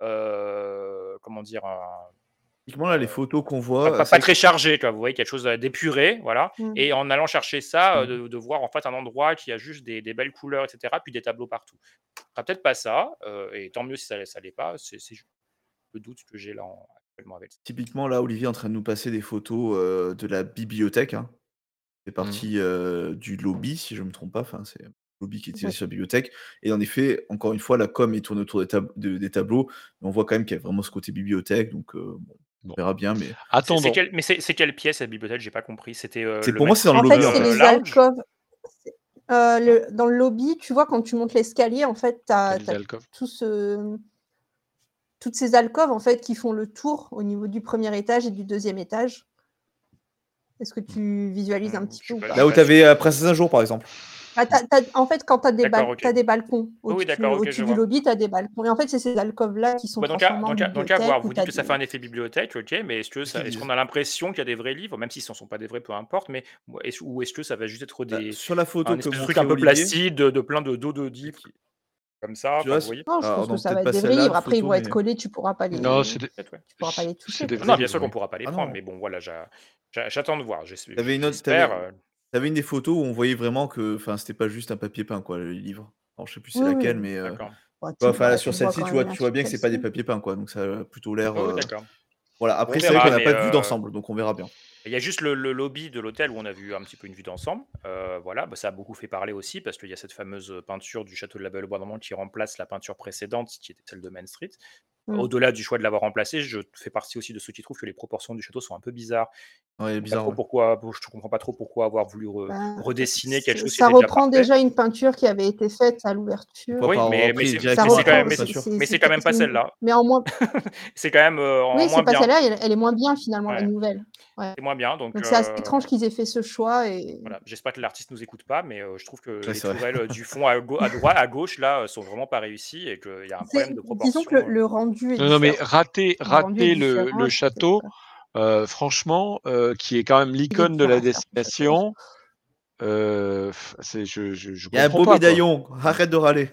Speaker 13: euh, comment dire, un-
Speaker 10: Typiquement, là, les photos qu'on
Speaker 13: pas,
Speaker 10: voit,
Speaker 13: pas-
Speaker 10: c'est
Speaker 13: pas
Speaker 10: vrai
Speaker 13: très
Speaker 10: que-
Speaker 13: chargé, tu vois, vous voyez, quelque chose d'épuré, voilà.
Speaker 12: Mm.
Speaker 13: Et en allant chercher ça, euh,
Speaker 10: Mm.
Speaker 13: de, de voir en fait un endroit qui a juste des, des belles couleurs, et cetera, puis des tableaux partout. Ce sera peut-être pas ça, euh, et tant mieux si ça, ça l'est pas, c'est c'est juste le doute que j'ai là en- actuellement avec ça.
Speaker 10: typiquement, là, Olivier est en train de nous passer des photos euh, de la bibliothèque. Hein. C'est
Speaker 11: Mhm.
Speaker 10: parti euh, du lobby, si je ne me trompe pas. Enfin, c'est le lobby qui était
Speaker 12: Ouais.
Speaker 10: sur la bibliothèque. Et en effet, encore une fois, la com est tournée autour des, tab- de- des tableaux. Mais on voit quand même qu'il y a vraiment ce côté bibliothèque. Donc, euh, bon, on
Speaker 11: Bon.
Speaker 10: verra bien. Mais
Speaker 13: C'est- c'est
Speaker 11: Attendons.
Speaker 13: quel- mais c'est c'est quelle pièce, cette bibliothèque? J'ai pas compris. C'était euh,
Speaker 10: c'est
Speaker 13: le
Speaker 10: pour moi, c'est dans le
Speaker 12: En
Speaker 10: lobby.
Speaker 12: fait,
Speaker 10: En
Speaker 12: c'est
Speaker 10: fait.
Speaker 12: les
Speaker 13: lounge?
Speaker 12: alcôves. C'est- euh, le- dans le lobby, tu vois, quand tu montes l'escalier, en fait, tu
Speaker 11: T'as
Speaker 12: as,
Speaker 11: les alcôves.
Speaker 12: tout ce, toutes ces alcôves en fait, qui font le tour au niveau du premier étage et du deuxième étage. Est-ce que tu visualises un
Speaker 13: Hmm,
Speaker 12: petit
Speaker 13: je
Speaker 12: peu
Speaker 13: sais
Speaker 12: ou
Speaker 13: pas,
Speaker 12: pas?
Speaker 13: je
Speaker 10: Là où
Speaker 13: suis
Speaker 10: tu
Speaker 13: pas sûr.
Speaker 10: avais euh, Princesse un jour, par exemple.
Speaker 12: Ah, t'as- t'as- en fait, quand tu as des,
Speaker 13: D'accord,
Speaker 12: bal-
Speaker 13: ok.
Speaker 12: t'as des balcons
Speaker 13: Oui, oui,
Speaker 12: au-dessus,
Speaker 13: d'accord, ok,
Speaker 12: au-dessus
Speaker 13: je
Speaker 12: du
Speaker 13: vois.
Speaker 12: lobby, tu as des balcons. Et en fait, c'est ces alcôves-là qui sont
Speaker 13: Bah, donc, à,
Speaker 12: transformés en
Speaker 13: donc, à, donc à
Speaker 12: bibliothèque.
Speaker 13: voir,
Speaker 12: où
Speaker 13: vous
Speaker 12: t'as
Speaker 13: dites que ça
Speaker 12: des-
Speaker 13: fait un effet bibliothèque, ok, mais est-ce que
Speaker 10: Qu'est-ce
Speaker 13: ça,
Speaker 10: qu'ils
Speaker 13: est-ce qu'on
Speaker 10: disent?
Speaker 13: a l'impression qu'il y a des vrais livres, même s'ils ne sont pas des vrais, peu importe, mais est-ce- ou est-ce que ça va juste être
Speaker 10: Bah,
Speaker 13: des,
Speaker 10: sur la photo
Speaker 13: un
Speaker 10: que
Speaker 13: espèce de truc
Speaker 10: montrait
Speaker 13: un peu
Speaker 10: Olivier,
Speaker 13: plastique, de, de plein de dos de livres
Speaker 10: qui-
Speaker 13: comme ça,
Speaker 10: tu
Speaker 13: enfin,
Speaker 10: vois,
Speaker 13: vous voyez?
Speaker 12: Non, je
Speaker 10: alors
Speaker 12: pense que
Speaker 10: non,
Speaker 12: ça
Speaker 10: peut-être
Speaker 12: va être
Speaker 10: pas
Speaker 12: des vrais
Speaker 10: celle-là
Speaker 12: livres.
Speaker 10: de
Speaker 12: Après, ils
Speaker 10: photo,
Speaker 12: vont être
Speaker 10: mais
Speaker 12: collés, tu pourras pas les,
Speaker 11: Non, c'est des,
Speaker 13: Peut-être, ouais.
Speaker 12: tu pourras pas les
Speaker 11: c'est
Speaker 12: toucher.
Speaker 11: des
Speaker 12: quoi.
Speaker 13: Ah non,
Speaker 11: vrais
Speaker 13: bien
Speaker 11: livres,
Speaker 13: sûr qu'on
Speaker 11: oui.
Speaker 13: pourra pas les
Speaker 10: Ah
Speaker 13: prendre,
Speaker 10: non.
Speaker 13: mais bon, voilà, j'a- j'a- j'attends de voir. j'es-
Speaker 10: T'avais une autre,
Speaker 13: J'espère.
Speaker 10: t'avais,
Speaker 13: euh,
Speaker 10: t'avais une des photos où on voyait vraiment que, enfin, c'était pas juste un papier peint, quoi, le livre. Alors, je sais plus c'est
Speaker 12: Oui,
Speaker 10: laquelle,
Speaker 12: oui.
Speaker 10: mais euh,
Speaker 13: D'accord.
Speaker 12: Bah,
Speaker 10: ouais,
Speaker 12: tu,
Speaker 10: enfin,
Speaker 12: bah, tu
Speaker 10: sur
Speaker 12: le vois
Speaker 10: celle-ci,
Speaker 12: quand
Speaker 10: tu
Speaker 12: même
Speaker 10: vois,
Speaker 12: bien
Speaker 10: tu vois
Speaker 12: sur
Speaker 10: bien que c'est pas des
Speaker 12: celle-ci.
Speaker 10: papiers peints, quoi. Donc ça a plutôt l'air.
Speaker 13: Oh,
Speaker 10: euh,
Speaker 13: d'accord.
Speaker 10: Voilà.
Speaker 13: On
Speaker 10: Après, c'est vrai
Speaker 13: verra,
Speaker 10: qu'on n'a
Speaker 13: mais
Speaker 10: pas de vue
Speaker 13: euh,
Speaker 10: d'ensemble, donc on verra bien.
Speaker 13: Il y a juste le le lobby de l'hôtel où on a vu un petit peu une vue d'ensemble. Heu, voilà, bah, ça a beaucoup fait parler aussi parce qu'il y a cette fameuse, heu, peinture du château de la Belle au bois dormant qui remplace la peinture précédente qui était celle de Main Street.
Speaker 12: Mmh.
Speaker 13: Au-delà du choix de l'avoir remplacé, je fais partie aussi de ceux qui trouvent que les proportions du château sont un peu bizarres.
Speaker 10: Ouais,
Speaker 13: Je sais pas
Speaker 10: bizarre,
Speaker 13: trop
Speaker 10: ouais.
Speaker 13: pourquoi, bon, je comprends pas trop pourquoi avoir voulu re
Speaker 12: Ben,
Speaker 13: redessiner quelque
Speaker 12: c'est
Speaker 13: chose qui
Speaker 12: ça
Speaker 13: était déjà
Speaker 12: reprend
Speaker 13: parfait.
Speaker 12: déjà une peinture qui avait été faite à l'ouverture.
Speaker 10: Pourquoi
Speaker 13: Oui,
Speaker 10: pas avoir
Speaker 13: mais mais
Speaker 10: repris
Speaker 13: c'est
Speaker 12: Ça
Speaker 13: mais
Speaker 10: directement
Speaker 13: c'est quand
Speaker 10: la
Speaker 13: même
Speaker 12: reprend,
Speaker 13: mais
Speaker 10: même
Speaker 12: c'est
Speaker 13: c'est
Speaker 10: peinture?
Speaker 12: c'est
Speaker 13: mais
Speaker 12: c'est
Speaker 13: c'est quand même pas
Speaker 12: c'est une
Speaker 13: celle-là.
Speaker 12: mais en moins
Speaker 13: C'est quand même, heu, en
Speaker 12: oui,
Speaker 13: moins
Speaker 12: c'est pas
Speaker 13: bien.
Speaker 12: celle-là, elle elle est moins bien finalement, la
Speaker 13: Ouais.
Speaker 12: nouvelle. Ouais.
Speaker 13: C'est moins bien donc
Speaker 12: Donc c'est assez
Speaker 13: heu,
Speaker 12: étrange qu'ils aient fait ce choix et
Speaker 13: voilà, j'espère que l'artiste nous écoute pas, mais heu, je trouve que
Speaker 10: Ouais,
Speaker 13: les
Speaker 10: c'est vrai.
Speaker 13: tourelles, heu, du fond à gau à droite à gauche là, heu, sont vraiment pas réussies et qu'il y a un
Speaker 12: c'est
Speaker 13: problème de
Speaker 12: disons
Speaker 13: proportion,
Speaker 12: que le
Speaker 13: heu.
Speaker 12: le rendu est
Speaker 11: Non, non, mais
Speaker 12: différent.
Speaker 11: rater
Speaker 12: Le rendu est
Speaker 11: rater le
Speaker 12: différent
Speaker 11: le
Speaker 12: et c'est
Speaker 11: château,
Speaker 12: voilà.
Speaker 11: heu, franchement, heu, qui est quand même
Speaker 12: Il est
Speaker 11: l'icône de
Speaker 12: dur
Speaker 11: la
Speaker 12: à faire ce château aussi.
Speaker 11: destination, heu, c'est je je je
Speaker 10: Il y a un
Speaker 11: comprends
Speaker 10: beau
Speaker 11: pas, quoi.
Speaker 10: médaillon, arrête de râler.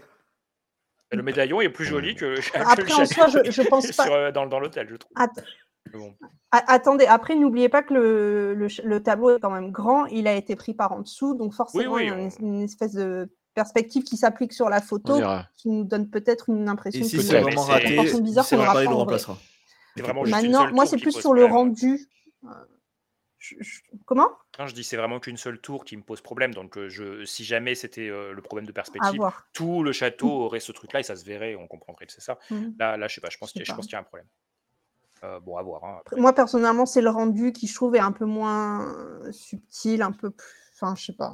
Speaker 13: Et le médaillon est plus joli que le cha que le
Speaker 12: Après en soi,
Speaker 13: château
Speaker 12: je je pense
Speaker 13: sur,
Speaker 12: pas
Speaker 13: heu, dans dans l'hôtel, je trouve.
Speaker 12: att
Speaker 13: Mais bon.
Speaker 12: a attendez, après n'oubliez pas que le le ch le tableau est quand même grand, il a été pris par en dessous, donc
Speaker 13: Oui,
Speaker 12: forcément il y
Speaker 13: oui,
Speaker 12: a une
Speaker 13: on
Speaker 12: es une espèce de perspective qui s'applique sur la
Speaker 11: On
Speaker 12: photo,
Speaker 11: ira.
Speaker 12: qui nous donne peut-être une
Speaker 10: Et
Speaker 12: impression
Speaker 10: si
Speaker 12: qui
Speaker 10: c'est
Speaker 12: nous
Speaker 13: Mais
Speaker 11: Peut-être.
Speaker 10: vraiment
Speaker 12: des
Speaker 13: c'est
Speaker 10: raté,
Speaker 12: proportions bizarres qu'on
Speaker 10: Disneyland
Speaker 12: n'aura
Speaker 10: Paris
Speaker 12: pas
Speaker 10: le
Speaker 12: en vrai.
Speaker 10: remplacera.
Speaker 13: c'est
Speaker 10: Mais quel
Speaker 13: vraiment juste une
Speaker 12: Maintenant,
Speaker 13: seule
Speaker 12: moi
Speaker 13: tour
Speaker 12: c'est
Speaker 13: qui
Speaker 12: plus
Speaker 13: pose
Speaker 12: sur le
Speaker 13: problème.
Speaker 12: rendu, heu, je je comment?
Speaker 13: Non, je dis c'est vraiment qu'une seule tour qui me pose problème donc heu, je si jamais c'était, heu, le problème de
Speaker 12: À
Speaker 13: perspective,
Speaker 12: voir.
Speaker 13: tout le château
Speaker 12: Mmh.
Speaker 13: aurait ce truc-là et ça se verrait, on comprendrait que c'est ça.
Speaker 12: Mmh.
Speaker 13: Là là, je sais pas, je
Speaker 12: Je
Speaker 13: pense
Speaker 12: sais
Speaker 13: qu'il y a je
Speaker 12: pas.
Speaker 13: pense qu'il y a un problème. Heu, bon à voir, hein,
Speaker 12: Après
Speaker 13: après.
Speaker 12: moi personnellement, c'est le rendu qui je trouve est un peu moins subtil, un peu plus enfin je sais pas.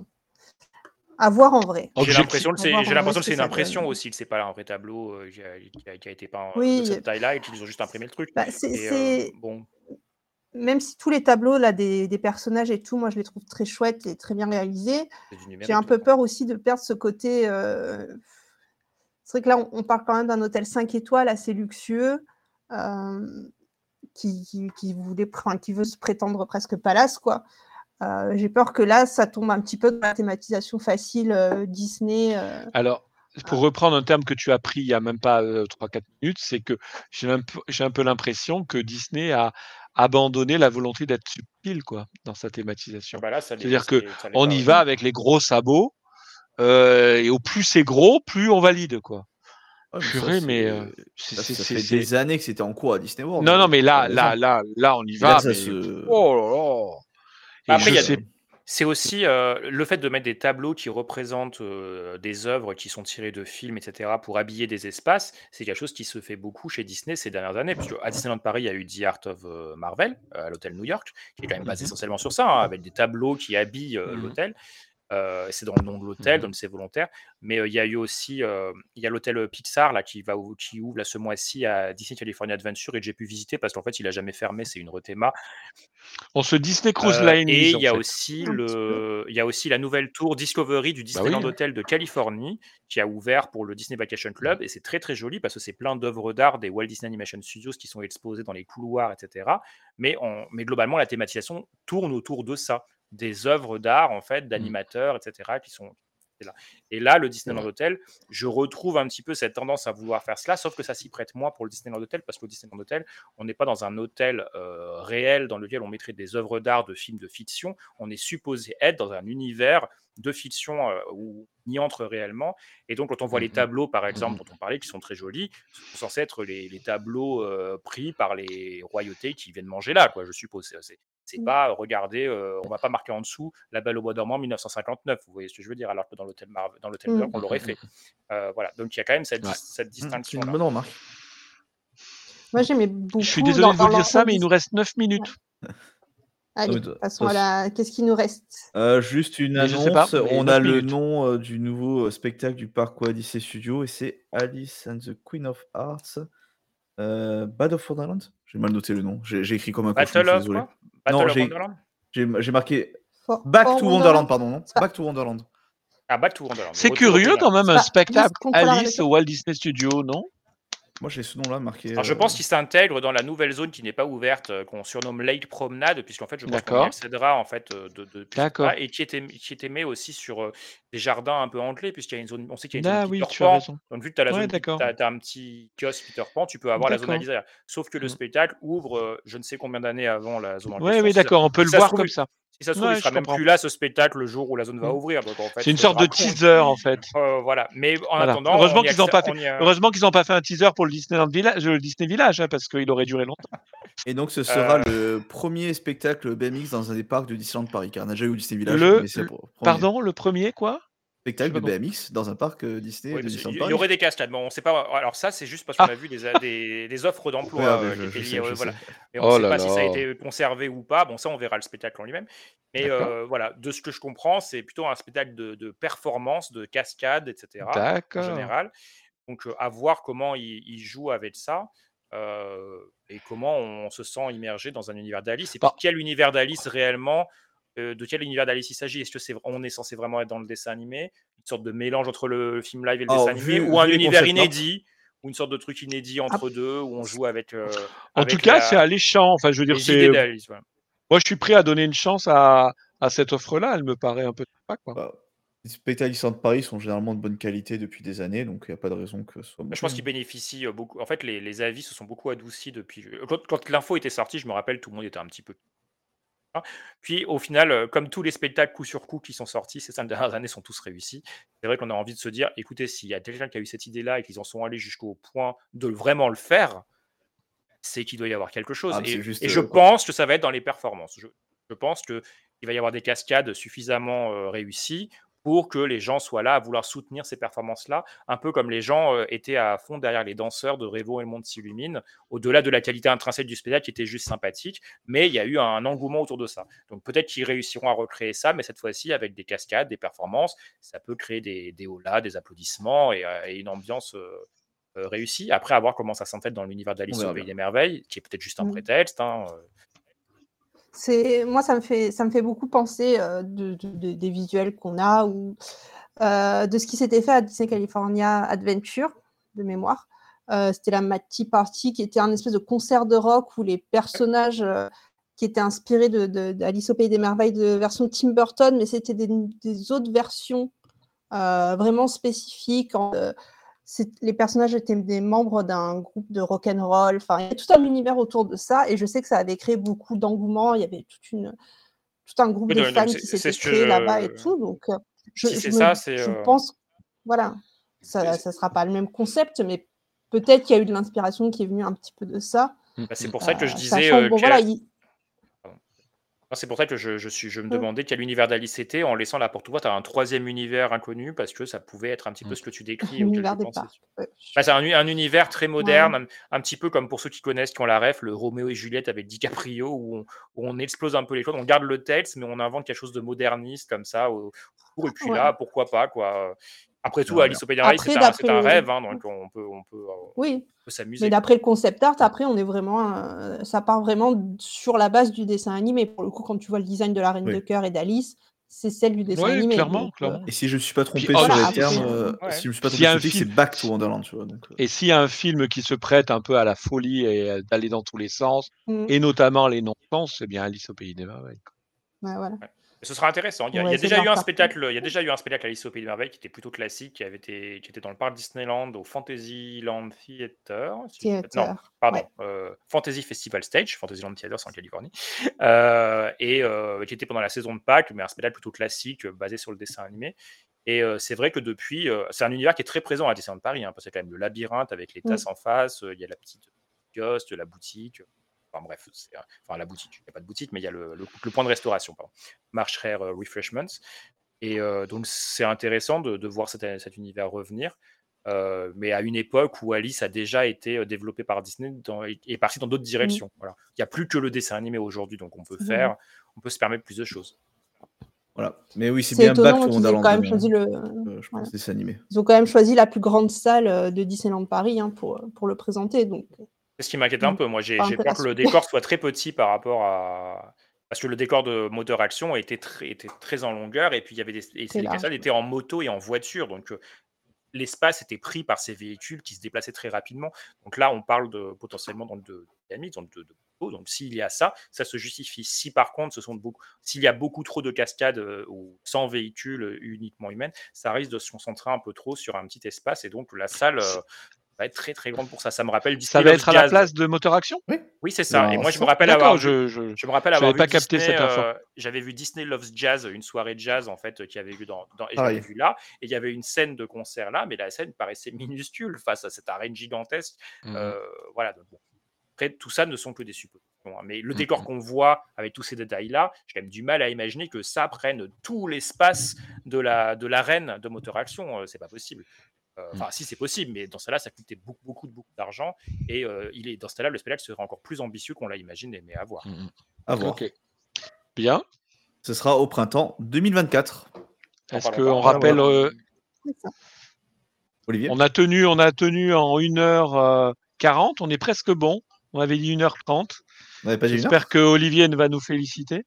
Speaker 12: À voir en vrai.
Speaker 13: J'ai
Speaker 11: Objecti
Speaker 13: l'impression que
Speaker 12: À
Speaker 13: c'est
Speaker 12: voir
Speaker 13: j'ai
Speaker 12: en vrai
Speaker 13: l'impression
Speaker 12: ce
Speaker 13: que
Speaker 12: que
Speaker 13: c'est une
Speaker 12: ça
Speaker 13: impression
Speaker 12: donne.
Speaker 13: aussi, que c'est pas un vrai tableau, heu, qui a qui a qui a été peint, heu, de
Speaker 12: Oui,
Speaker 13: cette
Speaker 12: heu,
Speaker 13: taille-là et qu'ils ont juste imprimé le truc
Speaker 12: bah, c'est
Speaker 13: et heu,
Speaker 12: c'est
Speaker 13: bon.
Speaker 12: même si tous les tableaux là des des personnages et tout, moi je les trouve très chouettes et très bien réalisés,
Speaker 13: C'est du
Speaker 12: j'ai
Speaker 13: numérique
Speaker 12: un
Speaker 13: de toute
Speaker 12: peu
Speaker 13: façon.
Speaker 12: peur aussi de perdre ce côté, heu c'est vrai que là on on parle quand même d'un hôtel cinq étoiles assez luxueux, hem, qui qui qui voulait enfin qui veut se prétendre presque palace quoi. Heu, j'ai peur que là, ça tombe un petit peu dans la thématisation facile, heu, Disney, heu,
Speaker 11: Alors, pour
Speaker 12: ah.
Speaker 11: reprendre un terme que tu as pris il y a même pas, heu, trois quatre minutes, c'est que j'ai un peu j'ai un peu l'impression que Disney a abandonné la volonté d'être subtil, quoi, dans sa
Speaker 13: Ah
Speaker 11: thématisation.
Speaker 13: bah là, ça l'est
Speaker 11: C'est-à-dire
Speaker 13: ça l'est ça l'est
Speaker 11: qu'on
Speaker 13: pas,
Speaker 11: y
Speaker 13: ouais.
Speaker 11: va avec les gros sabots, heu et au plus c'est gros, plus on valide, quoi.
Speaker 10: Ouais, mais ça
Speaker 11: Purée,
Speaker 10: c'est
Speaker 11: mais heu, c'est
Speaker 10: ça
Speaker 11: c'est
Speaker 10: ça
Speaker 11: c'est
Speaker 10: fait
Speaker 11: c'est
Speaker 10: des années que c'était en cours à Disney World,
Speaker 11: non, non,
Speaker 10: heu,
Speaker 11: mais
Speaker 10: faut faire
Speaker 11: là
Speaker 10: les gens.
Speaker 11: là là là, on y
Speaker 10: Et là,
Speaker 11: va,
Speaker 10: ça
Speaker 11: mais
Speaker 10: se
Speaker 11: oh là là
Speaker 13: Bah,
Speaker 11: et
Speaker 13: après
Speaker 11: je
Speaker 13: il y a
Speaker 11: sais
Speaker 13: c'est aussi, heu, le fait de mettre des tableaux qui représentent, heu, des œuvres qui sont tirées de films et cetera pour habiller des espaces, c'est quelque chose qui se fait beaucoup chez Disney ces dernières années. Puisqu'à Disneyland Paris, il y a eu The Art of, heu, Marvel, heu, à l'hôtel New York, qui est quand même
Speaker 11: Mmh
Speaker 13: basé
Speaker 11: mh.
Speaker 13: essentiellement sur ça, hein, avec des tableaux qui habillent, heu,
Speaker 11: Mmh mh.
Speaker 13: l'hôtel. Heu, c'est dans le nom de
Speaker 11: Mmh
Speaker 13: l'hôtel,
Speaker 11: mh.
Speaker 13: donc c'est volontaire. Mais, heu, il y a eu aussi, heu, il y a l'hôtel, heu, Pixar là qui va ou qui ouvre là ce mois-ci à Disney California Adventure et que j'ai pu visiter parce qu'en fait, il a jamais fermé, c'est une rethéma.
Speaker 11: On se Disney Cruise
Speaker 13: Heu et
Speaker 11: Linise,
Speaker 13: il
Speaker 11: en
Speaker 13: y a
Speaker 11: fait.
Speaker 13: aussi
Speaker 12: Un petit peu.
Speaker 13: le il y a aussi la nouvelle tour Discovery du
Speaker 11: Bah oui,
Speaker 13: Disneyland
Speaker 11: hein.
Speaker 13: Hotel de Californie qui a ouvert pour le Disney Vacation Club et c'est très, très joli parce que c'est plein d'œuvres d'art des Walt Disney Animation Studios qui sont exposées dans les couloirs et cetera. Mais on mais globalement, la thématisation tourne autour de ça, des œuvres d'art en fait,
Speaker 11: Mmh.
Speaker 13: d'animateurs et cetera qui sont là et là, le
Speaker 11: C'est
Speaker 13: Disneyland
Speaker 11: vrai.
Speaker 13: Hotel, je retrouve un petit peu cette tendance à vouloir faire cela, sauf que ça s'y prête moins pour le Disneyland Hotel parce qu'au Disneyland Hotel, on n'est pas dans un hôtel, heu, réel dans lequel on mettrait des œuvres d'art de films de fiction. On est supposé être dans un univers de fiction, heu, où on y entre réellement et donc quand on voit
Speaker 11: Mmh
Speaker 13: les
Speaker 11: mh.
Speaker 13: tableaux, par
Speaker 11: Mmh
Speaker 13: exemple,
Speaker 11: mh.
Speaker 13: dont on parlait, qui sont très jolis, ce sont censés être les les tableaux, heu, pris par les royautés qui viennent manger là, quoi, je suppose. C'est c'est c'est
Speaker 12: Mmh.
Speaker 13: pas, regardez, heu, on va pas marquer en dessous La Belle au bois dormant mille neuf cent cinquante-neuf, vous voyez ce que je veux dire? Alors que dans l'hôtel Marv dans l'hôtel New York,
Speaker 12: Mmh.
Speaker 13: on
Speaker 11: Mmh
Speaker 13: l'aurait
Speaker 11: mh,
Speaker 13: fait.
Speaker 11: mmh.
Speaker 13: Heu, voilà, donc il y a quand même cette dis
Speaker 11: Ouais.
Speaker 13: cette
Speaker 10: Mmh, c'est une
Speaker 13: distinction-là.
Speaker 10: bonne remarque.
Speaker 12: Moi j'aimais
Speaker 11: Je suis
Speaker 12: beaucoup
Speaker 11: désolé
Speaker 12: dans
Speaker 11: de vous
Speaker 12: dans
Speaker 11: dire ça,
Speaker 12: l'ancien
Speaker 11: mais il
Speaker 12: Dis
Speaker 11: nous reste neuf
Speaker 12: ouais.
Speaker 11: minutes.
Speaker 10: Non mais
Speaker 12: Allez,
Speaker 10: de toute
Speaker 12: passons à
Speaker 10: façon
Speaker 12: la qu'est-ce qu'il nous reste?
Speaker 10: Heu, juste une
Speaker 11: Mais je sais pas,
Speaker 10: annonce,
Speaker 11: mais
Speaker 10: on a
Speaker 11: neuf
Speaker 10: le
Speaker 11: minutes.
Speaker 10: nom, heu, du nouveau, heu, spectacle du parc Walt Disney Studios et c'est Alice and the Queen of Hearts, heu, Bad of Wonderland? J'ai mal noté le nom, j'ai j'ai écrit comme un cochon, je
Speaker 13: Battle
Speaker 10: suis
Speaker 13: of
Speaker 10: désolé.
Speaker 13: quoi?
Speaker 10: Non,
Speaker 13: Battle of
Speaker 10: j'ai
Speaker 13: Wonderland?
Speaker 10: j'ai m j'ai marqué
Speaker 12: For
Speaker 10: Back
Speaker 12: for
Speaker 10: to Wonderland,
Speaker 12: Wonderland?
Speaker 10: pardon, non?
Speaker 12: C'est pas
Speaker 10: Back to Wonderland.
Speaker 13: Ah, Back to Wonderland,
Speaker 11: C'est
Speaker 13: Retour au pays
Speaker 11: curieux
Speaker 13: des
Speaker 11: quand
Speaker 13: merveilles.
Speaker 11: même
Speaker 12: c'est
Speaker 11: un
Speaker 12: pas Alice
Speaker 11: spectacle
Speaker 12: contre la reine des
Speaker 11: Alice au
Speaker 12: cœurs?
Speaker 11: Walt Disney Studios, non?
Speaker 10: Moi j'ai ce nom-là marqué,
Speaker 13: Alors je
Speaker 10: heu
Speaker 13: pense qu'il s'intègre dans la nouvelle zone qui n'est pas ouverte, heu, qu'on surnomme Lake Promenade, puisqu'en fait, je pense qu'on y
Speaker 11: D'accord.
Speaker 13: accédera en fait, heu, de de depuis ce
Speaker 11: D'accord.
Speaker 13: côté-là et qui était qui était mis aussi sur, heu, des jardins un peu enclés puisqu'il y a une zone on sait qu'il y a une zone
Speaker 11: Ah
Speaker 13: Peter
Speaker 11: oui, tu as
Speaker 13: Pan.
Speaker 11: raison.
Speaker 13: Donc vu que tu as la
Speaker 11: Ouais,
Speaker 13: zone Pit tu
Speaker 11: d'accord.
Speaker 13: as tu as un petit kiosque Peter Pan, tu peux avoir la zone
Speaker 11: D'accord.
Speaker 13: Alice derrière. Sauf que le
Speaker 11: Mmh.
Speaker 13: spectacle ouvre, heu, je ne sais combien d'années avant la zone en
Speaker 11: Ouais,
Speaker 13: question.
Speaker 11: oui,
Speaker 13: Si ça
Speaker 11: d'accord, on peut
Speaker 13: si
Speaker 11: le
Speaker 13: ça se
Speaker 11: voir
Speaker 13: trouve
Speaker 11: comme ça.
Speaker 13: Si ça se trouve, il
Speaker 11: Ouais,
Speaker 13: sera
Speaker 11: je
Speaker 13: même
Speaker 11: comprends.
Speaker 13: plus là, ce spectacle, le jour où la zone va
Speaker 11: Mmh.
Speaker 13: ouvrir. Donc en fait,
Speaker 11: C'est une
Speaker 13: faudra
Speaker 11: sorte de
Speaker 13: qu'on
Speaker 11: teaser, en fait.
Speaker 13: heu, voilà. Mais en
Speaker 11: Voilà.
Speaker 13: attendant,
Speaker 11: Heureusement
Speaker 13: on y
Speaker 11: qu'ils ont
Speaker 13: accè
Speaker 11: pas fait
Speaker 13: on y a
Speaker 11: heureusement qu'ils ont pas fait un teaser pour le Disneyland Village le Disney Village, hein, parce qu'il aurait duré longtemps.
Speaker 10: Et donc ce sera
Speaker 13: Heu
Speaker 10: le premier spectacle B M X dans un des parcs de Disneyland Paris, car on a déjà eu au Disney Village,
Speaker 11: Le
Speaker 10: mais c'est
Speaker 11: l
Speaker 10: le pre premier
Speaker 11: pardon, le premier quoi? J'ai
Speaker 10: spectacle
Speaker 11: pas
Speaker 10: de
Speaker 11: compris.
Speaker 10: B M X dans un parc, heu, Disney
Speaker 13: Oui,
Speaker 10: de
Speaker 13: parce qu'il
Speaker 10: Disneyland
Speaker 13: y il y
Speaker 10: Paris.
Speaker 13: aurait des cascades. Bon, on sait pas alors ça, c'est juste parce qu'on
Speaker 11: Ah!
Speaker 13: a vu des a des des offres d'emploi,
Speaker 10: Regardez,
Speaker 13: heu, qui
Speaker 10: je
Speaker 13: étaient
Speaker 10: je
Speaker 13: liées,
Speaker 10: sais,
Speaker 13: heu,
Speaker 10: je
Speaker 13: voilà.
Speaker 10: sais.
Speaker 13: Mais on
Speaker 11: Oh
Speaker 13: sait
Speaker 11: là
Speaker 13: pas si ça a
Speaker 11: là!
Speaker 13: été conservé ou pas. Bon, ça, on verra le spectacle en lui-même. Mais
Speaker 11: D'accord.
Speaker 13: heu, voilà, de ce que je comprends, c'est plutôt un spectacle de de performance, de cascades et cetera, en
Speaker 11: D'accord.
Speaker 13: général. Donc, heu, à voir comment ils ils jouent avec ça, heu et comment on se sent immergé dans un univers d'Alice et puis
Speaker 11: Bah
Speaker 13: quel univers d'Alice réellement, heu, de quel univers d'Alice il s'agit? Est-ce que c'est v on est censé vraiment être dans le dessin animé? Une sorte de mélange entre le film live et le dessin
Speaker 10: Alors
Speaker 13: animé
Speaker 10: vu
Speaker 13: ou un
Speaker 10: vu les
Speaker 13: univers
Speaker 10: concept art
Speaker 13: inédit? Ou une sorte de truc inédit
Speaker 12: Ap
Speaker 13: entre deux où on
Speaker 12: c
Speaker 13: joue avec, heu,
Speaker 11: En tout
Speaker 13: avec
Speaker 11: cas, c'est
Speaker 13: la
Speaker 11: alléchant. Enfin, je veux dire,
Speaker 13: les
Speaker 11: c'est
Speaker 13: idées d'Alice, voilà.
Speaker 11: moi, je suis prêt à donner une chance à à cette offre-là. Elle me paraît un peu sympa, quoi.
Speaker 10: Bah, les spectacles Disneyland Paris sont généralement de bonne qualité depuis des années, donc il y a pas de raison que ce soit
Speaker 13: Bah, je
Speaker 10: mauvais,
Speaker 13: pense qu'ils
Speaker 10: hein.
Speaker 13: bénéficient, heu, beaucoup en fait, les les avis se sont beaucoup adoucis depuis heu, quand quand l'info était sortie, je me rappelle, tout le monde était un petit peu hein. Puis au final, heu, comme tous les spectacles coup sur coup qui sont sortis ces cinq dernières années sont tous réussis. C'est vrai qu'on a envie de se dire: «Écoutez, s'il y a quelqu'un qui a eu cette idée-là et qu'ils en sont allés jusqu'au point de vraiment le faire, c'est qu'il doit y avoir quelque chose»
Speaker 10: Ah, mais c'est
Speaker 13: et
Speaker 10: juste,
Speaker 13: et je
Speaker 10: heu, quand
Speaker 13: pense que ça va être dans les performances. Je je pense qu'il va y avoir des cascades suffisamment, heu, réussies pour que les gens soient là à vouloir soutenir ces performances-là. Un peu comme les gens, heu, étaient à fond derrière les danseurs de Rêvons et le monde s'illumine, au-delà de la qualité intrinsèque du spectacle qui était juste sympathique, mais il y a eu un engouement autour de ça. Donc peut-être qu'ils réussiront à recréer ça, mais cette fois-ci avec des cascades, des performances. Ça peut créer des des hollas, des applaudissements et heu et une ambiance, heu heu, réussie. Après, à voir comment ça s'intègre dans l'univers
Speaker 10: On
Speaker 13: d'Alice au
Speaker 10: verra
Speaker 13: pays
Speaker 10: bien.
Speaker 13: des merveilles, qui est peut-être juste un
Speaker 12: Mmh.
Speaker 13: prétexte, hein, heu
Speaker 12: C'est moi, ça me fait ça me fait beaucoup penser, heu, de de de des visuels qu'on a ou heu, de ce qui s'était fait à Disney California Adventure, de mémoire. Heu, c'était la Mad Tea Party qui était un espèce de concert de rock où les personnages, heu, qui étaient inspirés de de d'Alice au pays des merveilles de version Tim Burton, mais c'était des n des autres versions, heu, vraiment spécifiques en, heu, c'est les personnages étaient des membres d'un groupe de rock and roll. Enfin, il y a tout un univers autour de ça et je sais que ça avait créé beaucoup d'engouement. Il y avait toute une tout un groupe
Speaker 13: Oui,
Speaker 12: de
Speaker 13: donc donc
Speaker 12: fans
Speaker 13: c'est
Speaker 12: qui
Speaker 13: c'est
Speaker 12: s'était
Speaker 13: ce que
Speaker 12: créé là-bas et
Speaker 13: je
Speaker 12: tout, donc heu, je
Speaker 13: si
Speaker 12: je
Speaker 13: c'est
Speaker 12: me
Speaker 13: ça, c'est,
Speaker 12: je
Speaker 13: heu
Speaker 12: pense voilà,
Speaker 13: c'est
Speaker 12: ça
Speaker 13: c
Speaker 12: ça sera pas le même concept, mais peut-être qu'il y a eu de l'inspiration qui est venue un petit peu de ça,
Speaker 11: Mmh
Speaker 13: bah, c'est
Speaker 11: mh.
Speaker 13: pour
Speaker 12: heu,
Speaker 13: ça que je disais,
Speaker 12: sachant
Speaker 13: heu,
Speaker 12: que bon voilà,
Speaker 13: que
Speaker 12: il
Speaker 13: pardon. Non, c'est pour ça que je je suis je me
Speaker 12: Mmh.
Speaker 13: demandais quel univers d'Alice c'était en laissant la porte ouverte à un troisième univers inconnu parce que ça pouvait être un petit peu
Speaker 11: Mmh.
Speaker 13: ce que tu décris et auquel je
Speaker 12: L'univers des
Speaker 13: pensais.
Speaker 12: parcs, ouais,
Speaker 13: Bah, c'est
Speaker 12: je
Speaker 13: un u un univers très
Speaker 12: ouais.
Speaker 13: moderne, un un petit peu comme pour ceux qui connaissent, qui ont la ref, le Roméo et Juliette avec DiCaprio où on où on explose un peu les choses. On garde le texte, mais on invente quelque chose de moderniste comme ça au autour et puis
Speaker 12: Ouais.
Speaker 13: là, pourquoi pas, quoi, heu. Après
Speaker 10: On
Speaker 13: tout,
Speaker 10: verra bien.
Speaker 13: Alice au pays des merveilles,
Speaker 12: Après
Speaker 13: c'est un c'est
Speaker 12: d'après
Speaker 13: un
Speaker 12: le
Speaker 13: rêve, hein,
Speaker 12: mmh.
Speaker 13: donc on peut on peut, heu, on
Speaker 12: Oui,
Speaker 13: peut
Speaker 12: mais
Speaker 13: s'amuser, quoi.
Speaker 12: d'après le concept art, après, on est vraiment, heu, ça part vraiment d sur la base du dessin animé. Pour le coup, quand tu vois le design de la Reine de
Speaker 10: Oui.
Speaker 12: cœur et d'Alice, c'est celle du dessin
Speaker 11: Oui,
Speaker 12: animé,
Speaker 11: clairement,
Speaker 12: donc heu,
Speaker 11: clairement.
Speaker 10: Et si je me suis pas
Speaker 11: Puis,
Speaker 10: trompé
Speaker 11: oh,
Speaker 10: sur
Speaker 12: voilà,
Speaker 10: les
Speaker 11: si
Speaker 12: après,
Speaker 10: termes,
Speaker 11: si
Speaker 10: heu,
Speaker 13: Ouais.
Speaker 10: si je me suis pas
Speaker 11: s'il
Speaker 10: trompé
Speaker 11: y a
Speaker 10: sur
Speaker 11: un
Speaker 10: le titre, c'est
Speaker 11: film
Speaker 10: Back to
Speaker 11: si
Speaker 10: Wonderland, tu vois? Donc heu
Speaker 11: et s'il y a un film qui se prête un peu à la folie et heu, d'aller dans tous les sens
Speaker 12: Mmh.
Speaker 11: et notamment les non-sens, c'est bien Alice au pays des merveilles, quoi.
Speaker 12: Ouais, voilà.
Speaker 13: Ouais. Ce sera intéressant. Il y
Speaker 12: On
Speaker 13: a il
Speaker 12: va
Speaker 13: y a
Speaker 12: essayer de
Speaker 13: déjà eu
Speaker 12: leur
Speaker 13: un
Speaker 12: faire con
Speaker 13: spectacle, il y a déjà eu un spectacle Alice au pays des merveilles qui était plutôt classique, qui avait été qui était dans le parc Disneyland au Fantasyland Theater, si je dis pas non,
Speaker 12: Theater,
Speaker 13: pardon,
Speaker 12: ouais.
Speaker 13: heu, Fantasy Festival Stage, Fantasyland Theater, c'est en Californie, heu et heu, qui était pendant la saison de Pâques, mais un spectacle plutôt classique, heu, basé sur le dessin animé et heu, c'est vrai que depuis, heu, c'est un univers qui est très présent à Disneyland Paris, hein, parce qu'il y a quand même le labyrinthe avec les tasses
Speaker 12: Mmh.
Speaker 13: en face, heu, il y a la petite kiosque, la boutique, enfin bref, c'est un enfin la boutique, il y a pas de boutique, mais il y a le le le point de restauration, pardon, Marsh Rare Refreshments et heu, donc c'est intéressant de de voir cet a cet univers revenir, heu, mais à une époque où Alice a déjà été, heu, développée par Disney dans et est partie dans d'autres
Speaker 12: Mmh.
Speaker 13: directions, voilà. Il y a plus que le dessin animé aujourd'hui, donc on peut
Speaker 12: C'est vrai.
Speaker 13: faire on peut se permettre plus de choses.
Speaker 10: Voilà, mais oui, c'est
Speaker 12: C'est
Speaker 10: bien Back
Speaker 12: étonnant
Speaker 10: to
Speaker 12: qu'ils aient
Speaker 10: Wonderland
Speaker 12: quand même
Speaker 10: demain,
Speaker 12: choisi le
Speaker 10: heu, je
Speaker 12: voilà.
Speaker 10: pense, dessin animé.
Speaker 12: Ils ont quand même choisi la plus grande salle, heu, de Disneyland Paris, hein, pour, heu, pour le présenter, donc heu,
Speaker 13: C'est ce qui m'inquiète un
Speaker 12: mmh,
Speaker 13: peu, moi, j'ai
Speaker 12: pas
Speaker 13: j'ai
Speaker 12: intérêt à
Speaker 13: peur que
Speaker 12: se
Speaker 13: le
Speaker 12: louper.
Speaker 13: décor soit très petit par rapport à parce que le décor de moteur action était très était très en longueur et puis il y avait des et
Speaker 12: Très
Speaker 13: les
Speaker 12: large,
Speaker 13: cascades
Speaker 12: ouais.
Speaker 13: étaient en moto et en voiture, donc heu, l'espace était pris par ces véhicules qui se déplaçaient très rapidement. Donc là, on parle de potentiellement donc de dynamique, donc de de moto, donc s'il y a ça, ça se justifie. Si par contre, ce sont beaucoup s'il y a beaucoup trop de cascades, heu, ou sans véhicules, heu, uniquement humaines, ça risque de se concentrer un peu trop sur un petit espace et donc la salle,
Speaker 11: C
Speaker 13: heu va être très très grande pour ça. Ça me rappelle
Speaker 11: Ça
Speaker 13: Disney
Speaker 11: va
Speaker 13: Loves
Speaker 11: être à la
Speaker 13: Jazz.
Speaker 11: place de Moteur Action?
Speaker 10: Oui.
Speaker 13: Oui, c'est ça. Et
Speaker 10: Non,
Speaker 13: moi, je me
Speaker 10: ça-
Speaker 13: rappelle
Speaker 11: D'accord,
Speaker 13: avoir
Speaker 11: je-
Speaker 13: vu,
Speaker 11: je-
Speaker 13: je me rappelle
Speaker 11: j'avais
Speaker 13: avoir vu
Speaker 11: pas capté
Speaker 13: Disney,
Speaker 11: cette info.
Speaker 13: euh, j'avais vu Disney Loves Jazz, une soirée de jazz en fait, qui avait vu dans, dans- et je
Speaker 10: Pareil.
Speaker 13: l'avais vu là. Et il y avait une scène de concert là, mais la scène paraissait minuscule face à cette arène gigantesque.
Speaker 11: Mhm.
Speaker 13: Euh, voilà. Donc, bon. Après, tout ça ne sont que des suppositions, hein. Mais le
Speaker 11: Mhm.
Speaker 13: décor qu'on voit avec tous ces détails-là, j'ai quand même du mal à imaginer que ça prenne tout l'espace de la de l'arène de Moteur Action. Euh, c'est pas possible. Euh, Enfin, si c'est possible, mais dans cela, ça coûtait beaucoup, beaucoup, beaucoup d'argent. Et euh, il est dans ce là le spectacle serait encore plus ambitieux qu'on l'a imaginé, mais à voir.
Speaker 11: Mhm.
Speaker 10: À voir.
Speaker 11: Ok. Bien.
Speaker 10: Ce sera au printemps deux mille vingt-quatre.
Speaker 11: Est-ce
Speaker 13: parlons
Speaker 11: qu'on
Speaker 13: pas.
Speaker 11: rappelle, euh,
Speaker 12: C'est ça.
Speaker 10: Olivier
Speaker 11: on a tenu, on a tenu en une heure quarante, on est presque bon. On avait dit une heure trente.
Speaker 10: On n'avait pas dit une heure
Speaker 11: J'espère que Olivier va nous féliciter.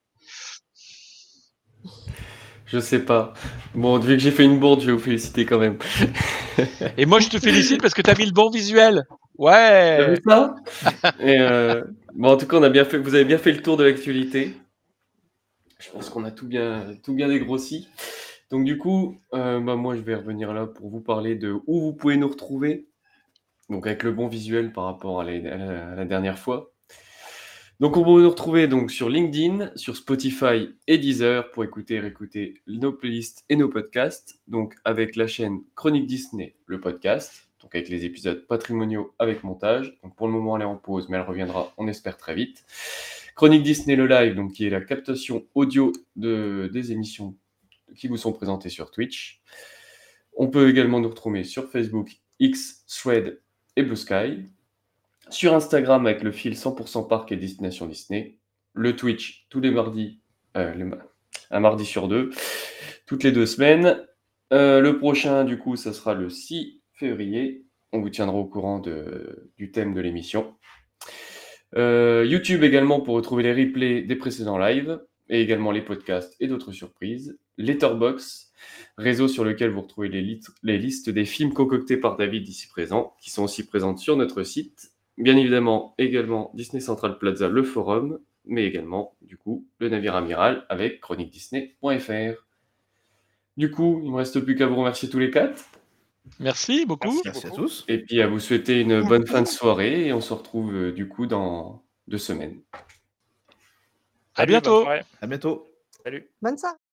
Speaker 1: Je sais pas. Bon, vu que j'ai fait une bourde, je vais vous féliciter quand même.
Speaker 11: Et moi, je te félicite parce que tu as mis le bon visuel.
Speaker 1: T'as
Speaker 11: Ouais.
Speaker 1: vu ça? Et euh, bon, en tout cas, on a bien fait, vous avez bien fait le tour de l'actualité. Je pense qu'on a tout bien, tout bien dégrossi. Donc du coup, euh, bah, moi, je vais revenir là pour vous parler de où vous pouvez nous retrouver. Donc avec le bon visuel par rapport à la, à la- à la dernière fois. Donc on peut nous retrouver donc sur LinkedIn, sur Spotify et Deezer pour écouter et réécouter nos playlists et nos podcasts. Donc avec la chaîne Chronique Disney, le podcast. Donc avec les épisodes patrimoniaux avec montage. Donc pour le moment elle est en pause, mais elle reviendra, on espère très vite. Chronique Disney le live, donc qui est la captation audio de, des émissions qui vous sont présentées sur Twitch. On peut également nous retrouver sur Facebook, X, Thread et Blue Sky. Sur Instagram avec le fil cent pour cent Parc et Destination Disney. Le Twitch tous les mardis, euh, les ma- un mardi sur deux, toutes les deux semaines. Euh, le prochain, du coup, ça sera le six février. On vous tiendra au courant de- du thème de l'émission. Euh, YouTube également pour retrouver les replays des précédents lives et également les podcasts et d'autres surprises. Letterboxd, réseau sur lequel vous retrouvez les, lit- les listes des films concoctés par David ici présent, qui sont aussi présentes sur notre site. Bien évidemment, également Disney Central Plaza, le forum, mais également, du coup, le navire amiral avec chronique disney point f r. Du coup, il ne me reste plus qu'à vous remercier tous les quatre.
Speaker 11: Merci beaucoup.
Speaker 13: Merci
Speaker 10: Merci à
Speaker 13: beaucoup.
Speaker 10: tous.
Speaker 1: Et puis à vous souhaiter une bonne fin de soirée et on se retrouve euh, du coup dans deux semaines.
Speaker 11: À
Speaker 13: Salut, bonne
Speaker 11: bientôt.
Speaker 13: soirée.
Speaker 10: À bientôt.
Speaker 13: Salut.
Speaker 12: Bonne soirée.